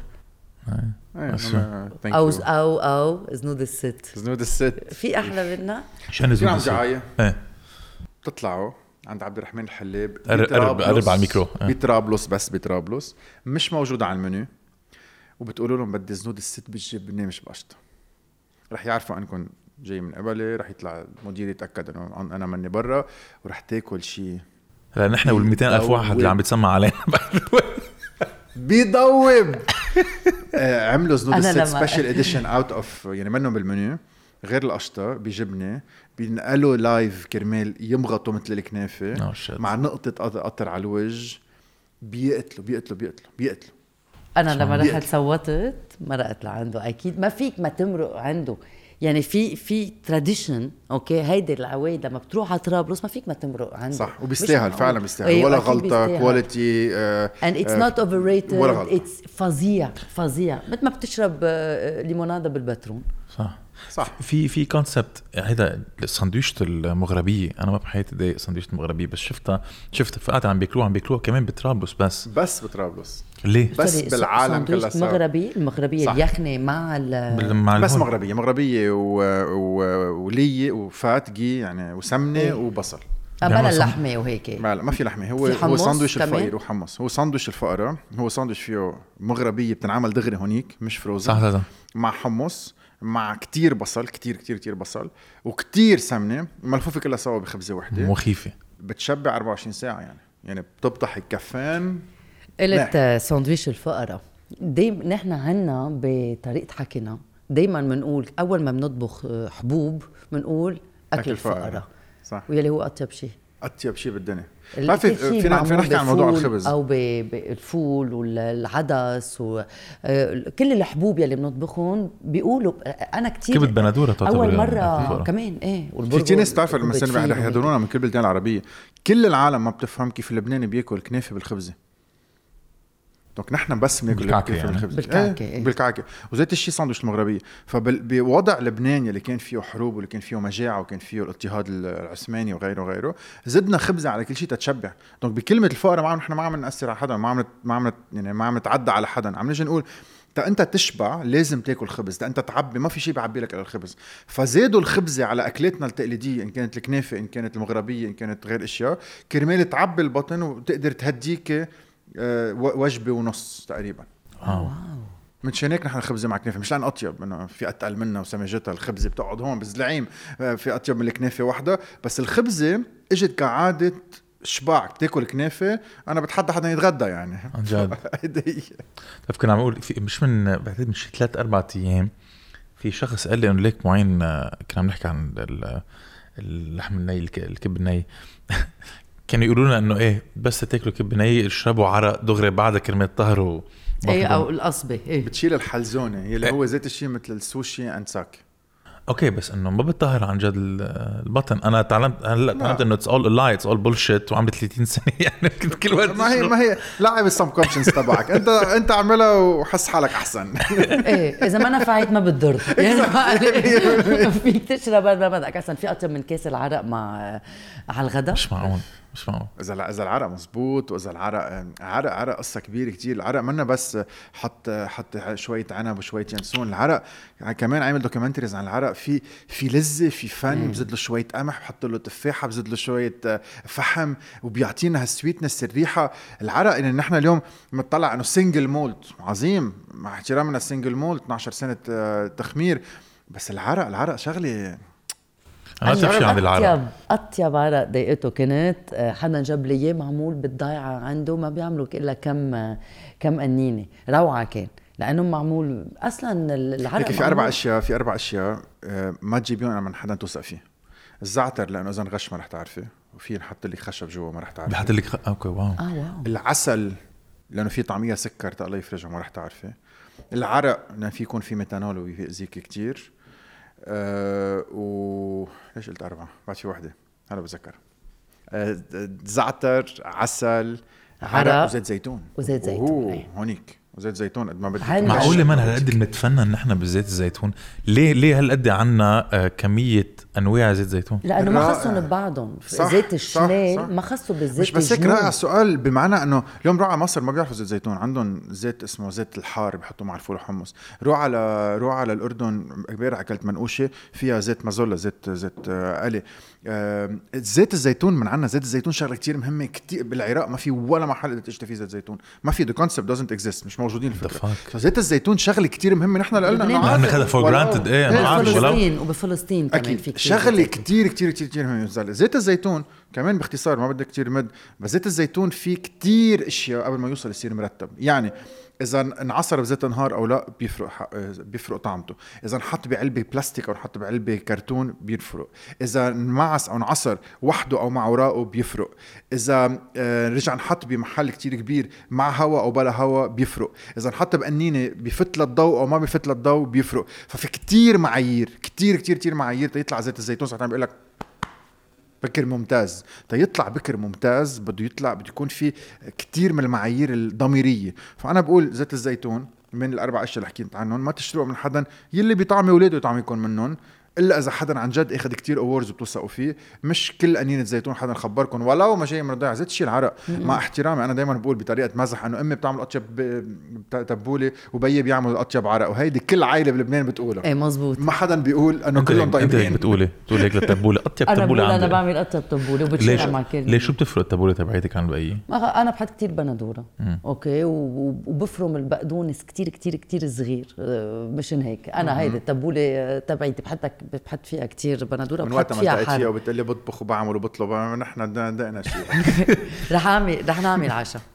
[SPEAKER 3] او زنود الست في احلى منها.
[SPEAKER 2] شنو زنود
[SPEAKER 1] الست؟ بتطلعوا عند عبد الرحمن الحلاب
[SPEAKER 2] قرب على الميكرو
[SPEAKER 1] بطرابلس. بس بطرابلس مش موجود على المنيو وبتقولوا لهم بدي زنود الست بالجبنه مش بقشطه. رح يعرفوا انكم جاي من قبلي. رح يطلع المدير يتاكد انه انا مني برا ورح تاكل شيء.
[SPEAKER 2] لا نحن وال200,000 واحد اللي عم بتسمع علينا
[SPEAKER 1] بيضوب. عملوا زنود الست سبيشال اديشن اوت اوف يعني منهم بالمنيو غير القشطه بجبنه بينقلوا لايف كرمال يمغطوا مثل الكنافه مع نقطه قطر على الوجه. بيقتلوا.
[SPEAKER 3] انا لما رحت صوتت مرقت لعنده. اكيد ما فيك ما تمرق عنده يعني في تراديشن. اوكي هيدي العوايد لما بتروح على طرابلس ما فيك ما تمرق عنده.
[SPEAKER 1] صح وبيستاهل فعلا بيستاهل ولا غلطه كواليتي
[SPEAKER 3] and it's not overrated. it's فظيع مثل ما بتشرب ليموناده بالبترون.
[SPEAKER 2] صح. في كونسبت هذا الساندويشة المغربية. أنا ما بحياتي ضايق ساندويشة المغربية بس شفت فقط عم بياكلوها كمان بطرابلس بس
[SPEAKER 1] بطرابلس
[SPEAKER 2] ليه؟
[SPEAKER 1] بس بالعالم كله
[SPEAKER 3] المغربية اليخنة مع
[SPEAKER 1] بس مغربية ولية وفاتقي يعني وسمنة وبصل.
[SPEAKER 3] بلا اللحمة وهيك.
[SPEAKER 1] ما في لحمة. هو ساندويش الفقير وحمص. هو ساندويش الفقرة. هو ساندويش فيه مغربية بتنعمل دغري هونيك مش فروزن.
[SPEAKER 2] صح.
[SPEAKER 1] مع حمص مع كتير بصل كتير بصل وكتير سمنة ملفوفة كلها سوا بخبزة واحدة
[SPEAKER 2] مخيفة
[SPEAKER 1] بتشبع 24 ساعة يعني بتبطح الكفان.
[SPEAKER 3] قلت ساندويش الفقرة دايما نحن عنا بطريقة حكينا دايما بنقول أول ما بنطبخ حبوب بنقول أكل الفقراء،
[SPEAKER 1] صح،
[SPEAKER 3] ويلي هو أطيب شيء،
[SPEAKER 1] أطيب شيء بالدنيا.
[SPEAKER 3] ما
[SPEAKER 1] فينا نحكي عن موضوع الخبز
[SPEAKER 3] أو بالفول والعدس وكل الحبوب يلي بنطبخهم بيقولوا. أنا كتير
[SPEAKER 2] كبد بندورة
[SPEAKER 3] أول مرة كمان
[SPEAKER 1] في كتير ناس بتعرف المسلمين رح يهدرونا من كل البلدان العربية. كل العالم ما بتفهم كيف اللبناني بياكل كنافة بالخبزة. دونك نحن بس بناكل كنافة بالخبزة بالكعكة وزيت الشيء ساندويش المغربية. فبوضع لبنان اللي كان فيه حروب واللي كان فيه مجاعة وكان فيه الاضطهاد العثماني وغيره وغيره، زدنا خبزة على كل شيء تتشبع. دونك بكلمة الفقراء نحن ما عم نأثر على حدا، ما عم نتعدى على حدا، عم نجي نقول انت تشبع لازم تاكل خبز، انت تعبي ما في شيء بعبي لك على الخبز. فزادوا الخبزه على اكلاتنا التقليديه، ان كانت الكنافه، ان كانت المغربيه، ان كانت غير اشياء، كرمال تعبي البطن وتقدر تهديك وجبه ونص تقريبا. من شانك نحن الخبزه مع كنافه، مش لان اطيب انه في اتقل منها وسماجتها، الخبزه بتقعد هون بالزلعيم في اطيب من الكنافه واحده، بس الخبزه اجت كعاده شباع، بتاكل كنافه انا بتحدى حدا يتغدى يعني
[SPEAKER 2] عن جد. طيب كنا عم نقول مش من بعتقد من 3-4 ايام في شخص قال لي انه ليك معين، كنا عم نحكي عن اللحم الني، الكب الني كانوا يقولوا لنا انه ايه بس تاكلوا كب ني اشربوا عرق دغري بعد كرمال طهروا
[SPEAKER 3] ايه او القصبه
[SPEAKER 1] ايه بتشيل الحلزونه اللي هو زيت الشيء مثل السوشي انساك.
[SPEAKER 2] اوكي بس انه ما بتطهر عن جد البطن. انا تعلمت هلا تعلمت انه اتس اول لاي، اتس اول بولشيت، وعمري 30 سنه يعني كنت كل وقت
[SPEAKER 1] ما هي لعب السبكونشنس تبعك. انت اعملها وحس حالك احسن.
[SPEAKER 3] ايه اذا ما نفعت ما بتضر يعني فيك تشرب ما بدك. اصلا في اطيب من كاس العرق مع على الغداء؟
[SPEAKER 2] مش معقول.
[SPEAKER 1] اذا العرق مزبوط، واذا العرق قصه كبيره كتير. العرق منا بس حط شويه عنب وشويه ينسون. العرق كمان عامل دوكيومنتريز عن العرق، في لذه، في فن، بزيد له شويه قمح، بحط له تفاحه، بزيد له شويه فحم، وبيعطينا هالسويتنس الريحه. العرق ان نحن اليوم مطلع انه سنجل مولت عظيم، مع احترامنا السنجل مولت 12 سنه تخمير، بس العرق شغله.
[SPEAKER 3] أطيب عرق دقيقته كانت حدا جاب لي اياه معمول بالضيعة عنده، ما بيعملوا إلا كم قنينة، روعة كان لأنه معمول أصلا العرق.
[SPEAKER 1] في أربع أشياء ما تجيبيهم من حدا توثق فيه. الزعتر لأنه إذا انغش ما رح تعرفيه، وفي نحط لك خشب جوا ما رح تعرفيه.
[SPEAKER 2] بحط لك اوكي واو.
[SPEAKER 1] العسل لأنه في طعمية سكر تقلي يفرجها ما رح تعرفيه. العرق لأنه في يكون في ميتانول ويأذيك كتير. ليش قلت 4؟ بعد في واحدة هلا بذكر. زعتر، عسل، عرق وزيت زيتون. هونيك وزيت زيتون قد ما بدك.
[SPEAKER 2] معقولة ما هالقد المتفنن نحن بالزيت الزيتون؟ ليه هالقد عنا كمية أنواع زيت زيتون؟
[SPEAKER 3] لأنه ما خصهم ببعضهم. زيت الشمال ما خصوا بالزيت.
[SPEAKER 1] مش بس هيك رائع السؤال، بمعنى أنه اليوم روح على مصر ما بيعرفوا زيت زيتون، عندهم زيت اسمه زيت الحار بيحطوه مع الفول وحمص. روح على الأردن امبارح أكلت منقوشة فيها زيت مازولا، زيت قلي. زيت الزيتون من عنا. زيت الزيتون شغلة كتير مهمة كتير بالعراق، ما في ولا محل تشتري فيه زيت زيتون، ما في. the concept doesn't exist، مش موجودين الفكرة. زيت الزيتون شغلة كتير مهمة نحن لقلنا
[SPEAKER 2] نحن خدها for granted. انا عارف
[SPEAKER 3] وبفلسطين كمان في
[SPEAKER 1] شغلة كتير كتير كتير كتير مهمة. زيت الزيتون كمان باختصار ما بدك كتير مد، بس زيت الزيتون فيه كتير اشياء قبل ما يوصل يصير مرتب. يعني اذا انعصر بزيت نهار او لا بيفرق طعمته. اذا نحط بعلبه بلاستيك او نحط بعلبه كرتون بيفرق. اذا نمعس او نعصر وحده او مع اوراقه بيفرق. اذا رجع نحط بمحل كتير كبير مع هواء او بلا هواء بيفرق. اذا نحط بقنينه بفت للضوء او ما بفت للضوء بيفرق. ففي كتير معايير، كتير كتير كتير معايير تيطلع زيت الزيتون. ساعتها بيقول لك بكر ممتاز. يطلع بكر ممتاز بده يكون في كتير من المعايير الضميرية. فأنا بقول زيت الزيتون من الأربع أشياء اللي حكيت عنهم ما تشتروه من حدا يلي بيطعمي ولاده يطعميكم منهم، إلا إذا حدا عن جد أخذ كتير أوورز وبتوثقوا فيه. مش كل قنينة زيتون حدا خبركم ولو ما جاي من الضيعة. زيت الشيء العرق مع احترامي أنا دايما بقول بطريقة مزح إنه أمي بتعمل أطيب تبولة وبيي بيعمل أطيب عرق، وهيدي كل عائلة بلبنان بتقولها.
[SPEAKER 3] إيه مزبوط.
[SPEAKER 1] ما حدا بيقول إنه كلهم طيبين.
[SPEAKER 2] أنت بتقولي هيك للتبولة أطيب تبولة عندي.
[SPEAKER 3] أنا بعمل أطيب تبولة وبتشارع مع كل.
[SPEAKER 2] ليش شو بتفرق التبولة تبعيتك عن البقية؟
[SPEAKER 3] أنا بحط كتير بندورة. أوكي وبفرم البقدونس كتير كتير كتير صغير. مشان هيك أنا هيدي التبولة تبعيتي بحط فيها كتير بندورة.
[SPEAKER 1] من وقت ما لقيتيها وبتقلي بطبخ وبعمل وبطلب نحن دقنا شيء.
[SPEAKER 3] رح نعمل عشاء.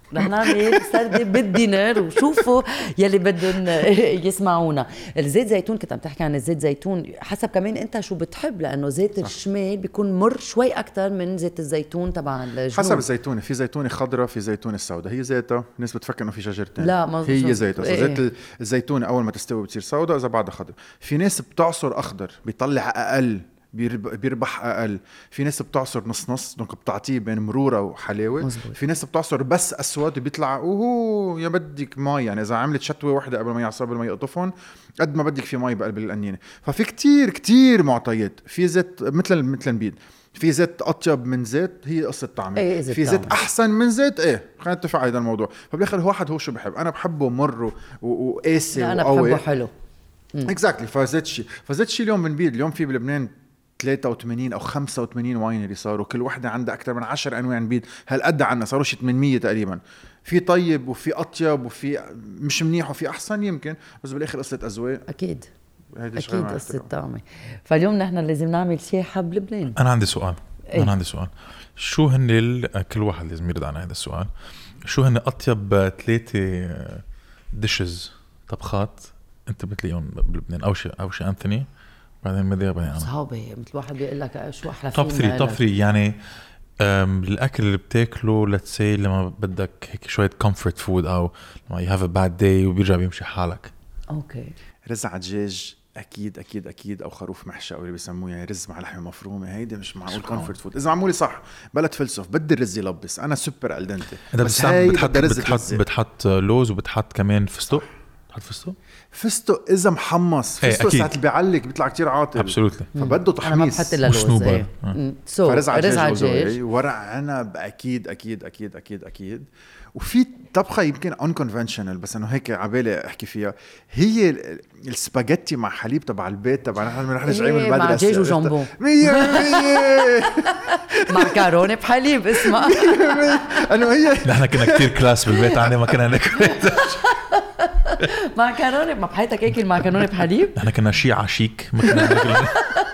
[SPEAKER 3] رح نعمل سردة بالدينار وشوفوا يلي بدهم يسمعونا. الزيت زيتون كنت عم تحكي عن الزيت زيتون، حسب كمان انت شو بتحب، لانه زيت الشمال بيكون مر شوي اكتر من زيت الزيتون تبع الجنوب.
[SPEAKER 1] حسب الزيتونه، في زيتونه خضراء في زيتونه سوداء. هي زيتها الناس بتفكر انه في شجرتين،
[SPEAKER 3] لا ما
[SPEAKER 1] هي زيتها. زيت الزيتونه اول ما تستوي بتصير سوداء، اذا بعدها خضراء. في ناس بتعصر اخضر بيطلع اقل، بيربح اقل. في ناس بتعصر نص نص، دونك بتعطيه بين مرورة وحلاوة.
[SPEAKER 3] مزبوط.
[SPEAKER 1] في ناس بتعصر بس اسود وبيطلع اوه يا بدك مي، يعني اذا عملت شتوة واحدة قبل ما يعصر قبل ما يقطفهم قد ما بدك في مي بقلب القنينة. ففي كتير كتير معطيات. في زيت مثل النبيذ، في زيت اطيب من زيت، هي قصة طعمة.
[SPEAKER 3] ايه
[SPEAKER 1] في زيت احسن من زيت، ايه خلينا نتفق على هذا الموضوع. فبالاخر واحد هو شو بحب. انا بحبه مر وقاسي
[SPEAKER 3] انا
[SPEAKER 1] وقوي.
[SPEAKER 3] بحبه حلو.
[SPEAKER 1] اكزاكتلي. فزيت شي اليوم بنبيد. اليوم في بلبنان 83 أو 85 واينري صاروا، كل واحدة عندها أكتر من 10 أنواع نبيد. هالقد عنا صاروا شي 800 تقريبا. في طيب وفي أطيب وفي مش منيح وفي أحسن يمكن، بس بالآخر قصة أذواق.
[SPEAKER 3] أكيد
[SPEAKER 1] أكيد
[SPEAKER 3] قصة طعمة. فاليوم نحن لازم نعمل شيء حب لبنان.
[SPEAKER 2] أنا عندي سؤال.
[SPEAKER 3] إيه؟
[SPEAKER 2] أنا عندي سؤال. شو هن كل واحد لازم يرد عن هذا السؤال. شو هن أطيب 3 ديشز طبخات أنت بتلاقيهم بلبنان؟ أول شيء أنثوني، بعدين مدير، بعدين أنا.
[SPEAKER 3] صحابي مثل واحد بيقول لك شو أحلى
[SPEAKER 2] توب 3 يعني الأكل اللي بتاكله لتسي لما بدك هيك شوية comfort food، أو لما you have a bad day وبيرجع بيمشي حالك.
[SPEAKER 3] أوكي.
[SPEAKER 1] رز على دجاج أكيد أكيد أكيد، أو خروف محشى أو اللي بيسموه يعني رز مع لحمة مفرومة. هيدا مش معقول comfort food إذا معمولي صح. بلا تفلسف، بدي الرز يلبس. أنا سوبر ألدنتي.
[SPEAKER 2] بس هاي بتحط لوز وبتحط كمان فستق. فستق
[SPEAKER 1] إذا محمص. فستق ساعة اللي بيعلق بيطلع كتير عاطل.
[SPEAKER 2] Absolutely.
[SPEAKER 1] فبده تحميص.
[SPEAKER 3] أنا ما بحط إلا لوز.
[SPEAKER 1] فرز على دجاج، ورق عنب أكيد أكيد أكيد أكيد أكيد. وفي طبخة يمكن unconventional بس إنه هيك عبالي أحكي فيها، هي السباجيتي مع حليب تبع البيت تبع نحن جايين من بدري.
[SPEAKER 3] مع دجاج وجامبون.
[SPEAKER 1] 100%
[SPEAKER 3] معكرونة بحليب اسمها.
[SPEAKER 1] إنه هي.
[SPEAKER 2] نحن كنا كتير كلاس بالبيت عندنا، ما كنا ناكل
[SPEAKER 3] معكرونة. ما بحياتك اكل معكرونة بحليب.
[SPEAKER 2] نحن كنا شيعة شيك، ما كنا ناكل.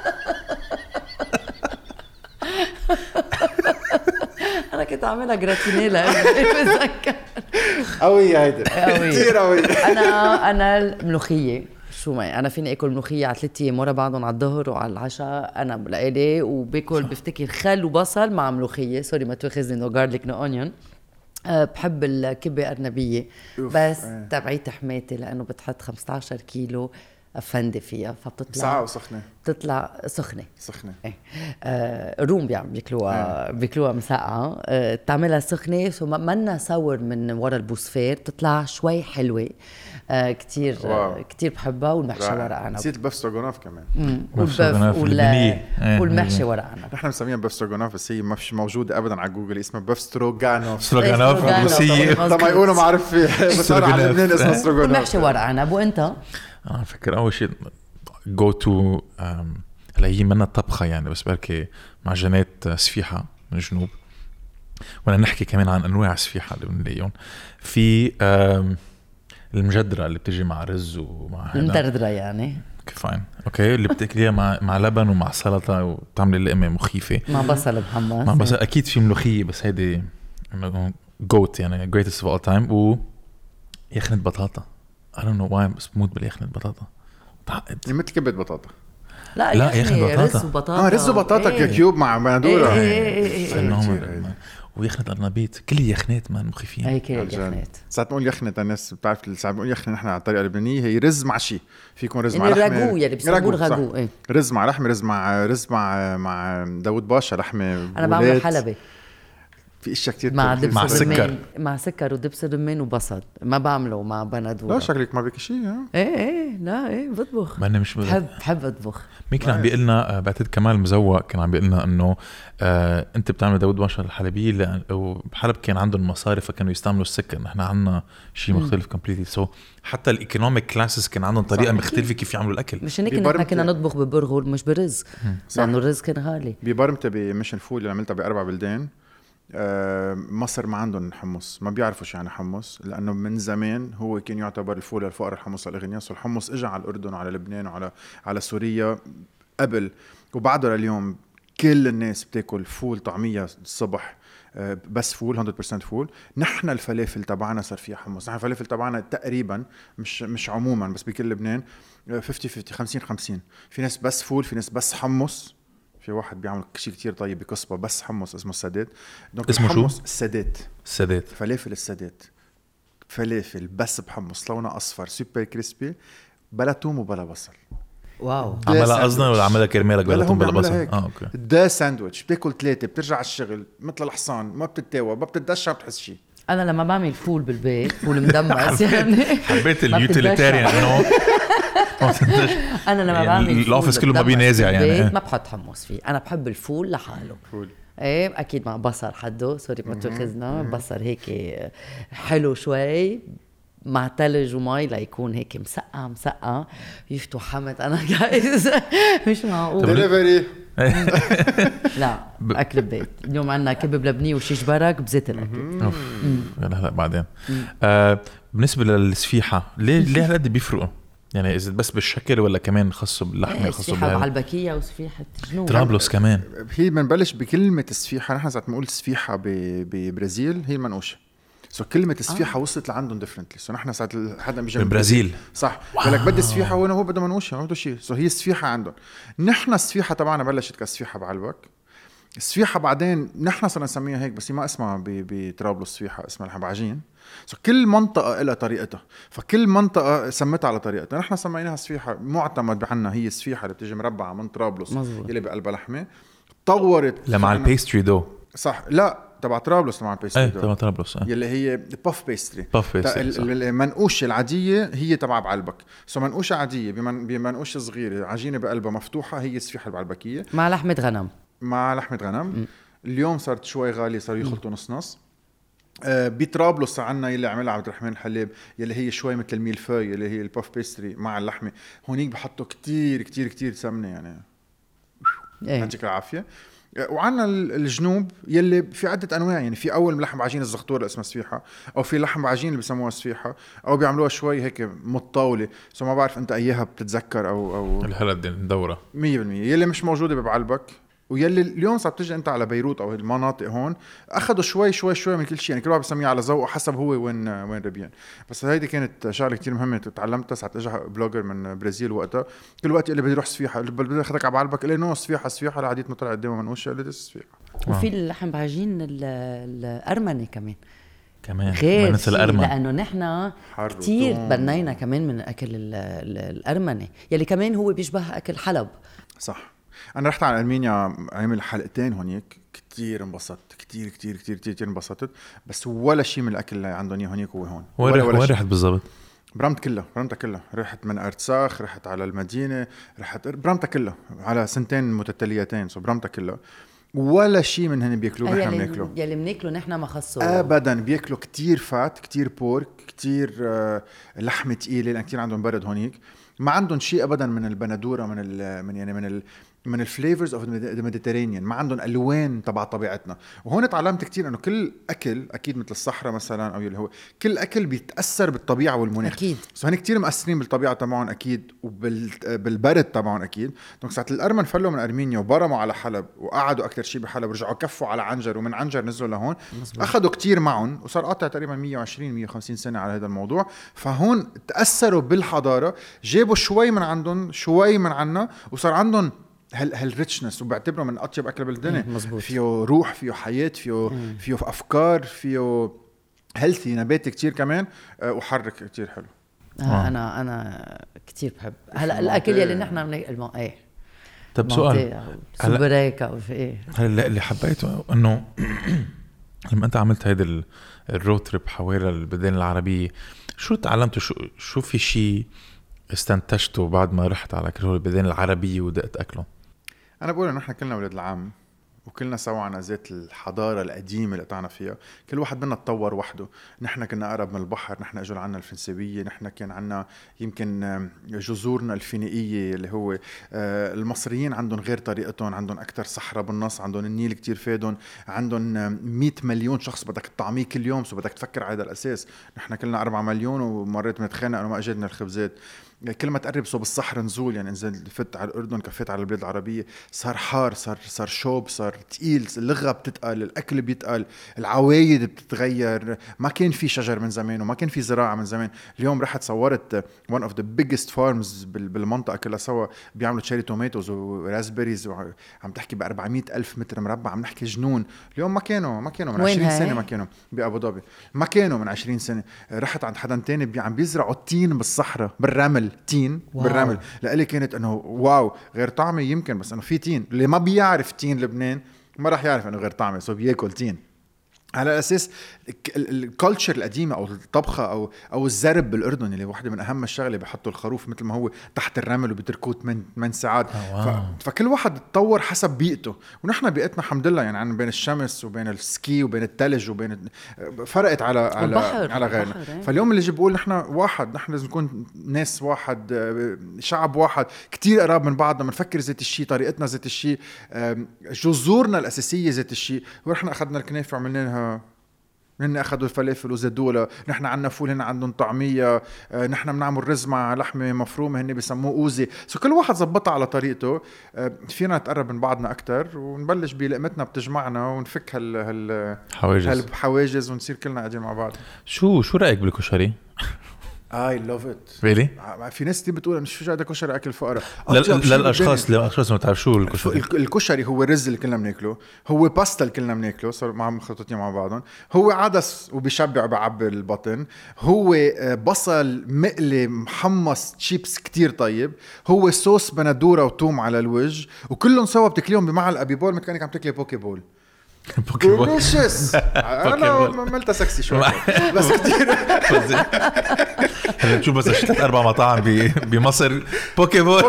[SPEAKER 3] أنا كنت أعملها جراتينيلا. بتذكر.
[SPEAKER 1] قوية هيدا. كتير قوية.
[SPEAKER 3] أنا الملوخية شو معي. أنا فيني أكل ملوخية على 3 أيام ورا بعضهم، على الظهر وعلى العشاء. أنا بلاقي وباكل بفتكر خل وبصل مع ملوخية. سوري ما تأخذني، نو جارليك نو أونيون. بحب الكبة أرنبية بس تبعيت حماتي لأنه بتحط 15 كيلو أفندي فيها، فبتطلع
[SPEAKER 1] ساعة وسخنة.
[SPEAKER 3] تطلع سخنة.
[SPEAKER 1] إيه.
[SPEAKER 3] روم بياكلوها مسقعة. تعملها سخنة منا صور من ورا البوسفير، تطلع شوي حلوة. كتير بحبها. والمحشي ورق عنب.
[SPEAKER 1] نسيت البف ستروغانوف كمان.
[SPEAKER 3] والمحشي ورق عنب.
[SPEAKER 1] نحن مسميها بف ستروغانوف بس هي ما فيش موجودة أبدا على جوجل. اسمها بف ستروغانوف.
[SPEAKER 2] روسية.
[SPEAKER 1] طبعا يقولوا ما عارف فيه بس أنا على لبنان اسمه ستروغانوف.
[SPEAKER 3] والمحشي ورق عنب. وأنت؟
[SPEAKER 2] أنا فكر أول شيء go to هلا هي منا طبخة يعني، بس بركي معجنات سفيحة من الجنوب. وانا نحكي كمان عن انواع السفيحة اللي بنلاقيهم في المجدرة اللي بتجي مع رز ومع
[SPEAKER 3] المدردرة يعني.
[SPEAKER 2] فاين اوكي. اللي بتاكليها مع لبن ومع سلطة وتعملي اللقمة مخيفة
[SPEAKER 3] مع بصل محمص.
[SPEAKER 2] مع بصل اكيد. في ملوخية بس هيدي goat يعني greatest of all time. و يخنة بطاطا. I don't know why بس بموت باليخنة بطاطا.
[SPEAKER 1] تعقد مثل كبة بطاطا.
[SPEAKER 3] لا يخنة رز وبطاطا.
[SPEAKER 1] رز وبطاطا كيوب مع بندورة.
[SPEAKER 2] ويخنة أرنبيت. كل يخنات ما مخيفين.
[SPEAKER 3] هي كل يخنات.
[SPEAKER 1] ساعات نقول يخنة، الناس بتعرف ساعات نقول يخنة نحن على الطريقة اللبنانية هي رز مع شيء. فيكون رز مع لحمة.
[SPEAKER 3] الراجو يعني بيسموه الراجو.
[SPEAKER 1] رز مع لحمة، رز مع داود باشا لحمة.
[SPEAKER 3] أنا بعمل حلبة.
[SPEAKER 1] في اشياء كتير
[SPEAKER 2] مع سكر.
[SPEAKER 3] مع سكر ودبس رمان وبصل. ما بعمله مع بندورة.
[SPEAKER 1] لا شكلك ما بك شيء.
[SPEAKER 3] لا بطبخ.
[SPEAKER 2] ما أنا مش
[SPEAKER 3] بحب أطبخ.
[SPEAKER 2] مين كان عم بيقلنا بعتقد كمال مزوق كان عم بيقلنا إنه أنت بتعمل داود باشا الحلبية وبحلب كان عندهم مصاري فكانوا يستعملوا السكر. نحن عنا شيء مختلف completely. حتى الإيكونوميك كلاسز كان عندهم طريقة مختلفة كيف يعملوا الأكل.
[SPEAKER 3] مش هيك نحن كنا نطبخ ببرغل مش برز لأنه الرز كان غالي.
[SPEAKER 1] ببرمتة بمشن فول اللي عملتها ب4 بلدان. مصر ما عندهم حمص، ما بيعرفوا شو يعني حمص لأنه من زمان هو كان يعتبر الفول الفقر الحمص الأغنياء. الحمص إجا على الأردن وعلى لبنان وعلى سوريا قبل وبعده. لليوم كل الناس بتاكل فول طعمية الصبح بس فول 100% فول. نحن الفلافل تبعنا صار فيها حمص. نحن الفلافل تبعنا تقريبا مش عموما بس بكل لبنان 50 50. في ناس بس فول، في ناس بس حمص. في واحد بيعمل شيء كتير طيب بقصبة بس حمص اسمه السادات.
[SPEAKER 2] اسمه شو؟
[SPEAKER 1] السادات.
[SPEAKER 2] السادات.
[SPEAKER 1] فلافل السادات، فلافل بس بحمص لونه أصفر سوبر كريسبي بلا توم وبلا بصل.
[SPEAKER 3] واو.
[SPEAKER 2] عملها قصدا ولا عملها كرمالك بلا توم بلا بصل؟
[SPEAKER 1] اوكي. ده ساندويتش بتاكل 3 بترجع على الشغل مثل الحصان، ما بتتاوى ما بتتدشى ما بتحس شيء.
[SPEAKER 3] انا لما بعمل فول بالبيت فول مدمس يعني
[SPEAKER 2] حبيت اليوتيليتاريان انه
[SPEAKER 3] انا لما بعمل
[SPEAKER 2] الاوفيس كله ما بينازع يعني
[SPEAKER 3] ما بحط حمص فيه. انا بحب الفول لحاله.
[SPEAKER 1] فول
[SPEAKER 3] ايه اكيد مع بصل حده سوري ما تاخذنا بصل هيك حلو شوي مع تلج ومي ليكون هيك مسقع يفتو حمد. انا جايز مش معقول
[SPEAKER 1] دليفري.
[SPEAKER 3] لا اكل ببيت. اليوم عندنا كبب لبني وشيش برك بزيت الاكل.
[SPEAKER 2] هلا بعدين. بالنسبه للسفيحه ليه هالقد بيفرقوا؟ يعني اذا بس بالشكل ولا كمان خاصه باللحمه خاصه
[SPEAKER 3] سفيحه بعلبكيه وسفيحه جنوب
[SPEAKER 2] طرابلس كمان.
[SPEAKER 1] هي بنبلش بكلمه السفيحه. نحن ساعه نقول سفيحه ببرازيل هي المنقوشه. سو كلمه السفيحه وصلت لعندهم ديفرنتلي. سو نحن ساعه حدا بيجي من
[SPEAKER 2] البرازيل
[SPEAKER 1] صح قال لك بدي السفيحه وانا هو بده منقوشه ما بده شيء. سو هي السفيحه عندهم. نحن السفيحه تبعنا بلشت كسفيحه بعلبك. السفيحه بعدين نحن صرنا نسميها هيك بس هي ما اسمها بطرابلس سفيحه، اسمها لحم بعجين. سو كل منطقه لها طريقتها، فكل منطقه سمتها على طريقتها. نحن سميناها سفيحه معتمد عنا هي السفيحه اللي بتيجي مربعه من طرابلس اللي بقلبها لحمه طورت
[SPEAKER 2] لمع البيستري دو
[SPEAKER 1] صح. لا تبع طرابلس مع البيستري دو
[SPEAKER 2] تبع طرابلس
[SPEAKER 1] يلي هي باف بيستري.
[SPEAKER 2] صح.
[SPEAKER 1] المنقوشه العاديه هي تبع بعلبك. سو منقوشه عاديه بمنقوشه صغيره عجينه بقلبها مفتوحه هي السفيحه البعلبكيه
[SPEAKER 3] مع لحمه غنم. اليوم
[SPEAKER 1] صارت شوي غالي صاروا يخلطوا نص. بطرابلس عنا يلي عملها عبد الرحمن الحلاب يلي هي شوي مثل الميلفوي اللي هي الباف بيستري مع اللحمه. هونيك بحطوا كتير كتير كتير سمنه يعني يعطيك العافيه. وعنا الجنوب يلي في عده انواع يعني في اول لحم بعجين الزغطور اللي اسمها سفيحه، او في لحم بعجين اللي بسموها سفيحه، او بيعملوها شوي هيك متطاوله. سو ما بعرف انت اياها بتتذكر او
[SPEAKER 2] الهلا دي الدوره
[SPEAKER 1] 100% يلي مش موجوده ببعلبك ويلي اليوم صار تيجي انت على بيروت او المناطق هون اخذوا شوي من كل شيء. يعني كل واحد بسميه على ذوقه حسب هو وين ربيان. بس هيدي كانت شغله كتير مهمه تعلمتها ساعه اجى بلوجر من برازيل وقتها. كل وقت اللي بدي يروح سفيحه بدي اخذك على بعلبك اللي نو سفيحه لعديت مطلع قدامه منقوشه اللي سفيحه.
[SPEAKER 3] وفي اللحم بعجين الارمني كمان
[SPEAKER 2] غير
[SPEAKER 3] لانه نحن كتير بنينا كمان من اكل الارمني يلي كمان هو بيشبه اكل حلب.
[SPEAKER 1] صح. أنا رحت على أرمينيا عامل حلقتين هونيك كتير انبسطت كتير انبسطت. بس ولا شيء من الأكل اللي عندهم هونيك هو هون.
[SPEAKER 2] وين رحت بالضبط؟
[SPEAKER 1] برمتها كلها. رحت من أرتساخ رحت على المدينة برمتها كلها على سنتين متتاليتين. برمتها كلها ولا شيء من هن بياكلوه نحن بناكله.
[SPEAKER 3] يلي بناكله نحن ما خصه
[SPEAKER 1] ابدا. بياكلوا كتير فات كتير بورك كتير لحمه ثقيله لان كتير عندهم برد هونيك. ما عندهم شيء ابدا من البندوره من الفليفرز اوف ذا ميديترينيان. ما عندهم الوان تبع طبيعتنا. وهون تعلمت كتير انه كل اكل اكيد مثل الصحراء مثلا او اللي هو كل اكل بيتاثر بالطبيعه والمناخ
[SPEAKER 3] اكيد.
[SPEAKER 1] هن كتير مأثرين بالطبيعه تبعهم اكيد وبالبرد تبعهم اكيد. دونك ساعه الارمن فلوا من ارمينيا وبرموا على حلب وقعدوا اكثر شيء بحلب ورجعوا كفوا على عنجر ومن عنجر نزلوا لهون. اخذوا كتير معهم وصار قاطع تقريبا 120-150 سنه على هذا الموضوع. فهون تاثروا بالحضاره جابوا شوي من عندهم شوي من عنا وصار عندهم هالريتشنس. وبعتبره من اطيب اكل بالدنيا. فيه روح فيه حياه فيه افكار فيه هيلثي نباتي كتير كمان وحرك كتير حلو.
[SPEAKER 3] انا كتير بحب هلا الاكل يلي نحن بناكل
[SPEAKER 2] طب سؤال
[SPEAKER 3] سوبريكا او ايه
[SPEAKER 2] هلا اللي حبيته انه لما انت عملت هيدا الرود تريب حوالي البلدان العربيه شو تعلمت شو في شيء استنتجته بعد ما رحت على كل البلدان العربيه ودقت اكلهم؟
[SPEAKER 1] انا بقول ان احنا كلنا ولاد العام وكلنا سوا عنا ذات الحضارة القديمة اللي قطعنا فيها. كل واحد منا تطور وحده. نحن كنا أقرب من البحر. نحن أجل عنا الفرنسوية. نحن كان عنا يمكن جذورنا الفينيقية اللي هو المصريين عندهم غير طريقتهم. عندهم أكتر صحراء بالنص. عندهم النيل كتير فادهم. عندهم 100 مليون شخص بدك تطعميه كل يوم. بدك تفكر على هذا الأساس. نحن كلنا 4 مليون ومرات بنتخانق أنه ما أجدنا الخبزات. كل ما تقرب صوب الصحراء نزول، يعني انزل فت على الأردن، كفيت على البلاد العربية، صار حار، صار شوب، صار تقيل، اللغة بتتقل، الأكل بيتقل، العوايد بتتغير، ما كان في شجر من زمان وما كان في زراعة من زمان. اليوم رحت صورت one of the biggest farms بالمنطقة كلها سوا، بيعملوا تشيري توماتوز وراسبيريز، وعم تحكي ب 400,000 متر مربع، عم نحكي جنون. اليوم ما كانوا من 20 سنة، ما كانوا بأبو ظبي، ما كانوا من 20 سنة. رحت عند حدا تاني عم بيزرعوا التين بالصحراء بالرمل، تين واو. بالرمل. لألي كانت انه واو، غير طعمه يمكن، بس انه في تين. اللي ما بيعرف تين لبنان ما راح يعرف انه غير طعمه، سو بياكل تين. على اساس الكالتشر القديمه او الطبخه او الزرب بالاردن، اللي واحده من اهم الشغله، بيحطوا الخروف مثل ما هو تحت الرمل وبتركوه 8 ساعات. فكل واحد تطور حسب بيئته، ونحن بيئتنا الحمد لله يعني عن بين الشمس وبين السكي وبين الثلج وبين فرقت على غيرنا. فاليوم اللي جيب بقول نحن واحد، نحن لازم نكون ناس واحد، شعب واحد، كتير قراب من بعضنا، بنفكر ذات الشيء، طريقتنا ذات الشيء، جذورنا الاساسيه ذات الشيء. ونحن اخذنا الكنافه وعملنا، هن أخذوا الفلافل وزادوها، نحن عنا فول، هن عندهم طعمية، نحن بنعمل رز مع لحمة مفرومة، هن بيسموه أوزي. كل واحد زبطها على طريقته. فينا نتقرب من بعضنا أكتر ونبلش بلقمتنا بتجمعنا، ونفك هالحواجز ونصير كلنا قاعدين مع بعض.
[SPEAKER 2] شو رأيك بالكشري؟
[SPEAKER 1] I love it.
[SPEAKER 2] Really?
[SPEAKER 1] في ناس كتير بتقول مش هذا كشري أكل فقراء.
[SPEAKER 2] للأشخاص ما تعرف شو الكشري.
[SPEAKER 1] الكشري هو الرز اللي كلنا بناكله، هو باستا اللي كلنا بناكله، صار معهم خلطتين مع بعضهم، هو عدس وبيشبع بعب البطن، هو بصل مقلي محمص تشيبس كتير طيب، هو صوص بندورة وتوم على الوجه، وكلهم سوا بتاكليهم بمعلقة ببول مثل كأنك عم تاكلي بوكي بول. ديليشس. انا عملتها سكسي شوي بس كتير.
[SPEAKER 2] هلا تشوف بس 3-4 مطاعم بمصر بوكي بول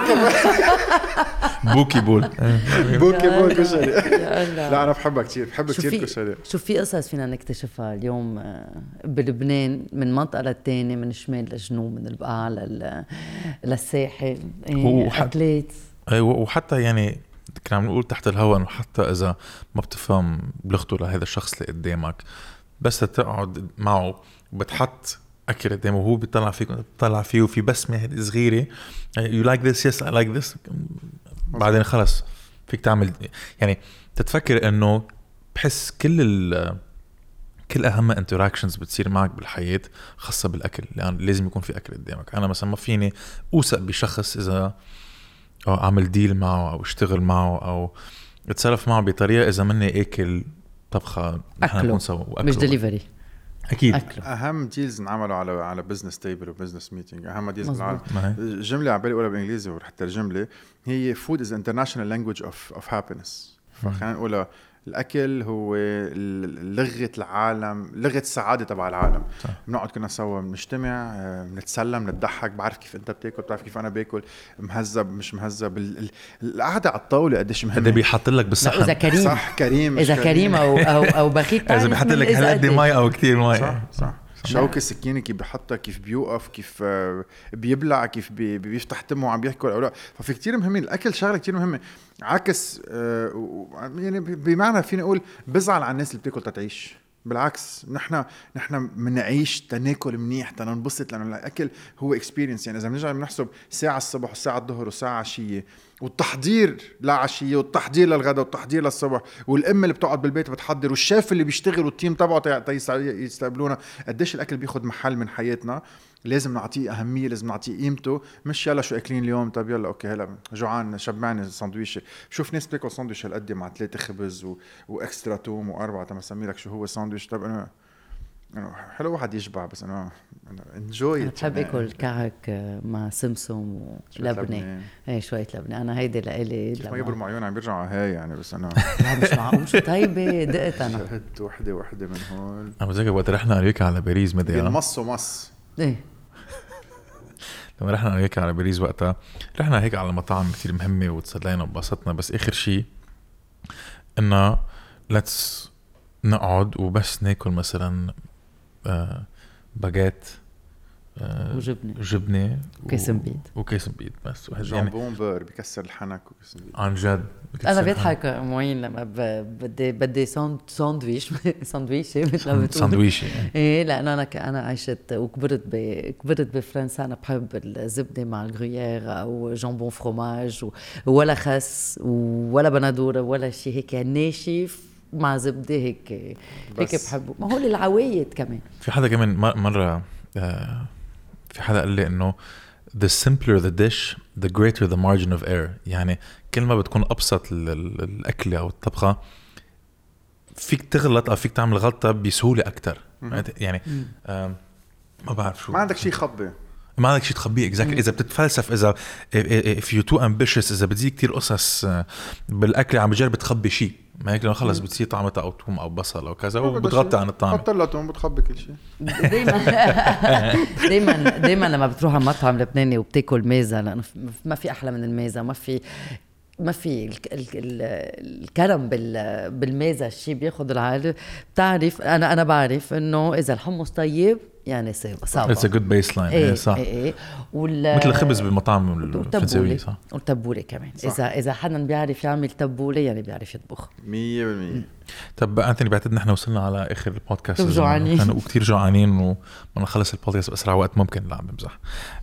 [SPEAKER 2] بوكي بول كشري. لا انا بحبها كتير، بحب كتير كشري.
[SPEAKER 3] شو في قصص فينا نكتشفها اليوم بلبنان، من منطقة للتانية، من شمال لجنوب، من البقاع للساحل، أكلات.
[SPEAKER 2] وحتى يعني كنا عم نقول تحت الهواء انه حتى اذا ما بتفهم بلغته لهذا الشخص اللي قدامك، بس تقعد معه وبتحط اكل قدامه وهو بيطلع فيك بتطلع فيه وفي بسمه هذه صغيره، you like this yes I like this، بعدين خلص فيك تعمل يعني تتفكر انه بحس كل اهم انتراكشنز بتصير معك بالحياه خاصه بالاكل، لان لازم يكون في اكل قدامك. انا مثلا ما فيني اوثق بشخص اذا أو أعمل ديل معه أو اشتغل معه أو اتصرف معه بطريقة إذا مني أكل طبخة
[SPEAKER 3] أكله مش ديليفري.
[SPEAKER 2] أكيد
[SPEAKER 3] أكله.
[SPEAKER 1] أهم ديلز نعملوا على بزنس تيبل وبزنس ميتينج، أهم ديلز بالعالم. جملة عم بالي أقولها بالإنجليزي ورح ترجم لي، هي food is international language of happiness. فخلينا نقولها، الأكل هو لغة العالم، لغة السعادة تبع العالم. بنقعد كنا سوا بنجتمع، بنتسلم، نضحك، بعرف كيف أنت بتاكل، بتعرف كيف أنا باكل، مهذب مش مهذب، القعدة على الطاولة قديش مهمة.
[SPEAKER 2] هذا بيحط لك بالصحن
[SPEAKER 3] إذا كريم،
[SPEAKER 1] صح كريم،
[SPEAKER 3] إذا كريم أو بخيل،
[SPEAKER 2] إذا بيحط لك هالقد مي أو كتير مي.
[SPEAKER 1] صح. شوكة سكينة كيف بحطها، كيف بيوقف، كيف بيبلع، كيف بيفتح تمه وعم بيحكي أو لا. ففي كتير مهمين، الأكل شغلة كتير مهمة. عكس يعني بمعنى فيني أقول بزعل على الناس اللي بتاكل تتعيش. بالعكس، نحن منعيش تناكل منيح تننبسط، لأنه الأكل هو experience. يعني إذا بنرجع بنحسب ساعة الصبح وساعة الظهر وساعة عشية، والتحضير للعشية والتحضير للغدا والتحضير للصبح، والأم اللي بتقعد بالبيت بتحضر، والشيف اللي بيشتغل والتيم تبعه يستقبلونا، قديش الأكل بياخد محل من حياتنا. لازم نعطيه أهمية، لازم نعطيه قيمته. مش يلا شو أكلين اليوم، طب يلا أوكي هلا جوعان شبعني ساندويشة. شوف ناس بتاكل ساندويش هالقد مع 3 خبز وإكسترا توم و4 تمسمي لك شو هو ساندويش. طب أنا حلو واحد يشبع، بس أنا انجوي.
[SPEAKER 3] بحب أكل كعك مع سمسم ولبنة، شوية لبنة. أنا هيدي لإلي
[SPEAKER 1] ما يبرم عيون عم بيرجعوا هاي يعني، بس أنا
[SPEAKER 3] مش معقول شو طيبة دقت. أنا
[SPEAKER 1] شهدت وحدة من هون.
[SPEAKER 2] أنا بذكر وقت رحنا أمريكا على باريس مدى
[SPEAKER 1] مص
[SPEAKER 3] إيه،
[SPEAKER 2] لما رحنا هيك على باريس وقتها رحنا هيك على مطاعم كتير مهمة وتصلينا وبسطنا، بس آخر شيء إنه let's نقعد وبس ناكل مثلا باجيت وجبنه
[SPEAKER 3] وكيسن بيض
[SPEAKER 2] بس
[SPEAKER 1] جامبون بير بكسر الحنك وكيسن بيض
[SPEAKER 2] عن جد.
[SPEAKER 3] انا بضحك معين لما بدي ساندويش ساندويشه مثل ما بتقول
[SPEAKER 2] ساندويشه
[SPEAKER 3] ايه، لانه انا عشت وكبرت بفرنسا. انا بحب الزبده مع الغريير او جامبون فروماج ولا خس ولا بندوره ولا شيء هيك ناشف مع زبده هيك بحبه. ما هو العوايد كمان.
[SPEAKER 2] في حدا كمان مره في حدا قال لي انه the simpler the dish the greater the margin of error. يعني كل ما بتكون ابسط الاكله او الطبخه فيك تغلط او فيك تعمل غلطه بسهوله اكتر. يعني ما بعرف شو،
[SPEAKER 1] ما عندك شيء خبي،
[SPEAKER 2] ما عندك شيء تخبيه exactly. اذا بتتفلسف، اذا if you too ambitious، اذا بتزيد كتير قصص بالاكل عم بجرب تخبي شيء، ما هيك لانه خلص بتصير طعمتها او توم او بصل او كذا وبتغطي عن الطعم.
[SPEAKER 1] حط لها توم بتخبي كل شيء.
[SPEAKER 3] دايما لما بتروح على مطعم لبناني وبتاكل ميزه، لانه ما في احلى من الميزه، ما في الكرم بالميزه الشيء بياخذ العالي. بتعرف انا بعرف انه اذا الحمص طيب يعني صعب.
[SPEAKER 2] It's a good baseline. إيه صح.
[SPEAKER 3] إيه.
[SPEAKER 2] مثل الخبز بالمطاعم الفرنسية صح.
[SPEAKER 3] والتبولة كمان صح. إذا حدا بيعرف يعمل تبولة يعني بيعرف يطبخ
[SPEAKER 1] 100%.
[SPEAKER 2] طب أنتني بعتقد نحن وصلنا على آخر البودكاست.
[SPEAKER 3] جوعانين
[SPEAKER 2] وكتير جوعانين ومنخلص البودكاست بأسرع وقت ممكن. لا بمزح.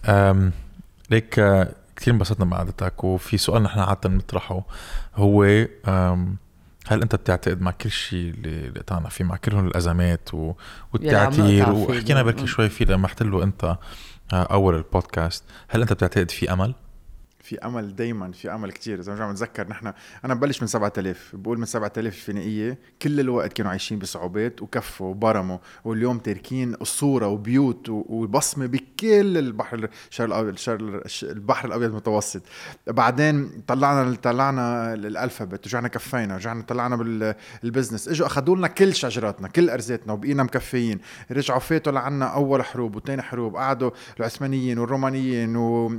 [SPEAKER 2] ليك كتير انبسطنا بقعدتك. وفي سؤال نحن عادة نطرحه هو هل أنت بتعتقد مع كل شيء اللي قطعنا فيه، مع كل الأزمات والتعتير وحكينا بركي شوي فيه لما احتلوا أنت أول البودكاست، هل أنت بتعتقد في أمل؟
[SPEAKER 1] في أمل، دايما في أمل كتير. إذا رجعنا نتذكر نحن، أنا ببلش من 7000، بقول من 7000 الفينيقية كل الوقت كانوا عايشين بصعوبات وكفوا وبرموا، واليوم تاركين قصورة وبيوت وبصمة بكل البحر البحر الأبيض المتوسط. بعدين طلعنا الألفابت، رجعنا كفينا، رجعنا طلعنا بالبزنس، اجوا أخذوا لنا كل شجراتنا كل أرزاتنا وبقينا مكفيين. رجعوا فاتوا لعنا أول حروب وتاني حروب، قعدوا العثمانيين والرومانيين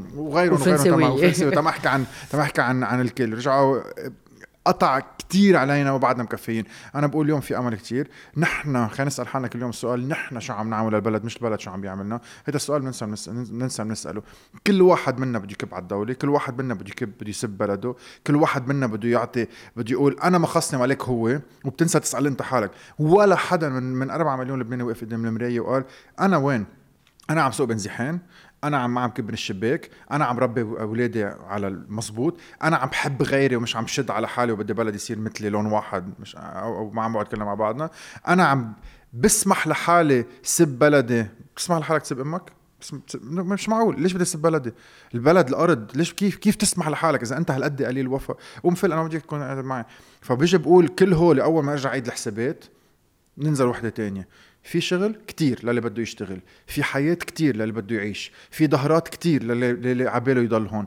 [SPEAKER 1] وغيرهم تم احكي عن الكل. رجعوا قطع كتير علينا وبعدنا مكفيين. انا بقول اليوم في امل كتير. نحن خلينا نسال حالنا كل يوم السؤال، نحن شو عم نعمل للبلد مش البلد شو عم بيعملنا. هذا السؤال بننسى نساله. كل واحد منا بده يكب على الدوله، كل واحد منا بده يسب بلده، كل واحد منا بده يقول انا ما خصني عليك هو، وبتنسى تسال انت حالك. ولا حدا من 4 مليون لبناني وقف قدام المرايه وقال انا وين، انا عم سوق بنزيحان، انا عم كبر الشباك، انا عم ربي اولادي على المزبوط، انا عم بحب غيري ومش عم شد على حالي وبدي بلد يصير مثلي لون واحد، مش او ما عم بقعد كلنا مع بعضنا. انا عم بسمح لحالي سب بلدي. بتسمح لحالك تسب امك؟ مش معقول. ليش بدي اسب بلدي؟ البلد الارض. ليش كيف تسمح لحالك اذا انت هالقد قليل وفاء؟ ومفل انا بدي تكون قاعد معي. فبيجي بقول كل هول اول ما ارجع عيد الحسابات ننزل وحده تانية. في شغل كتير للي بده يشتغل، في حياة كتير للي بده يعيش، في ظهرات كتير للي عباله يضل هون.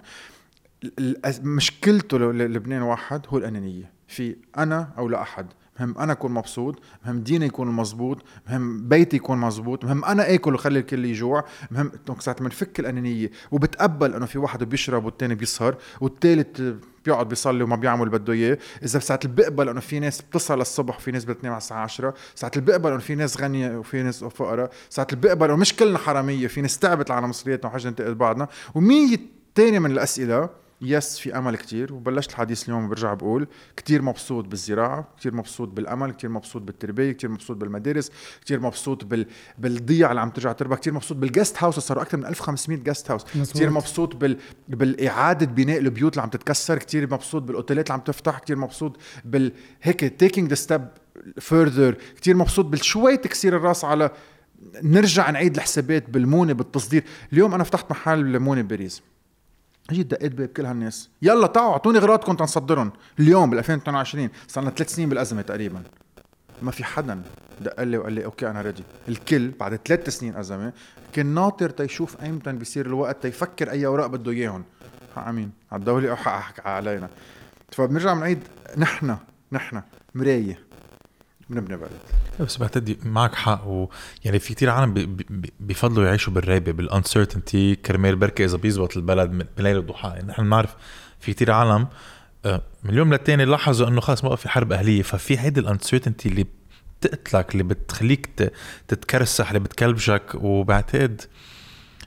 [SPEAKER 1] مشكلته لبنان واحد هو الأنانية. في أنا أو لا أحد. مهم أنا أكون مبسوط، مهم ديني يكون مزبوط، مهم بيتي يكون مزبوط، مهم أنا أكل وخلي الكل يجوع. مهم ساعة ما نفك الأنانية وبتقبل أنه في واحد بيشرب والتاني بيسهر والتالت بيقعد بيصلي وما بيعمل بده اياه. اذا ساعه البقبل انه في ناس بتصل الصبح وفي ناس بتنام على الساعه 10، ساعه البقبل انه في ناس غنيه وفي ناس فقراء، ساعه البقبل انه مش كلنا حراميه، في ناس تعبت على مصرياتنا وحاجه ننتقد بعضنا. و100 تاني من الاسئله. يس في امل كتير. وبلشت الحديث اليوم برجع بقول كتير مبسوط بالزراعه، كتير مبسوط بالامل، كتير مبسوط بالتربيه، كتير مبسوط بالمدارس، كتير مبسوط بالضيعه اللي عم ترجع تربى، كتير مبسوط بالجست هاوس، صاروا اكثر من 1500 جست هاوس. كتير مبسوط بالاعاده بناء البيوت اللي عم تتكسر، كتير مبسوط بالاوتيلات اللي عم تفتح، كتير مبسوط هيك taking the step further، كتير مبسوط بالشوي تكسير الراس على نرجع نعيد الحسابات بالمونه بالتصدير. اليوم انا فتحت محل مونه بباريس، اجيت دقيت باب كل هالناس، يلا تعالوا اعطوني اغراضكم تنصدرهم. اليوم بال 2022 صار لنا 3 سنين بالازمه تقريبا، ما في حدا دق لي وقال لي اوكي انا ريدي. الكل بعد 3 سنين ازمه كان ناطر تيشوف ايمتى بيصير الوقت تيفكر اي اوراق بده اياهم. حق مين؟ على الدوله او حق علينا؟ فبنرجع بنعيد نحن مرايه بنبني بلد.
[SPEAKER 2] بس بعتقد معك حق. يعني في كتير عالم بيفضلوا يعيشوا بالريبه بالانسرتينتي كرمال بركه اذا بيزبط البلد بليله الضحى. يعني نحن بنعرف في كتير عالم من اليوم للتاني لاحظوا انه خلاص ما بقى في حرب اهليه، ففي هيدي الانسرتينتي اللي بتقتلك، اللي بتخليك تتكرسح، اللي بتكلبشك. وبعتقد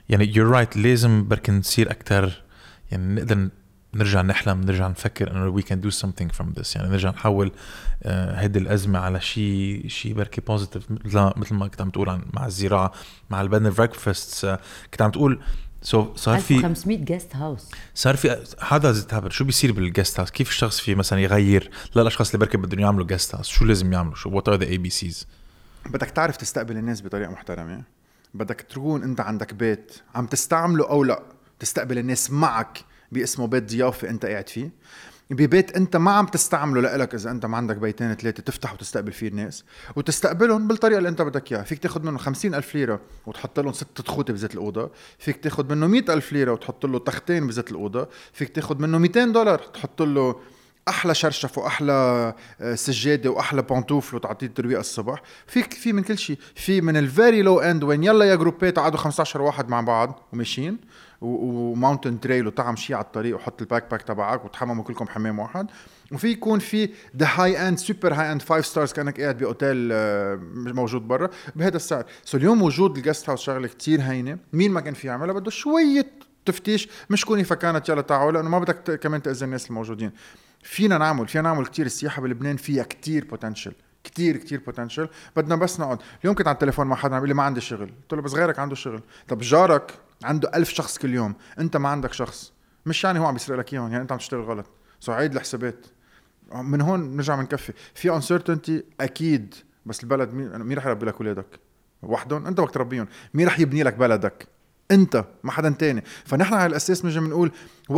[SPEAKER 2] يعني you're right لازم بركن نصير أكتر يعني نقدر نرجع نحلم نرجع نفكر إنه we can do something from this يعني نرجع نحول هيدي الأزمة على شيء بركي positive مثل ما كنت عم تقول مع الزراعة مع البدن breakfasts كنت عم تقول صار في
[SPEAKER 3] 1500 جيست هاوس
[SPEAKER 2] صار في هذا زتابر شو بيصير بالجيست هاوس كيف الشخص في مثلا يغير للأشخاص اللي بركي بدهم يعملوا جيست هاوس شو لازم يعملوا شو what are the ABCs
[SPEAKER 1] بدك تعرف تستقبل الناس بطريقة محترمة بدك تكون انت عندك بيت عم تستعمله او لا تستقبل الناس معك باسمه بيت ضيافة انت قاعد فيه ببيت انت ما عم تستعمله لإلك اذا انت ما عندك بيتين 3 تفتح وتستقبل فيه الناس وتستقبلهم بالطريقة اللي انت بدك اياها فيك تاخد منه 50,000 ليرة وتحط لهم 6 تخوت بزيت الأوضة فيك تاخد منه 100,000 ليرة وتحط له تختين بزيت الأوضة فيك تاخد منه $200 تحط له احلى شرشف واحلى سجاده واحلى بانطوفل وتعطيه ترويقه الصبح فيك في من كل شيء في من الفيري لو اند وين يلا يا جروبات قعدوا 15 واحد مع بعض وماشيين وماونتن تريل وطعم شيء على الطريق وحط الباك باك تبعك وتحمموا كلكم حمام واحد وفي يكون في ذا هاي اند سوبر هاي اند 5 ستارز كانك قاعد باوتيل موجود برا بهذا السعر اليوم وجود الجست هاوس شغله كتير هينه مين ما كان في يعملها بده شويه تفتيش مش كوني فكانت يلا تعالوا لانه ما بدك كمان تاذي الناس الموجودين فينا نعمل كتير السياحة بلبنان فيها كتير بوتنشل كتير بوتنشل بدنا بس نقعد اليوم كنت على التليفون مع حدا عم يقول لي ما عندي شغل قلت له بس غيرك عنده شغل طب جارك عنده 1000 شخص كل يوم انت ما عندك شخص مش يعني هو عم يسرق لك اياهم يعني انت عم تشتغل غلط عيد الحسابات من هون نرجع منكفي في uncertainty اكيد بس البلد مين رح يربي لك اولادك وحدهم انت بدك تربيهم مين رح يبني لك بلدك انت ما حدا تاني فنحن على الاساس نجي بنقول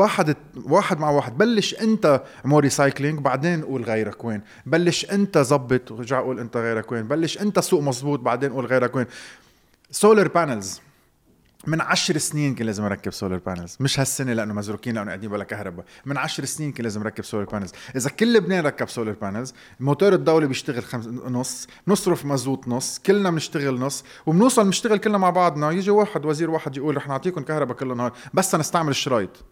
[SPEAKER 1] واحد مع واحد بلش انت مور ريسايكلينج بعدين قول غيرك وين بلش انت زبط ورجع قول انت غيرك وين بلش انت سوق مزبوط بعدين قول غيرك وين سولار بانلز من 10 سنين كان لازم اركب سولار بانلز مش هالسنه لانه مزروكين لانه قاعدين بلا كهرباء من 10 سنين كان لازم اركب سولار بانلز اذا كل لبنان ركب سولار بانلز الموتور الدولي بيشتغل نص نصرف مزوت نص كلنا بنشتغل نص وبنوصل نشتغل كلنا مع بعضنا يجي واحد وزير واحد يقول رح نعطيكم كهرباء كل النهار بس نستعمل الشرايط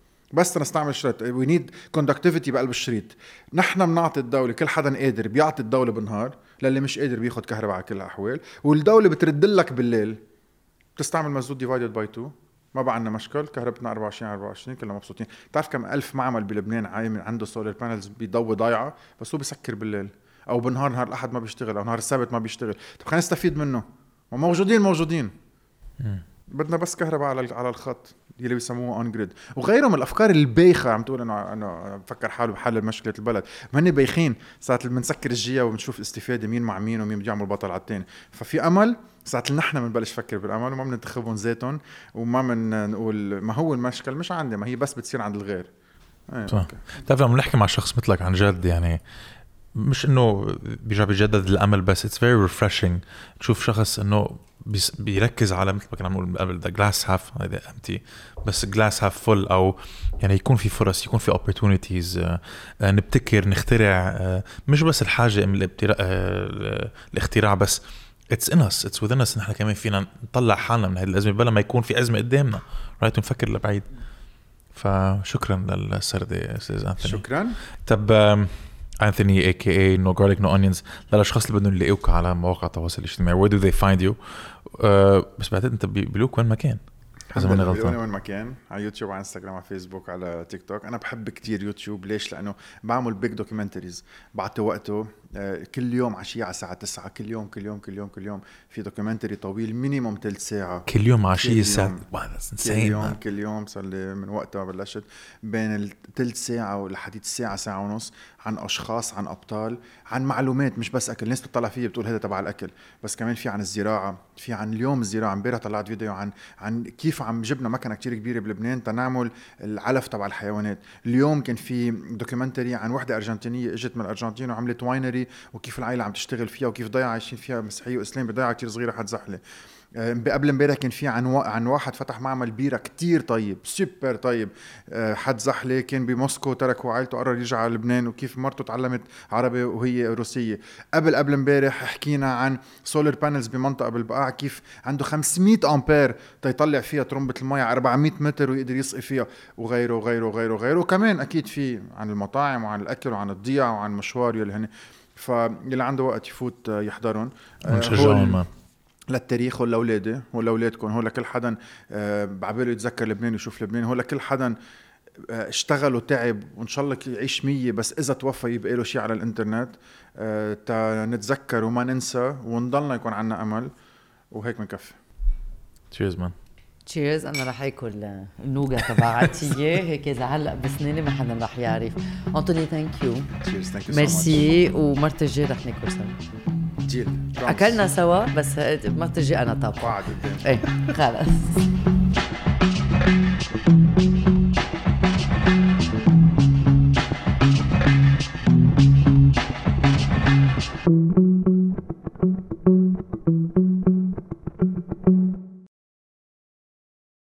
[SPEAKER 1] we need conductivity بقلب الشريط نحن بنعطي الدولة كل حدا قادر بيعطي الدولة بالنهار للي مش قادر بياخد كهرباء على كل الأحوال والدولة بتردلك بالليل تستعمل مزود divided by 2 ما بقى عنا مشكل كهربتنا 24 كلنا مبسوطين تعرف كم 1000 معمل بلبنان عنده سولار بانلز بيضوي ضايعة بس هو بيسكر بالليل أو بالنهار نهار الأحد ما بيشتغل أو نهار السبت ما بيشتغل طب خلينا نستفيد منه موجودين بدنا بس كهرباء على الخط اللي بيسموه اون جريد وغيره من الافكار البايخه عم تقول انه بفكر حاله بحل مشكله البلد ما هن بايخين ساعه اللي بنسكر الجيه وبنشوف استفاده مين مع مين ومين بده يعمل بطل على الثاني ففي امل ساعه اللي نحن بنبلش نفكر بالامل وما بننتخبهم ذاتهم وما بنقول ما هو المشكل مش عندي ما هي بس بتصير عند الغير
[SPEAKER 2] تعرف لما نحكي مع شخص مثلك عن جد يعني مش انه بيرجع بيجدد الامل بس it's very refreshing تشوف شخص انه بيركز على مثل ما كنا نقول قبل the glass half هذا empty بس glass half full او يعني يكون في فرص يكون في opportunities نبتكر نخترع مش بس الحاجة الاختراع بس it's in us it's within us نحن كمان فينا نطلع حالنا من هذه الأزمة بلا ما يكون في أزمة قدامنا right ونفكر لبعيد فشكرا للسردة أستاذ أنثوني
[SPEAKER 1] شكرا
[SPEAKER 2] طب أنثوني AKA No Garlic No Onions للأشخاص اللي بدهم يلاقوك على مواقع التواصل الاجتماعي where do they find you بس بعتقد أنت بيلوك وين مكان
[SPEAKER 1] بيلوني وين مكان على يوتيوب على انستغرام على فيسبوك على تيك توك أنا بحب كتير يوتيوب ليش لأنه بعمل بيج دوكيومنتريز بعطي وقته كل يوم عشية على الساعة 9 كل يوم في دوكيومنتري طويل مينيموم 3 ساعة
[SPEAKER 2] كل يوم عشية الساعة
[SPEAKER 1] كل يوم صار لي من وقتها بلشت بين الثلث ساعة لحديت ساعة ونص عن أشخاص عن أبطال عن معلومات مش بس أكل الناس بتطلع فيه بتقول هذا تبع الأكل بس كمان في عن الزراعة في عن اليوم الزراعة امبارح طلعت فيديو عن كيف عم جبنا مكنة كتير كبيرة بلبنان تنعمل العلف تبع الحيوانات اليوم كان في دوكيومنتري عن وحدة أرجنتينية اجت من الأرجنتين وعملت واينري وكيف العائلة عم تشتغل فيها وكيف ضيعة عايشين فيها مسيحية وإسلام بضيعة كتير صغيرة حد زحلة قبل امبارح كان في عن واحد فتح معمل بيرة كتير طيب سوبر طيب حد زحلة كان بموسكو ترك وعائلته قرر يرجع على لبنان وكيف مرته تعلمت عربي وهي روسية قبل امبارح حكينا عن سولار بانلز بمنطقة بالبقاع كيف عنده 500 أمبير تيطلع فيها ترمبة المية 400 متر ويقدر يسقي فيها وغيره وكمان أكيد في عن المطاعم وعن الأكل وعن الضياع وعن مشوار يلي هن فاللي عنده وقت يفوت يحضرون للتاريخ ولأولادي ولأولادكم. هو لكل حدا بعباله يتذكر لبنان ويشوف لبنان. هو لكل حدا اشتغل وتعب وإن شاء الله يعيش 100، بس إذا توفى يبقى له شيء على الإنترنت نتذكر وما ننسى ونضلنا يكون عنا أمل. وهيك منكفي.
[SPEAKER 2] تشيرز مان.
[SPEAKER 3] تشيرز. أنا رح أكل النوغا تبعتي هيك إذا علق بسناني ما حدا رح يعرف. أنتوني ثانك يو.
[SPEAKER 1] تشيرز. ثانك يو.
[SPEAKER 3] ميرسي. ومرت الجاي رح ناكل سوا.
[SPEAKER 1] جيل.
[SPEAKER 3] أكلنا سوا بس مرت الجاي أنا طبخ.
[SPEAKER 1] وعد.
[SPEAKER 3] إيه خلص.